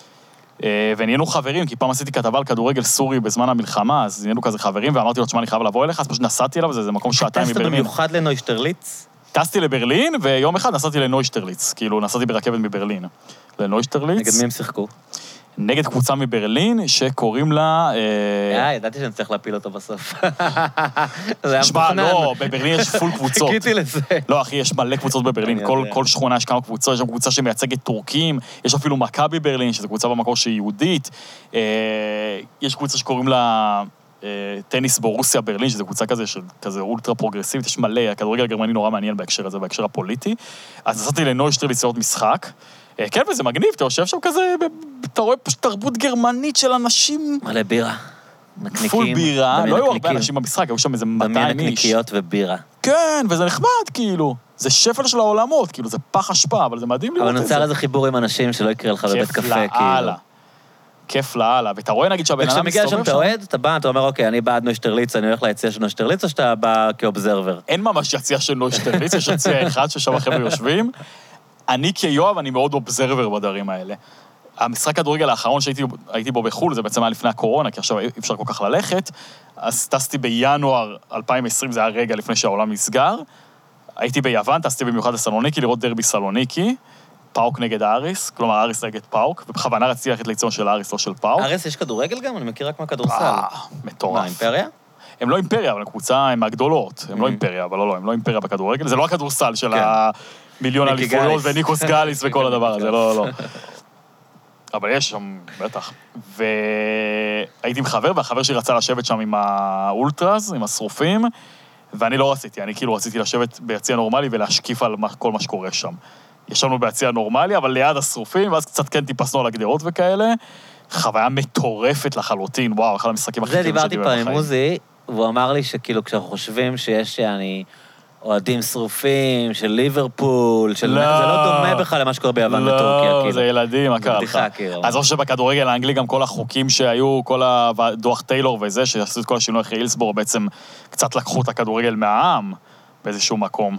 ונהיינו חברים, כי פעם עשיתי כתבה על כדורגל סורי בזמן המלחמה, אז נהיינו כזה חברים, ואמרתי לו, תשמע, אני חייב לבוא אליך, אז פשוט נסעתי אליו, זה מקום שעתיים מברלין. טסת במיוחד לנוישטרליץ? טסתי לברלין, ויום אחד נסעתי לנוישטרליץ, כאילו נסעתי ברכבת מברלין. לנוישטרליץ. נגד מי הם שיחקו? נגד קבוצה מברלין, שקוראים לה... אה, ידעתי שאני צריך להפיל אותו בסוף. שמע, לא, בברלין יש פול קבוצות. חיכיתי לזה. לא, אחי, יש מלא קבוצות בברלין, כל שכונה יש כמה קבוצות, יש שם קבוצה שמייצגת טורקים, יש אפילו מכבי ברלין, שזו קבוצה במקור שהיא יהודית, יש קבוצה שקוראים לה... טניס בורוסיה ברלין, שזו קבוצה כזה, כזה אולטרה פרוגרסיבית, יש מלא, הכדורגל הגרמני נורא מעניין בהקשר הזה, בהקשר הפוליטי. אז נסעתי לנוישטרליץ לראות משחק, כן, וזה מגניב, אתה יושב שם כזה, אתה רואה פשוט תרבות גרמנית של אנשים... מלא בירה. נקניקים. פול בירה, לא היו הרבה אנשים במשחק, היו שם איזה מאתיים איש. נקניקיות ובירה. כן, וזה נחמד, כאילו. זה שפל של העולמות, כאילו, זה פח אשפה, אבל זה מדהים לראות את זה. אבל נוצר איזה חיבור עם אנשים שלא יקרה לך בבית קפה, כאילו. כיף לאללה, ואתה רואה נגיד שהבן אדם מסתובב שם. וכשמגיע שם אתה אוהד, אתה בא, אתה אומר, אוקיי, אני בעד נוישטרליץ, אני הולך ליציע של נוישטרליץ, או שאתה בא כאובזרבר? אין ממש יציע של נוישטרליץ, יש יציע אחד ששם החבר'ה יושבים. אני כיואב, אני מאוד אובזרבר בדברים האלה. המשחק כדורגל האחרון שהייתי בו בחול, זה בעצם היה לפני הקורונה, כי עכשיו אי אפשר כל כך ללכת, אז טסתי בינואר אלפיים ועשרים, זה היה רגע לפני שהעולם נסגר. הייתי ביוון, טסתי במיוחד לסלוניקי, לראות דרבי סלוניקי, פאוק נגד האריס, כלומר האריס נגד פאוק, ובכוונה רציתי ללכת ליציון של האריס, לא של פאוק. האריס יש כדורגל גם? אני מכיר רק מהכדורסל. אה, מטורף. מה, אימפריה? הם לא אימפריה, אבל הקבוצה הם מהגדולות. הם לא אימפריה, אבל לא, לא, הם לא אימפריה בכדורגל. זה לא הכדורסל של המיליון אליפויות וניקוס גליס וכל הדבר הזה, לא, לא. אבל יש שם, בטח. והייתי עם חבר, והחבר שלי רצה לשבת שם עם האולטרס, עם השרופים, ואני לא רציתי, אני כאילו רציתי לשבת ביציע נורמלי ולהשקיף על כל מה שקורה שם. ישבנו ביציע נורמלי, אבל ליד השרופים, ואז קצת כן טיפסנו על הגדרות וכאלה. חוויה מטורפת לחלוטין, וואו, אחד המשחקים הכי טובים שלי בחיים. זה דיברתי פעם עם עוזי, והוא אמר לי שכאילו כשאנחנו חושבים שיש שאני אוהדים שרופים, של ליברפול, של... לא, זה לא דומה בכלל למה שקורה ביוון לא, וטורקיה, כאילו. לא, זה ילדים, מה קרה לך? כאילו. אז או שבכדורגל האנגלי גם כל החוקים שהיו, כל הדוח טיילור וזה, שעשו את כל השינוי אחרי הילסבורג, בעצם קצת לקחו את הכדורגל מהעם באיזשהו מקום.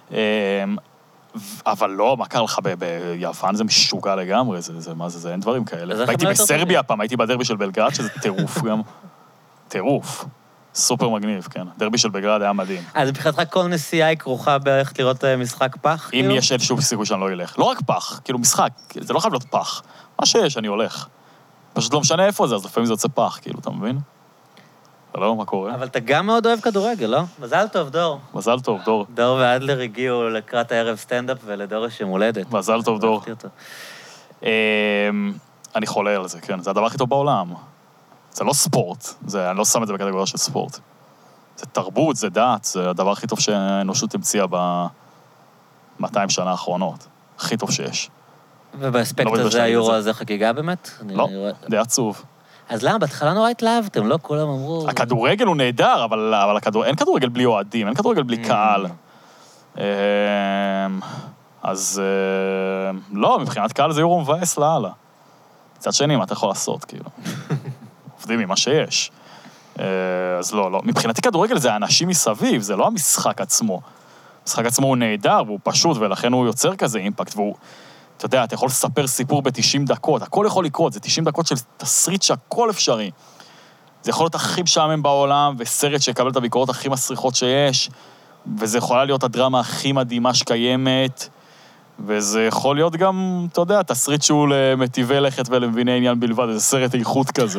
אבל לא, מה קרה לך ביוון? זה משוגע לגמרי, זה, מה זה, זה, אין דברים כאלה. הייתי בסרביה פעם, הייתי בדרבי של בלגרד, שזה טירוף גם. טירוף. סופר מגניב, כן. דרבי של בלגרד היה מדהים. אז מבחינתך כל נסיעה היא כרוכה בלכת לראות משחק פח? אם יש איזשהו סיכוי שאני לא אלך. לא רק פח, כאילו משחק, זה לא חייב להיות פח. מה שיש, אני הולך. פשוט לא משנה איפה זה, אז לפעמים זה יוצא פח, כאילו, אתה מבין? לא, מה קורה? אבל אתה גם מאוד אוהב כדורגל, לא? מזל טוב, דור. מזל טוב, דור. דור ואדלר הגיעו לקראת הערב סטנדאפ, ולדור יש יום הולדת. מזל טוב, דור. אני חולה על זה, כן. זה הדבר הכי טוב בעולם. זה לא ספורט, זה, אני לא שם את זה בקטגוריה של ספורט. זה תרבות, זה דת, זה הדבר הכי טוב שהאנושות המציאה ב-מאתיים שנה האחרונות. הכי טוב שיש. ובאספקט לא הזה היורו הזה חגיגה באמת? לא, די עצוב. אז למה? בהתחלה נורא התלהבתם, לא כולם אמרו... הכדורגל הוא נהדר, אבל, אבל הכדור... אין כדורגל בלי אוהדים, אין כדורגל בלי קהל. אז לא, מבחינת קהל זה יורו מבאס לאללה. מצד שני, מה אתה יכול לעשות, כאילו? עובדים ממה שיש. אז לא, לא. מבחינתי כדורגל זה האנשים מסביב, זה לא המשחק עצמו. המשחק עצמו הוא נהדר, והוא פשוט, ולכן הוא יוצר כזה אימפקט, והוא... אתה יודע, אתה יכול לספר סיפור ב-תשעים דקות, הכל יכול לקרות, זה תשעים דקות של תסריט שהכל אפשרי. זה יכול להיות הכי משעמם בעולם, וסרט שיקבל את הביקורות הכי מסריחות שיש, וזה יכולה להיות הדרמה הכי מדהימה שקיימת, וזה יכול להיות גם, אתה יודע, תסריט שהוא למטיבי לכת ולמביני עניין בלבד, איזה סרט איכות כזה.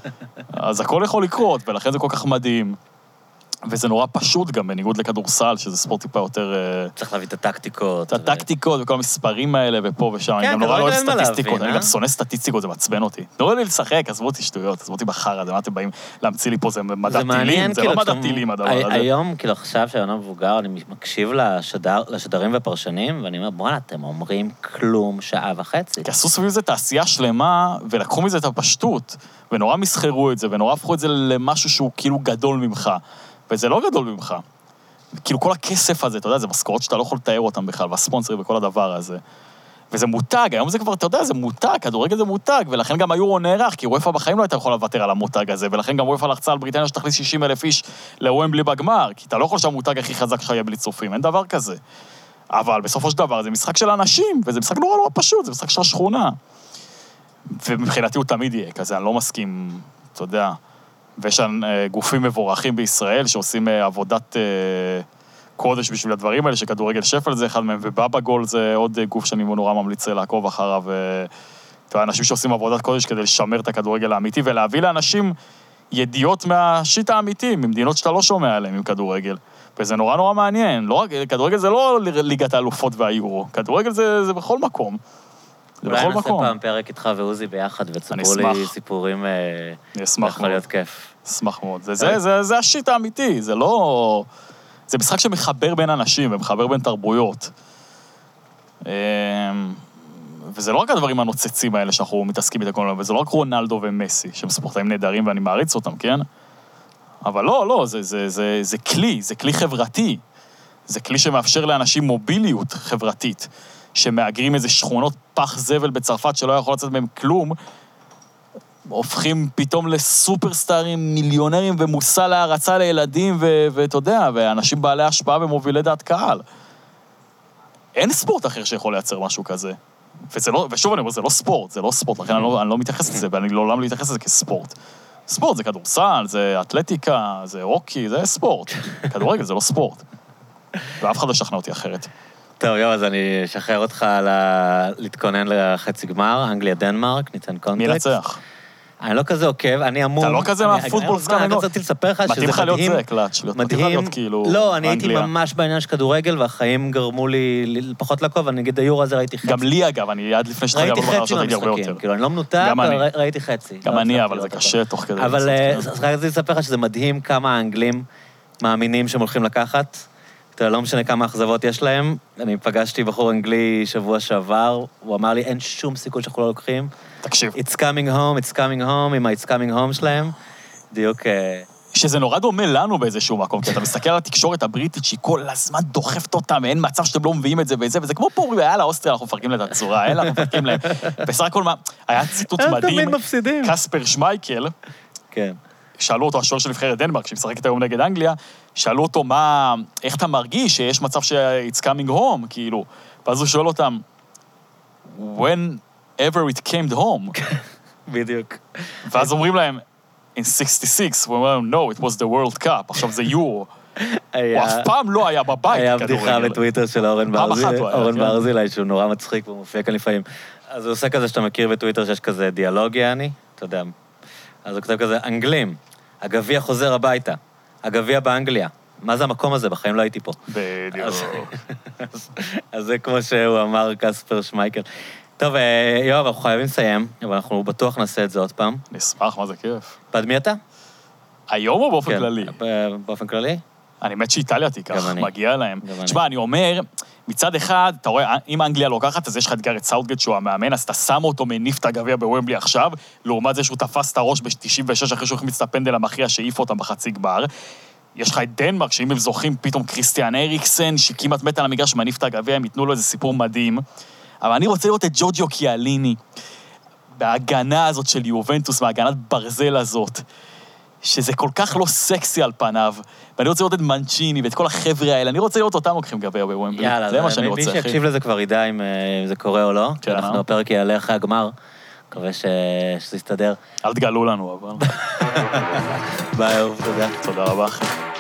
אז הכל יכול לקרות, ולכן זה כל כך מדהים. וזה נורא פשוט גם, בניגוד לכדורסל, שזה ספורט טיפה יותר... צריך להביא את הטקטיקות. את הטקטיקות וכל המספרים האלה, ופה ושם. אני גם נורא לא אוהב סטטיסטיקות, אני גם שונא סטטיסטיקות, זה מעצבן אותי. נורא לי לשחק, עזבו אותי שטויות, עזבו אותי בחר, מה אתם באים להמציא לי פה, זה מדע טילים, זה לא מדע טילים הדבר הזה. היום, כאילו עכשיו שהיונה מבוגר, אני מקשיב לשדרים ופרשנים, ואני אומר, בוא'נה, אתם אומרים כלום שעה וחצי. כי עשו סביב זה תעשייה שלמה, ולקחו מזה את הפשטות, ונורא מסחרו את זה, ונורא הפכו את זה למשהו שהוא כאילו גדול ממך. וזה לא גדול ממך. כאילו כל הכסף הזה, אתה יודע, זה משכורות שאתה לא יכול לתאר אותם בכלל, והספונסרים וכל הדבר הזה. וזה מותג, היום זה כבר, אתה יודע, זה מותג, כדורגל זה מותג, ולכן גם היורו נערך, כי וופא בחיים לא הייתה יכולה לוותר על המותג הזה, ולכן גם וופא לחצה על בריטניה שתכניס שישים אלף איש לוומבלי בגמר, כי אתה לא יכול שהמותג הכי חזק שהיה בלי צופים, אין דבר כזה. אבל בסופו של דבר זה משחק של אנשים, וזה משחק נורא נורא פשוט, זה משחק של השכונה. ומבחינתי הוא תמיד יהיה כזה, אני לא מסכים, אתה יודע, ויש שם גופים מבורכים בישראל שעושים עבודת קודש בשביל הדברים האלה, שכדורגל שפל זה אחד מהם, ובאבא גול זה עוד גוף שאני נורא ממליץ לעקוב אחריו, ואנשים שעושים עבודת קודש כדי לשמר את הכדורגל האמיתי, ולהביא לאנשים ידיעות מהשיט האמיתי, ממדינות שאתה לא שומע עליהם עם כדורגל. וזה נורא נורא מעניין. לא, כדורגל זה לא ליגת האלופות והיורו, כדורגל זה, זה בכל מקום. אולי נעשה פעם פרק איתך ועוזי ביחד, ותספרו לי סיפורים, אני אשמח יכול להיות כיף. אשמח מאוד. זה, זה, זה, זה השיט האמיתי, זה לא... זה משחק שמחבר בין אנשים, ומחבר בין תרבויות. וזה לא רק הדברים הנוצצים האלה שאנחנו מתעסקים איתם כל הזמן, וזה לא רק רונלדו ומסי, שהם ספורטאים נהדרים ואני מעריץ אותם, כן? אבל לא, לא, זה, זה, זה, זה כלי, זה כלי חברתי. זה כלי שמאפשר לאנשים מוביליות חברתית. שמאגרים איזה שכונות פח זבל בצרפת שלא יכול לצאת מהם כלום, הופכים פתאום לסופרסטארים, מיליונרים ומושא להרצה לילדים, ואתה יודע, ואנשים בעלי השפעה ומובילי דעת קהל. אין ספורט אחר שיכול לייצר משהו כזה. וזה לא, ושוב אני אומר, זה לא ספורט, זה לא ספורט, לכן אני לא, אני לא מתייחס לזה, ואני לעולם לא מתייחס לזה כספורט. ספורט זה כדורסל, זה אתלטיקה, זה רוקי, זה ספורט. כדורגל זה לא ספורט. ואף אחד לא שכנע אותי אחרת. טוב, יום, אז אני אשחרר אותך להתכונן לחצי גמר, אנגליה-דנמרק, ניתן קונטקסט. מי נצח? אני לא כזה עוקב, אני אמור... אתה לא כזה מהפוטבול סקאמינג? אני רציתי לספר לך שזה מדהים. מתאים לך להיות זה, קלאץ', מתאים לך להיות כאילו... לא, אני הייתי ממש בעניין של כדורגל, והחיים גרמו לי פחות לעקוב, אני אגיד, היורו הזה ראיתי חצי. גם לי, אגב, אני עד לפני שתרגע ראיתי חצי מהמשחקים, כאילו, אני לא מנותק, אבל ראיתי חצי. גם אני, אבל זה קשה תוך כדי. אבל רציתי לספר לך שזה מדהים כמה האנגלים מאמינים שהם הולכים לקחת. אתה לא משנה כמה אכזבות יש להם. אני פגשתי בחור אנגלי שבוע שעבר, הוא אמר לי, אין שום סיכוי שאנחנו לא לוקחים. תקשיב. It's coming home, it's coming home, עם ה-It's coming home שלהם. דיוק... שזה נורא דומה לנו באיזשהו מקום, כי אתה מסתכל על התקשורת הבריטית שהיא כל הזמן דוחפת אותם, אין מצב שאתם לא מביאים את זה וזה, וזה כמו פה, היה לאוסטריה, אנחנו מפרקים להם את הצורה, היה אנחנו מפרקים להם. בסך הכל מה, היה ציטוט מדהים, קספר שמייקל, כן. שאלו אותו, השוער של נבחרת דנמרק, שמשחקת היום נגד אנגליה, שאלו אותו מה, איך אתה מרגיש שיש מצב ש-It's coming home, כאילו, ואז הוא שואל אותם, whenever it came home. בדיוק. ואז אומרים להם, in sixty-six, we went, no, it was the World Cup, עכשיו זה יורו. הוא אף פעם לא היה בבית. היה בדיחה בטוויטר של אורן ברזילי, אורן ברזילי, שהוא נורא מצחיק והוא מופיע כאן לפעמים. אז הוא עושה כזה שאתה מכיר בטוויטר שיש כזה דיאלוג, יעני, אתה יודע. אז הוא כתב כזה, אנגלים, הגביע חוזר הביתה, הגביע באנגליה. מה זה המקום הזה? בחיים לא הייתי פה. בדיוק. אז זה כמו שהוא אמר, קספר שמייקל. טוב, יואב, אנחנו חייבים לסיים, אבל אנחנו בטוח נעשה את זה עוד פעם. נשמח, מה זה כיף. בעד מי אתה? היום או באופן כללי? באופן כללי? אני מת שאיטליה תיקח, מגיע להם. תשמע, אני אומר, מצד אחד, אתה רואה, אם אנגליה לוקחת, אז יש לך את גארט סאוטגייט שהוא המאמן, אז אתה שם אותו מניף את הגביע בוומבלי עכשיו, לעומת זה שהוא תפס את הראש ב-תשעים ושש אחרי שהוא החמיץ את הפנדל המכריע שהעיף אותם בחצי גמר. יש לך את דנמרק, שאם הם זוכים פתאום קריסטיאן אריקסן, שכמעט מת על המגרש שמניף את הגביע, הם ייתנו לו איזה סיפור מדהים. אבל אני רוצה לראות את ג'ורג'יו קיאליני, בהגנה הזאת של יובנטוס, מהגנת ברזל הזאת, שזה כל כך לא סקסי על פניו, ואני רוצה לראות את מנצ'יני ואת כל החבר'ה האלה, אני רוצה לראות אותם לוקחים גביע בוומבלי, זה מה שאני רוצה, אחי. מי שיקשיב לזה כבר ידע אם זה קורה או לא, כי אנחנו הפרק יעלה אחרי הגמר, מקווה שזה יסתדר. אל תגלו לנו, אבל. ביי, אהוב, תודה. תודה רבה, אחי.